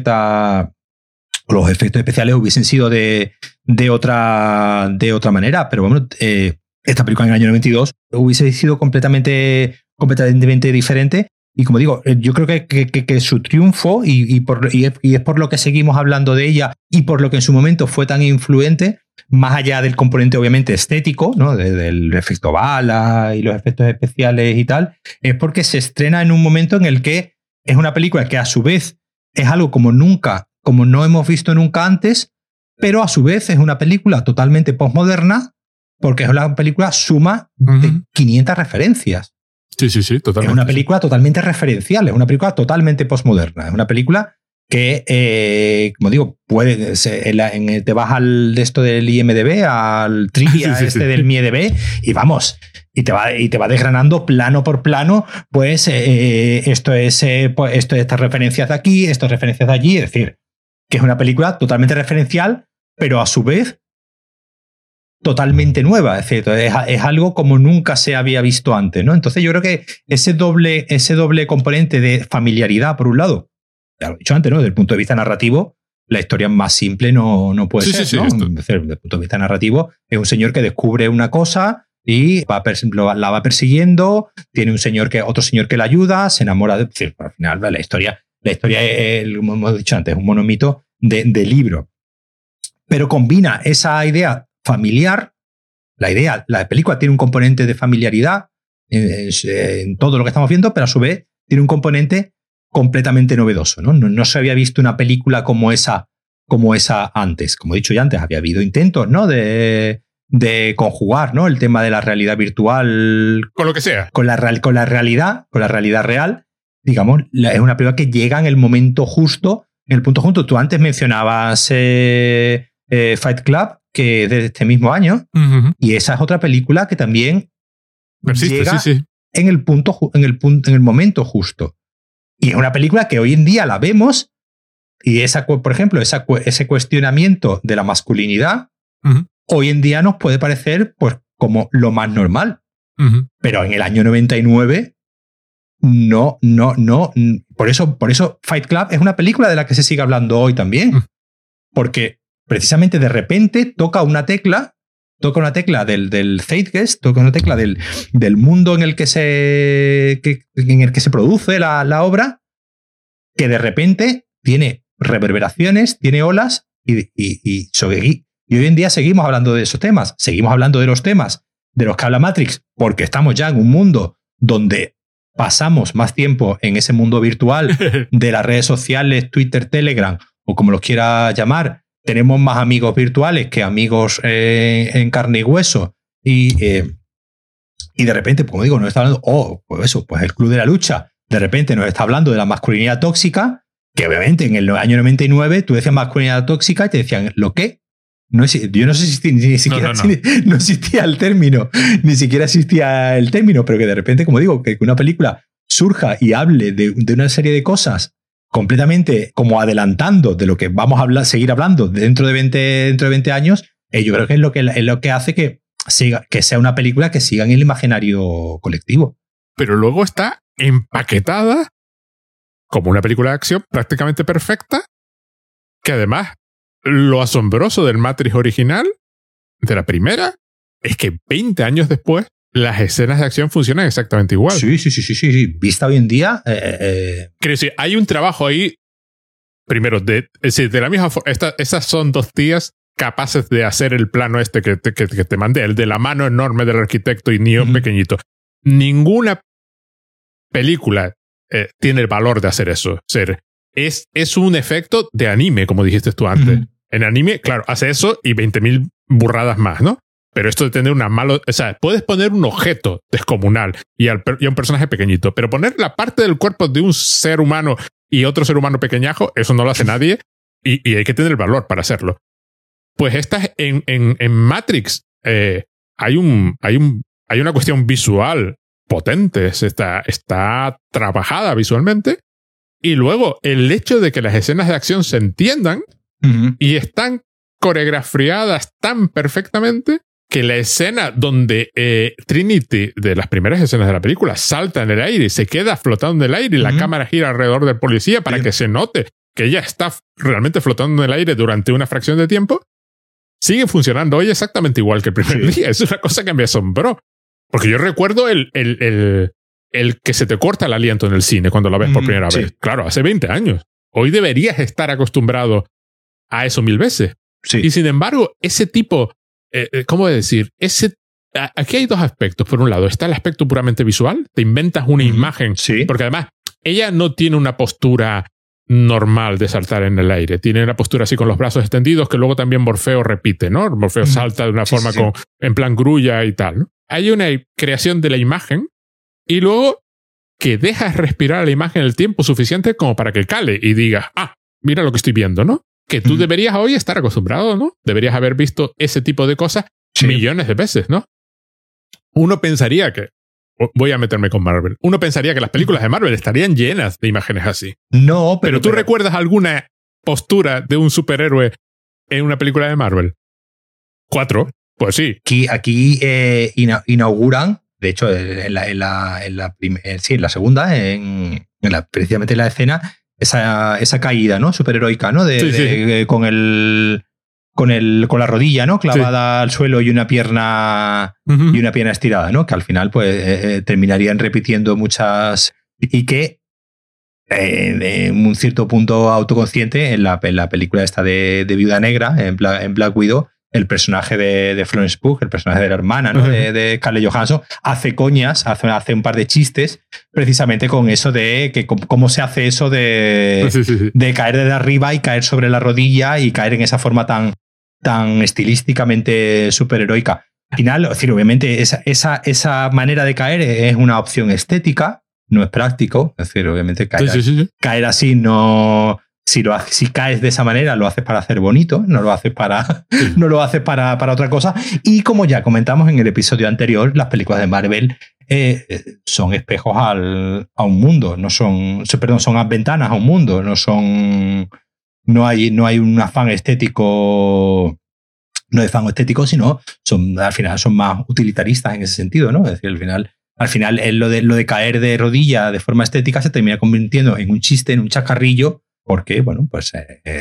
efectos especiales hubiesen sido de otra manera, pero bueno, esta película en el año 92 hubiese sido completamente diferente Y como digo, yo creo que su triunfo, y es por lo que seguimos hablando de ella y por lo que en su momento fue tan influente, más allá del componente obviamente estético, ¿no? Del efecto bala y los efectos especiales y tal, es porque se estrena en un momento en el que es una película que a su vez es algo como no hemos visto nunca antes, pero a su vez es una película totalmente postmoderna, porque es una película suma de 500 referencias. Sí, totalmente. Es una película totalmente referencial, es una película totalmente postmoderna, es una película que, como digo, te vas al de esto del IMDb, al trivia del MIDB, y vamos, y te va desgranando plano por plano, pues esto es estas referencias de aquí, estas referencias de allí, es decir, que es una película totalmente referencial, pero a su vez totalmente nueva, es decir, es algo como nunca se había visto antes, ¿no? Entonces yo creo que ese doble componente de familiaridad, por un lado, ya lo he dicho antes, ¿no? Desde el punto de vista narrativo, la historia más simple no puede ser, ¿no? Es decir, desde el punto de vista narrativo, es un señor que descubre una cosa y la va persiguiendo, tiene otro señor que la ayuda, se enamora de... Es decir, al final la historia es, como hemos dicho antes, un monomito de libro. Pero combina esa idea familiar, la película tiene un componente de familiaridad en todo lo que estamos viendo, pero a su vez tiene un componente completamente novedoso, ¿no? No se había visto una película como esa antes. Como he dicho ya antes, había habido intentos, ¿no? de conjugar, ¿no? El tema de la realidad virtual con lo que sea, con la realidad real. Digamos, es una película que llega en el momento justo, en el punto justo. Tú antes mencionabas Fight Club, que es de este mismo año, y esa es otra película que también llega en el momento justo. Y es una película que hoy en día la vemos, y por ejemplo, ese cuestionamiento de la masculinidad, hoy en día nos puede parecer pues como lo más normal. Pero en el año 99 no. Por eso Fight Club es una película de la que se sigue hablando hoy también. Porque precisamente de repente toca una tecla del Zeitgeist, toca una tecla del mundo en el que se produce la obra, que de repente tiene reverberaciones, tiene olas, y hoy en día seguimos hablando de esos temas, seguimos hablando de los temas de los que habla Matrix, porque estamos ya en un mundo donde pasamos más tiempo en ese mundo virtual de las redes sociales, Twitter, Telegram, o como los quiera llamar. Tenemos más amigos virtuales que amigos en carne y hueso. Y de repente, como digo, nos está hablando, pues el Club de la Lucha, de repente nos está hablando de la masculinidad tóxica, que obviamente en el año 99 tú decías masculinidad tóxica y te decían, ¿lo qué? Yo no sé si ni siquiera no existía el término, ni siquiera existía el término, pero que de repente, como digo, que una película surja y hable de una serie de cosas completamente como adelantando de lo que vamos a seguir hablando dentro de 20 años, yo creo que es lo que hace que sea una película que siga en el imaginario colectivo. Pero luego está empaquetada como una película de acción prácticamente perfecta, que además lo asombroso del Matrix original, de la primera, es que 20 años después las escenas de acción funcionan exactamente igual. Sí. Vista hoy en día... Quiero decir, hay un trabajo ahí, primero, de la misma forma, esas son dos tías capaces de hacer el plano que te mandé, el de la mano enorme del arquitecto y Neo pequeñito. Ninguna película tiene el valor de hacer eso. Es un efecto de anime, como dijiste tú antes. En anime, claro, hace eso y 20.000 burradas más, ¿no? Pero esto de tener o sea, puedes poner un objeto descomunal y a un personaje pequeñito, pero poner la parte del cuerpo de un ser humano y otro ser humano pequeñajo, eso no lo hace nadie y hay que tener el valor para hacerlo. Pues en Matrix hay una cuestión visual potente, está trabajada visualmente, y luego el hecho de que las escenas de acción se entiendan y están coreografiadas tan perfectamente que la escena donde Trinity, de las primeras escenas de la película, salta en el aire y se queda flotando en el aire y la cámara gira alrededor del policía para que se note que ella está realmente flotando en el aire durante una fracción de tiempo, sigue funcionando hoy exactamente igual que el primer día. Es una cosa que me asombró. Porque yo recuerdo el que se te corta el aliento en el cine cuando la ves por primera vez. Claro, hace 20 años. Hoy deberías estar acostumbrado a eso 1000 veces. Sí. Y sin embargo, ese tipo, ¿cómo decir? Aquí hay dos aspectos. Por un lado, está el aspecto puramente visual. Te inventas una imagen. Sí. Porque además, ella no tiene una postura normal de saltar en el aire. Tiene una postura así con los brazos extendidos que luego también Morfeo repite, ¿no? Morfeo salta de una forma en plan grulla y tal, ¿no? Hay una creación de la imagen y luego que dejas respirar a la imagen el tiempo suficiente como para que cale y digas, mira lo que estoy viendo, ¿no? Que tú deberías hoy estar acostumbrado, ¿no? Deberías haber visto ese tipo de cosas millones de veces, ¿no? Uno pensaría que voy a meterme con Marvel. Uno pensaría que las películas de Marvel estarían llenas de imágenes así. No, pero ¿tú recuerdas alguna postura de un superhéroe en una película de Marvel? 4. Pues sí. Aquí inauguran, de hecho, en la segunda, precisamente en la escena, esa caída, ¿no? Superheroica, ¿no? Con la rodilla, ¿no? Clavada al suelo y una pierna estirada, ¿no? Que al final, pues, terminarían repitiendo muchas. Y que en un cierto punto autoconsciente, en la película esta de Viuda Negra, en Black Widow, el personaje de Florence Pugh, el personaje de la hermana, ¿no? de Scarlett Johansson, hace coñas, hace un par de chistes precisamente con eso de que cómo se hace eso de caer desde arriba y caer sobre la rodilla y caer en esa forma tan estilísticamente superheroica. Al final, es decir, obviamente esa manera de caer es una opción estética, no es práctico. Es decir, obviamente caer así no. Si caes de esa manera, lo haces para hacer bonito, no lo haces para otra cosa. Y como ya comentamos en el episodio anterior, las películas de Marvel son espejos a un mundo, son ventanas a un mundo, no hay un afán estético. No es fan estético, sino al final son más utilitaristas en ese sentido, ¿no? Es decir, al final lo de caer de rodilla de forma estética se termina convirtiendo en un chiste, en un chacarrillo, porque, bueno, pues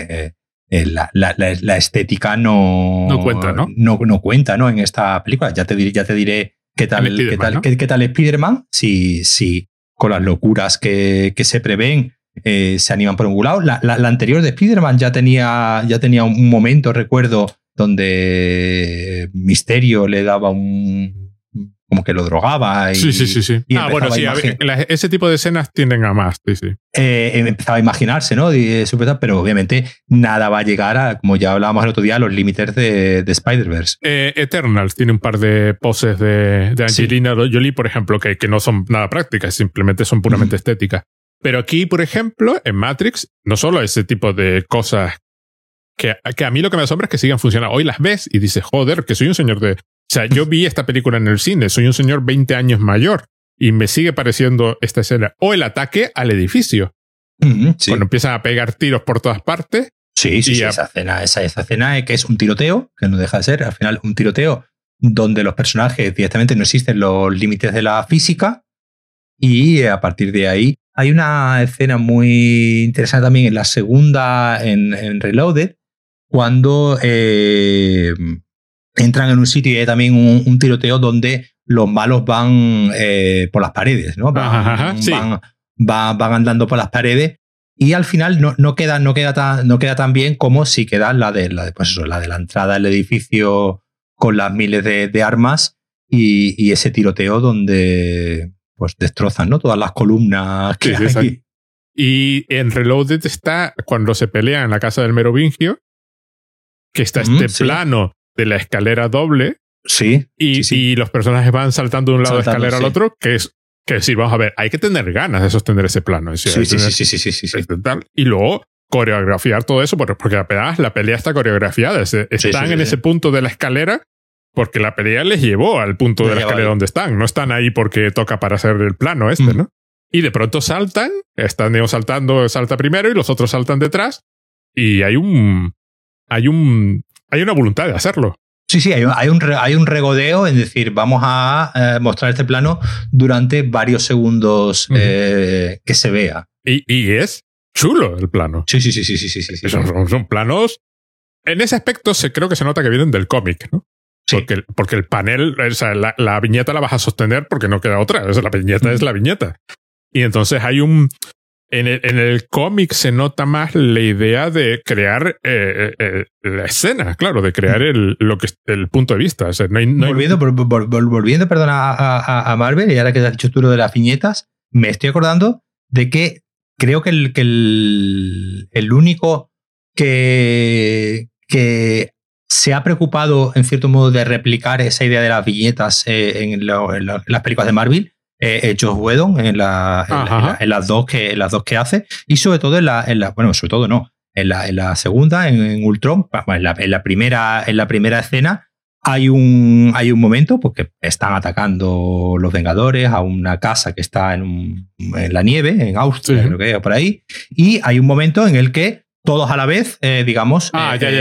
la estética no cuenta, ¿no? No cuenta, ¿no? En esta película. Ya te diré qué tal Spider-Man, si con las locuras que se prevén se animan por un lado. La anterior de Spider-Man ya tenía un momento, recuerdo, donde Mysterio le daba como que lo drogaba. Sí. Bueno, sí, ese tipo de escenas tienden a más, sí. Empezaba a imaginarse, ¿no? Pero obviamente nada va a llegar a, como ya hablábamos el otro día, a los límites de Spider-Verse. Eternals tiene un par de poses de Angelina Jolie, por ejemplo, que no son nada prácticas, simplemente son puramente estéticas. Pero aquí, por ejemplo, en Matrix, no solo ese tipo de cosas que a mí lo que me asombra es que sigan funcionando. Hoy las ves y dices, joder, que soy un señor de... O sea, yo vi esta película en el cine, soy un señor 20 años mayor y me sigue pareciendo esta escena. O el ataque al edificio. Cuando empiezan a pegar tiros por todas partes. Sí, esa escena que es un tiroteo, que no deja de ser, al final, un tiroteo donde los personajes directamente no existen los límites de la física y a partir de ahí hay una escena muy interesante también en la segunda, en Reloaded, cuando entran en un sitio y hay también un tiroteo donde los malos van por las paredes, ¿no? Van andando por las paredes y al final no queda tan bien como si queda la de la entrada del edificio con las miles de armas y ese tiroteo donde pues destrozan, ¿no? Todas las columnas que hay. Y en Reloaded está cuando se pelea en la casa del Merovingio, que está plano de la escalera doble. Y los personajes van saltando de un lado de la escalera al otro, que sí, vamos a ver, hay que tener ganas de sostener ese plano. Sí. Y luego coreografiar todo eso, porque la pelea está coreografiada. Están en ese punto de la escalera porque la pelea les llevó al punto de la escalera donde están. No están ahí porque toca para hacer el plano ¿no? Y de pronto saltan, está Neo salta primero y los otros saltan detrás y hay una voluntad de hacerlo. Sí, hay un regodeo en decir, vamos a mostrar este plano durante varios segundos que se vea. Y es chulo el plano. Sí. Son planos. En ese aspecto creo que se nota que vienen del cómic, ¿no? Sí. Porque el panel, o sea, la viñeta la vas a sostener porque no queda otra. O sea, la viñeta es la viñeta. Y entonces hay en el cómic se nota más la idea de crear la escena, claro, de crear el punto de vista. O sea, volviendo, perdona, a Marvel, y ahora que has dicho tú lo de las viñetas, me estoy acordando de que creo que el único que se ha preocupado, en cierto modo, de replicar esa idea de las viñetas en las películas de Marvel Joss Whedon en las dos que hace, y sobre todo sobre todo no, en la segunda, en Ultron, en la primera escena hay un momento porque están atacando los Vengadores a una casa que está en la nieve, en Austria, creo que por ahí, y hay un momento en el que todos a la vez, digamos,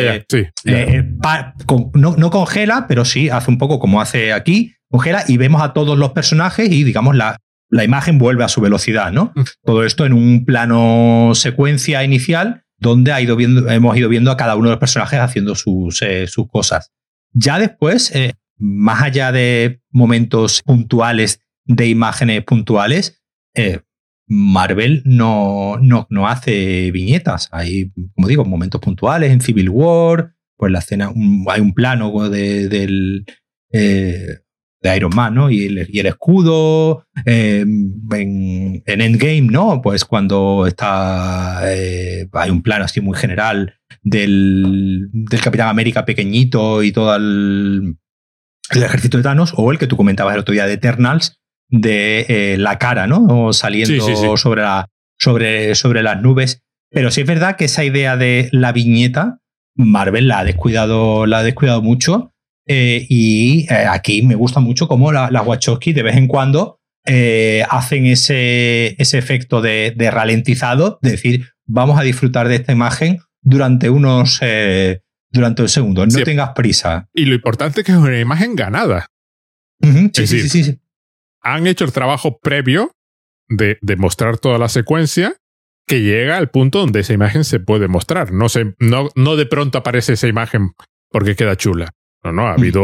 no congela, pero sí hace un poco como hace aquí, congela y vemos a todos los personajes y, digamos, la imagen vuelve a su velocidad, ¿no? Todo esto en un plano secuencia inicial donde hemos ido viendo a cada uno de los personajes haciendo sus cosas. Ya después, más allá de momentos puntuales, de imágenes puntuales, Marvel no hace viñetas. Hay, como digo, momentos puntuales en Civil War, pues la escena, hay un plano de Iron Man, ¿no? Y el escudo. En Endgame, ¿no? Pues cuando hay un plano así muy general del Capitán América pequeñito y todo el ejército de Thanos, o el que tú comentabas el otro día de Eternals, de la cara, ¿no? Saliendo sobre las nubes. Pero sí es verdad que esa idea de la viñeta, Marvel la ha descuidado mucho. Y aquí me gusta mucho cómo las Wachowski de vez en cuando hacen ese efecto de ralentizado, de decir, vamos a disfrutar de esta imagen durante un segundo, no tengas prisa. Y lo importante es que es una imagen ganada. Sí. Han hecho el trabajo previo de mostrar toda la secuencia, que llega al punto donde esa imagen se puede mostrar. No de pronto aparece esa imagen porque queda chula. No, ha habido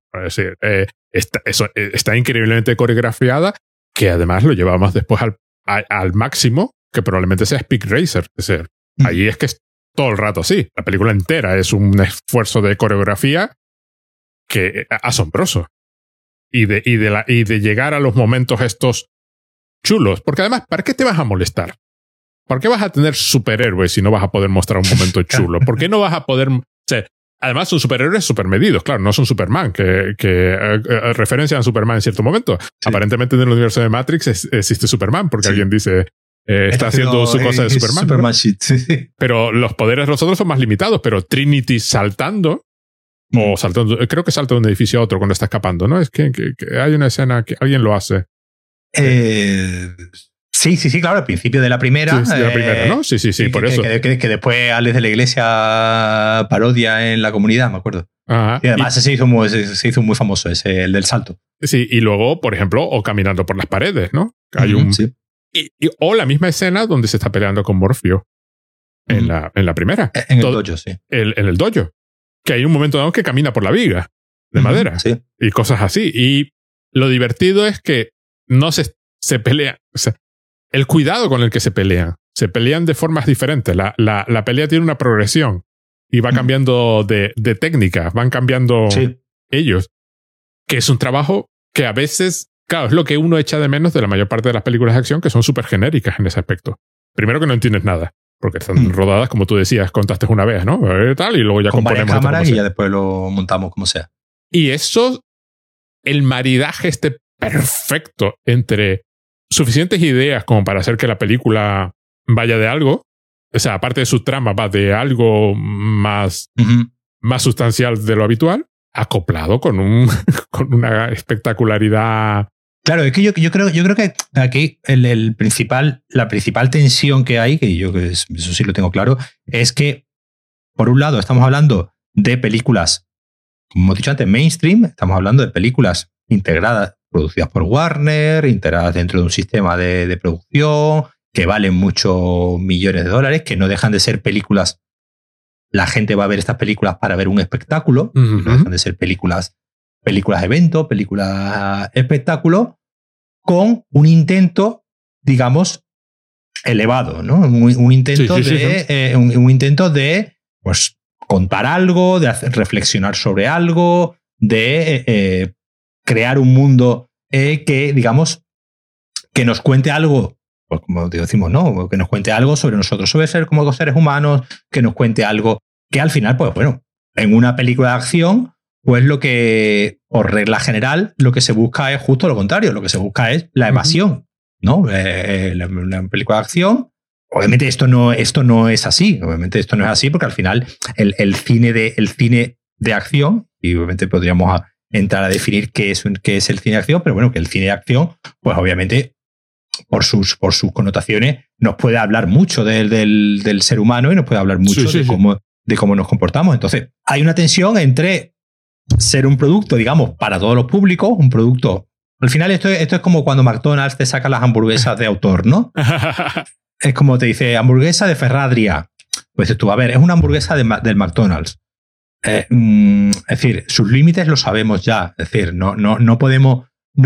está increíblemente coreografiada, que además lo llevamos después al máximo, que probablemente sea Speed Racer. Es decir, ahí es que es todo el rato así. La película entera es un esfuerzo de coreografía que asombroso. Y de llegar a los momentos estos chulos. Porque además, ¿para qué te vas a molestar? ¿Por qué vas a tener superhéroes si no vas a poder mostrar un momento chulo? ¿Por qué no vas a poder...? Además, son superhéroes supermedidos, claro, no son Superman, que referencian a Superman en cierto momento. Sí. Aparentemente en el universo de Matrix existe Superman, porque alguien dice, está haciendo su cosa de Superman. Sí. Pero los poderes de los otros son más limitados, pero Trinity saltando, creo que salta de un edificio a otro cuando está escapando, ¿no? Es que hay una escena que alguien lo hace. Sí, claro, al principio de la primera. Sí, de la primera, ¿no? Sí, por eso. Que después Alex de la Iglesia parodia en la comunidad, me acuerdo. Ajá. Y además se hizo muy famoso, el del salto. Sí, y luego, por ejemplo, o caminando por las paredes, ¿no? Hay sí. O la misma escena donde se está peleando con Morfeo en la primera. En el dojo, sí. En el dojo. Que hay un momento dado que camina por la viga de madera. Sí. Y cosas así. Y lo divertido es que no se pelea. O sea, el cuidado con el que se pelean de formas diferentes. La pelea tiene una progresión y va cambiando de técnicas, van cambiando ellos, que es un trabajo que a veces, claro, es lo que uno echa de menos de la mayor parte de las películas de acción, que son súper genéricas en ese aspecto. Primero que no entiendes nada, porque están rodadas, como tú decías, contaste una vez, ¿no? Tal, y luego ya con componemos varias cámaras y ya después lo montamos como sea. Y eso, el maridaje perfecto entre suficientes ideas como para hacer que la película vaya de algo, o sea, aparte de su trama, va de algo más sustancial de lo habitual, acoplado con una espectacularidad. Claro, es que yo creo que aquí la principal tensión que hay, que yo eso sí lo tengo claro, es que, por un lado, estamos hablando de películas, como hemos dicho antes, mainstream, estamos hablando de películas integradas, producidas por Warner, integradas dentro de un sistema de producción, que valen muchos millones de dólares, que no dejan de ser películas. La gente va a ver estas películas para ver un espectáculo, no dejan de ser películas películas evento, películas espectáculo, con un intento, digamos, elevado, ¿no? Un intento un intento de pues, contar algo, de reflexionar sobre algo, de crear un mundo que, digamos, que nos cuente algo, pues como decimos, ¿no? Que nos cuente algo sobre nosotros, sobre ser como seres humanos, que nos cuente algo que al final, pues bueno, en una película de acción, pues lo que, por regla general, lo que se busca es justo lo contrario, lo que se busca es la evasión, ¿no? Una película de acción, obviamente esto no es así, porque al final el cine de acción, y obviamente podríamos entrar a definir qué es el cine de acción, pero bueno, que el cine de acción, pues obviamente por sus connotaciones nos puede hablar mucho del ser humano y nos puede hablar mucho de cómo nos comportamos. Entonces, hay una tensión entre ser un producto, digamos, para todos los públicos, un producto... Al final esto es como cuando McDonald's te saca las hamburguesas de autor, ¿no? Es como te dice, hamburguesa de Ferradria. Pues tú, a ver, es una hamburguesa del McDonald's. Es decir, sus límites los sabemos ya. Es decir, no podemos...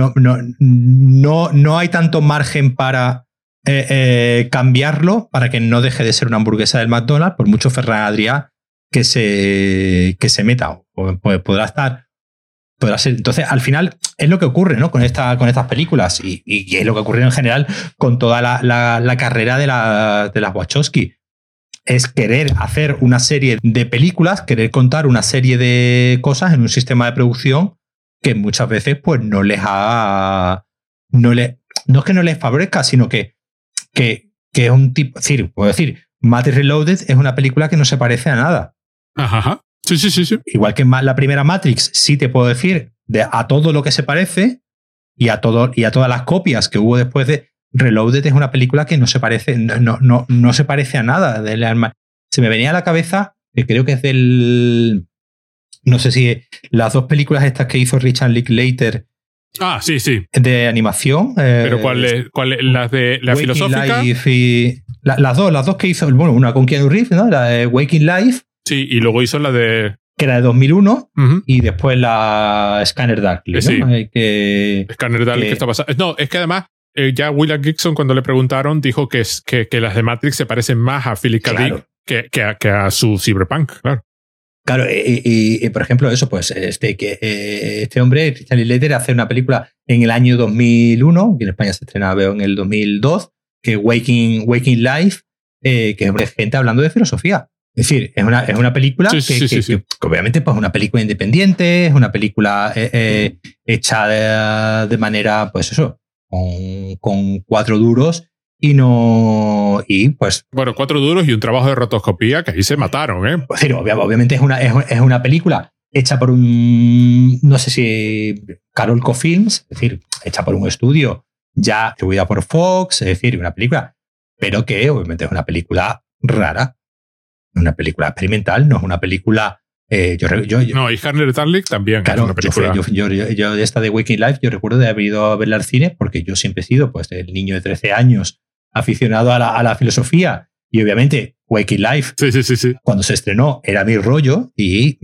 No hay tanto margen para cambiarlo para que no deje de ser una hamburguesa del McDonald's, por mucho Ferradria que se meta. Podrá ser. Entonces, al final, es lo que ocurre, ¿no? con estas películas y es lo que ocurre en general con toda la carrera de las Wachowski. Es querer hacer una serie de películas, querer contar una serie de cosas en un sistema de producción que muchas veces pues no es que no les favorezca, sino que es un tipo... Puedo decir, Matrix Reloaded es una película que no se parece a nada. Ajá. Sí. Igual que la primera Matrix, sí te puedo decir a todo lo que se parece y a todas las copias que hubo después de Reloaded. Es una película que no se parece, no se parece a nada. Se me venía a la cabeza, que creo que es del... No sé si las dos películas estas que hizo Richard Linklater. Ah, sí. De animación. ¿Pero cuál es? ¿Las de la filosófica? Las dos que hizo, bueno, una con Keanu Reeves, ¿no? La de Waking Life. Sí, y luego hizo la de... Que era de 2001, y después la Scanner Darkly, ¿no? Sí. Scanner Darkly, ¿qué está pasando? No, es que además, ya William Gibson, cuando le preguntaron, dijo que las de Matrix se parecen más a Philip K. Dick que a su Cyberpunk, claro. Claro, y por ejemplo, eso, pues, este hombre, Richard Linklater, hace una película en el año 2001, que en España se estrenaba, veo, en el 2002, que es Waking Life, que es gente hablando de filosofía. Es decir, es una película que obviamente pues, es una película independiente, es una película hecha de manera, pues eso, con 4 duros y pues... Bueno, 4 duros y un trabajo de rotoscopía que ahí se mataron, ¿eh? Pues, obviamente es una película hecha por no sé si Carolco Films, es decir, hecha por un estudio ya distribuida por Fox, es decir, una película, pero que obviamente es una película rara. Una película experimental, no es una película... no, y Scanner Darkly también claro, es una película... Yo de esta de Waking Life, yo recuerdo de haber ido a verla al cine porque yo siempre he sido pues, el niño de 13 años aficionado a la filosofía y obviamente Waking Life, sí. Cuando se estrenó, era mi rollo y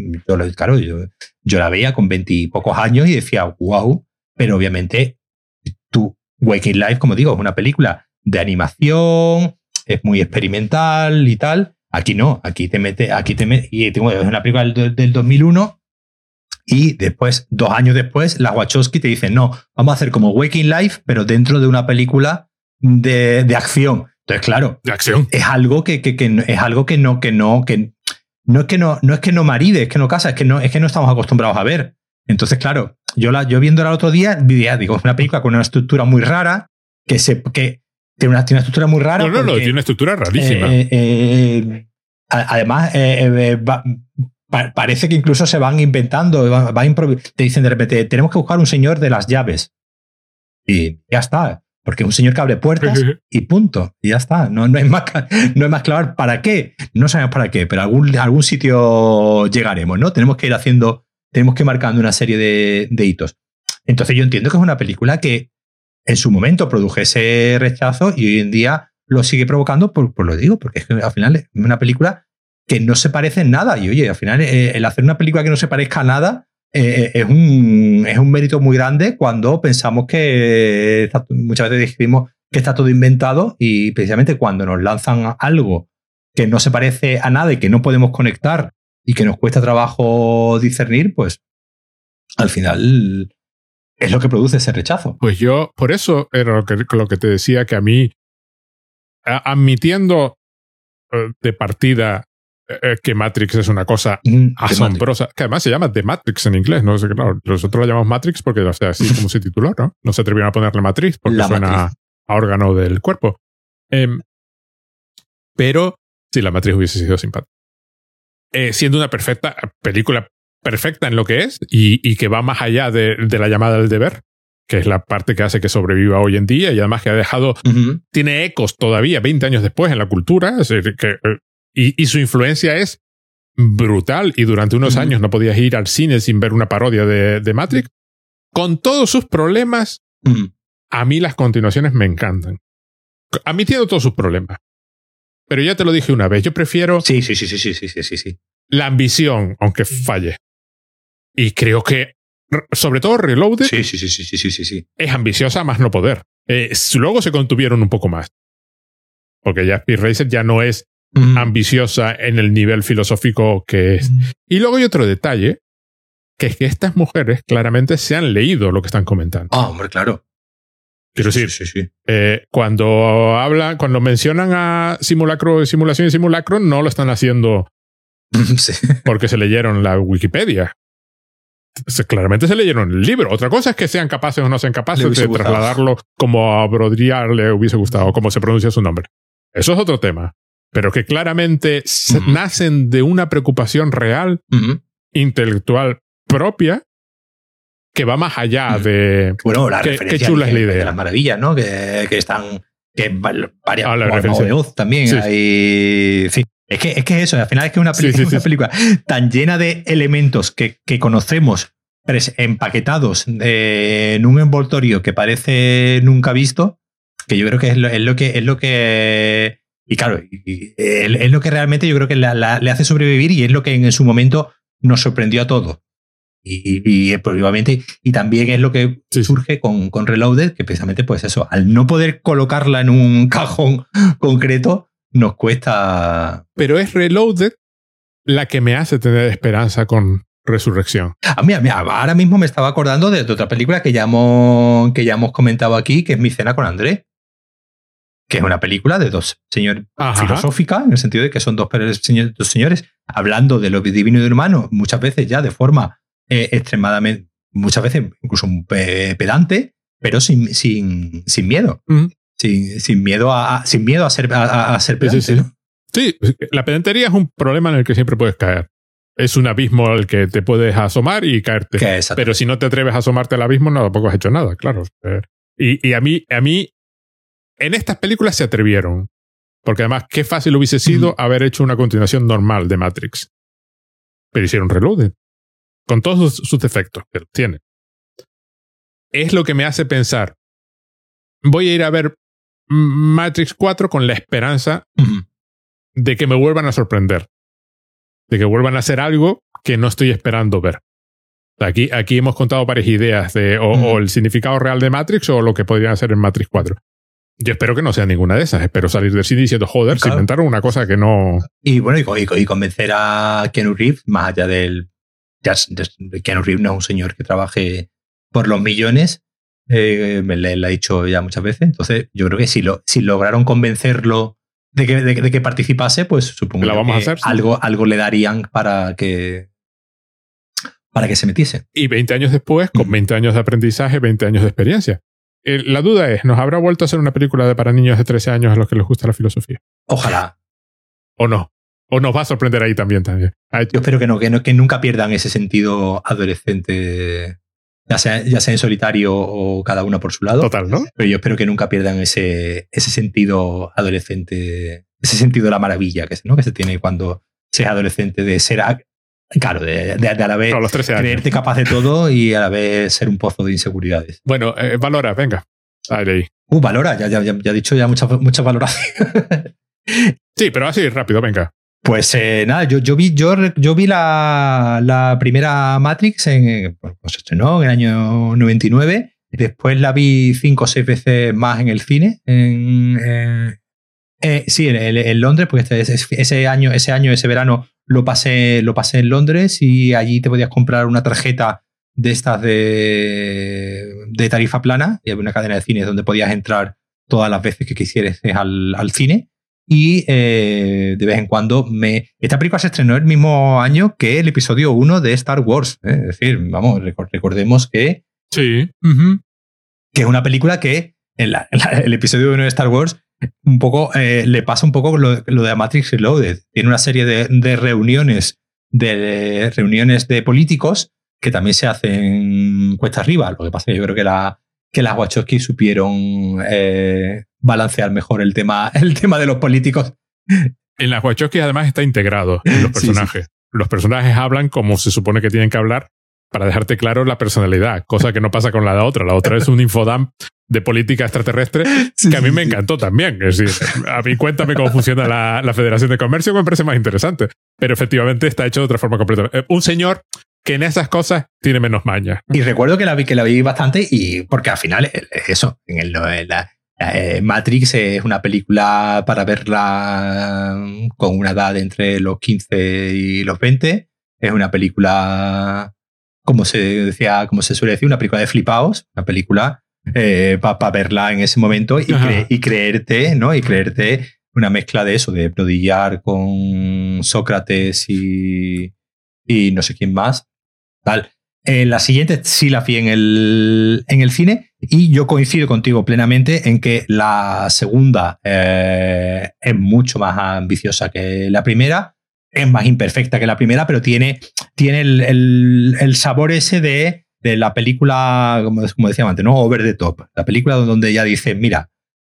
yo la veía con 20 y pocos años y decía, wow, pero obviamente Waking Life, como digo, es una película de animación, es muy experimental y tal. Aquí no, aquí te mete, y es una película del 2001 y después, 2 años después, las Wachowski te dicen, no, vamos a hacer como Waking Life, pero dentro de una película de acción. Entonces, claro, de acción. Es algo que es algo que no es que no maride, es que no casa, es que no estamos acostumbrados a ver. Entonces, claro, yo viéndola el otro día, digo, es una película con una estructura muy rara, que tiene una estructura muy rara. No, tiene una estructura rarísima. Además, parece que incluso se van inventando, te dicen de repente, tenemos que buscar un señor de las llaves. Y ya está, porque es un señor que abre puertas y punto. Y ya está, no hay más claro para qué. No sabemos para qué, pero a algún sitio llegaremos, ¿no? Tenemos que ir marcando una serie de hitos. Entonces yo entiendo que es una película que en su momento produjese rechazo y hoy en día lo sigue provocando, por lo digo, porque es que al final es una película que no se parece en nada. Y oye, al final el hacer una película que no se parezca a nada es un mérito muy grande cuando pensamos que muchas veces decimos que está todo inventado, y precisamente cuando nos lanzan algo que no se parece a nada y que no podemos conectar y que nos cuesta trabajo discernir, pues al final es lo que produce ese rechazo. Pues yo, por eso era lo que te decía, que a mí, admitiendo de partida que Matrix es una cosa asombrosa, que además se llama The Matrix en inglés, no sé qué, claro, nosotros la llamamos Matrix porque, o sea, así como se tituló, ¿no? No se atrevieron a ponerle Matrix porque suena a órgano del cuerpo. Pero sí, la Matrix hubiese sido simpática. Siendo una película perfecta en lo que es y que va más allá de la llamada del deber, que es la parte que hace que sobreviva hoy en día, y además que ha dejado, tiene ecos todavía 20 años después en la cultura, es decir, y su influencia es brutal, y durante unos años no podías ir al cine sin ver una parodia de Matrix. Con todos sus problemas, a mí las continuaciones me encantan. Admitiendo todos sus problemas. Pero ya te lo dije una vez, yo prefiero sí. la ambición, aunque falle. Y creo que, sobre todo Reloaded, sí. es ambiciosa más no poder. Luego se contuvieron un poco más. Porque ya Speed Racer ya no es ambiciosa en el nivel filosófico que es. Y luego hay otro detalle, que es que estas mujeres claramente se han leído lo que están comentando. Ah, hombre, claro. Quiero decir, cuando mencionan a simulacro, simulación y simulacro, no lo están haciendo porque se leyeron la Wikipedia. Claramente se leyeron el libro. Otra cosa es que sean capaces o no sean capaces de trasladarlo como a Baudrillard le hubiese gustado, como se pronuncia su nombre. Eso es otro tema. Pero que claramente nacen de una preocupación real, intelectual propia, que va más allá de... Bueno, la referencia qué chula es la idea. de las maravillas, ¿no? Que están... Que varias... la referencia de Oz también. Sí. Hay, sí. Es que eso, al final es que una película tan llena de elementos que conocemos empaquetados en un envoltorio que parece nunca visto, que yo creo que es lo que y claro, es lo que realmente yo creo que le hace sobrevivir, y es lo que en su momento nos sorprendió a todos. Y probablemente, y también es lo que surge con Reloaded, que precisamente pues eso, al no poder colocarla en un cajón concreto, nos cuesta... Pero es Reloaded la que me hace tener esperanza con Resurrección. Mira, ahora mismo me estaba acordando de otra película que ya hemos comentado aquí, que es Mi cena con André, que es una película de dos señores, filosófica, en el sentido de que son dos señores hablando de lo divino y de lo humano, muchas veces ya de forma extremadamente, muchas veces incluso pedante, pero sin miedo. Sin miedo a ser pedante. Sí. ¿no? Sí, la pedantería es un problema en el que siempre puedes caer. Es un abismo al que te puedes asomar y caerte. Pero si no te atreves a asomarte al abismo, no, tampoco has hecho nada, claro. Y a mí, en estas películas se atrevieron. Porque además, qué fácil hubiese sido haber hecho una continuación normal de Matrix. Pero hicieron Reloaded. Con todos sus defectos que tiene. Es lo que me hace pensar, voy a ir a ver Matrix 4 con la esperanza de que me vuelvan a sorprender. De que vuelvan a hacer algo que no estoy esperando ver. Aquí hemos contado varias ideas de o el significado real de Matrix o lo que podrían hacer en Matrix 4. Yo espero que no sea ninguna de esas. Espero salir del cine diciendo, joder, se inventaron una cosa que no... Y bueno, y convencer a Keanu Reeves, más allá del... Keanu Reeves no es un señor que trabaje por los millones, me lo ha dicho ya muchas veces. Entonces yo creo que si lograron convencerlo de que participase, pues supongo que vamos a hacer, ¿sí? algo le darían para que se metiese. Y 20 años después, con 20 años de aprendizaje, 20 años de experiencia. La duda es, ¿nos habrá vuelto a hacer una película para niños de 13 años a los que les gusta la filosofía? Ojalá. ¿O no? ¿O nos va a sorprender ahí también? Yo espero que no, que nunca pierdan ese sentido adolescente, ya sea en solitario o cada una por su lado. Total, ¿no? Pero yo espero que nunca pierdan ese sentido adolescente, ese sentido de la maravilla que se tiene cuando se es adolescente, de ser, claro, de a la vez creerte capaz de todo y a la vez ser un pozo de inseguridades. Bueno, Valora, venga. Ahí. Valora, ya he dicho ya muchas valoraciones. Sí, pero así rápido, venga. Pues nada, yo vi la primera Matrix, pues se estrenó en el año 99. Después la vi 5 o 6 veces más en el cine. Sí, en Londres, porque ese verano lo pasé en Londres y allí te podías comprar una tarjeta de estas de tarifa plana y había una cadena de cines donde podías entrar todas las veces que quisieras al cine. Y de vez en cuando esta película se estrenó el mismo año que el episodio 1 de Star Wars. Es decir, vamos, recordemos que... Sí. Que es una película que el episodio 1 de Star Wars un poco le pasa un poco lo de Matrix Reloaded. Tiene una serie de reuniones de políticos que también se hacen cuesta arriba. Lo que pasa es que yo creo que las Wachowski supieron balancear mejor el tema de los políticos. En las Wachowski además está integrado en los personajes. Sí. Los personajes hablan como se supone que tienen que hablar para dejarte claro la personalidad, cosa que no pasa con la de otra. La otra es un infodump de política extraterrestre que a mí me encantó también. Es decir, a mí cuéntame cómo funciona la Federación de Comercio, me parece más interesante. Pero efectivamente está hecho de otra forma completamente. Un señor que en esas cosas tiene menos maña. Y recuerdo que la vi bastante y porque al final eso, Matrix es una película para verla con una edad entre los 15 y los 20. Es una película, como se suele decir, una película de flipaos, una película para verla en ese momento y creerte, ¿no? Y creerte una mezcla de eso, de prodillar con Sócrates y no sé quién más. Tal. La siguiente sí la vi en el cine y yo coincido contigo plenamente en que la segunda es mucho más ambiciosa que la primera, es más imperfecta que la primera, pero tiene el sabor ese de la película, como decíamos antes, ¿no? Over the top. La película donde ya dice, mira,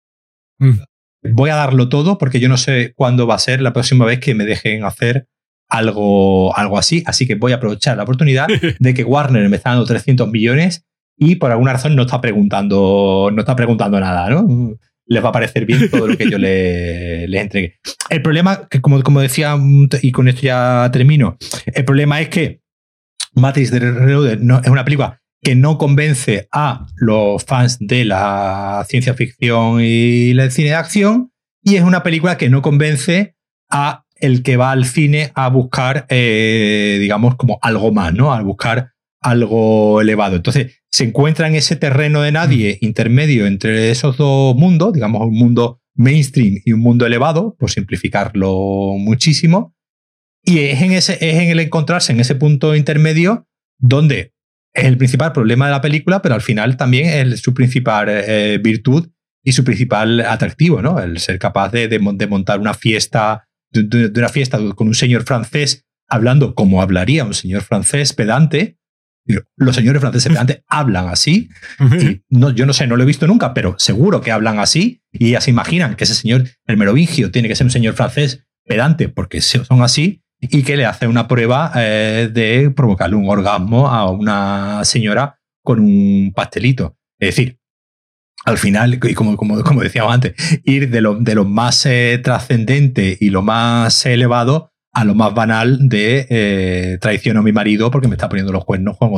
voy a darlo todo porque yo no sé cuándo va a ser la próxima vez que me dejen hacer algo así que voy a aprovechar la oportunidad de que Warner me está dando 300 millones y por alguna razón no está preguntando nada, ¿no? Les va a parecer bien todo lo que yo les entregué. El problema, que como decía, y con esto ya termino, el problema es que Matrix Reloaded no, es una película que no convence a los fans de la ciencia ficción y el cine de acción, y es una película que no convence a el que va al cine a buscar, digamos, como algo más, ¿no? A buscar algo elevado. Entonces, se encuentra en ese terreno de nadie intermedio entre esos dos mundos, digamos, un mundo mainstream y un mundo elevado, por simplificarlo muchísimo. Y es en el encontrarse en ese punto intermedio donde es el principal problema de la película, pero al final también es su principal virtud y su principal atractivo, ¿no? El ser capaz de montar una fiesta, de una fiesta con un señor francés hablando como hablaría un señor francés pedante. Los señores franceses pedantes hablan así. Y yo no sé, no lo he visto nunca, pero seguro que hablan así. Y ya se imaginan que ese señor, el merovingio, tiene que ser un señor francés pedante porque son así. Y que le hace una prueba de provocarle un orgasmo a una señora con un pastelito. Es decir, al final, y como decíamos antes, ir de lo más trascendente y lo más elevado a lo más banal de traiciono a mi marido porque me está poniendo los cuernos con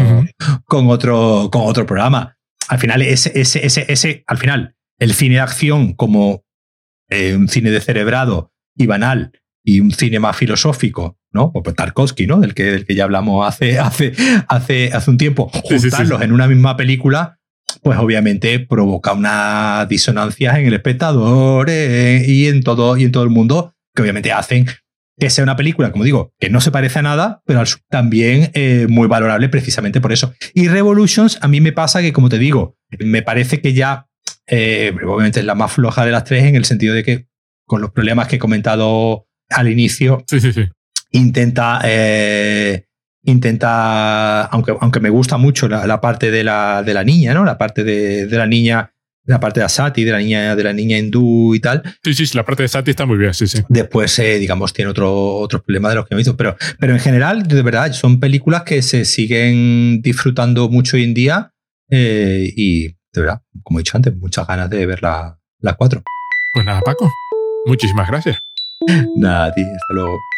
otro programa. Al final, al final, el cine de acción como un cine descerebrado y banal y un cine más filosófico, ¿no? Pues Tarkovsky, ¿no? Del que ya hablamos hace un tiempo. Juntarlos en una misma película, pues obviamente provoca una disonancia en el espectador y en todo el mundo, que obviamente hacen que sea una película, como digo, que no se parece a nada, pero también muy valorable precisamente por eso. Y Revolutions, a mí me pasa que, como te digo, me parece que ya, obviamente es la más floja de las tres, en el sentido de que, con los problemas que he comentado al inicio, intenta, aunque me gusta mucho la parte de la niña, ¿no? La parte de la niña, la parte de Asati, de la niña hindú y tal. Sí, la parte de Asati está muy bien, sí. Después, digamos, tiene otros problemas de los que hemos visto. Pero en general, de verdad, son películas que se siguen disfrutando mucho hoy en día y, de verdad, como he dicho antes, muchas ganas de ver las 4. Pues nada, Paco, muchísimas gracias. Nada, tío, hasta luego.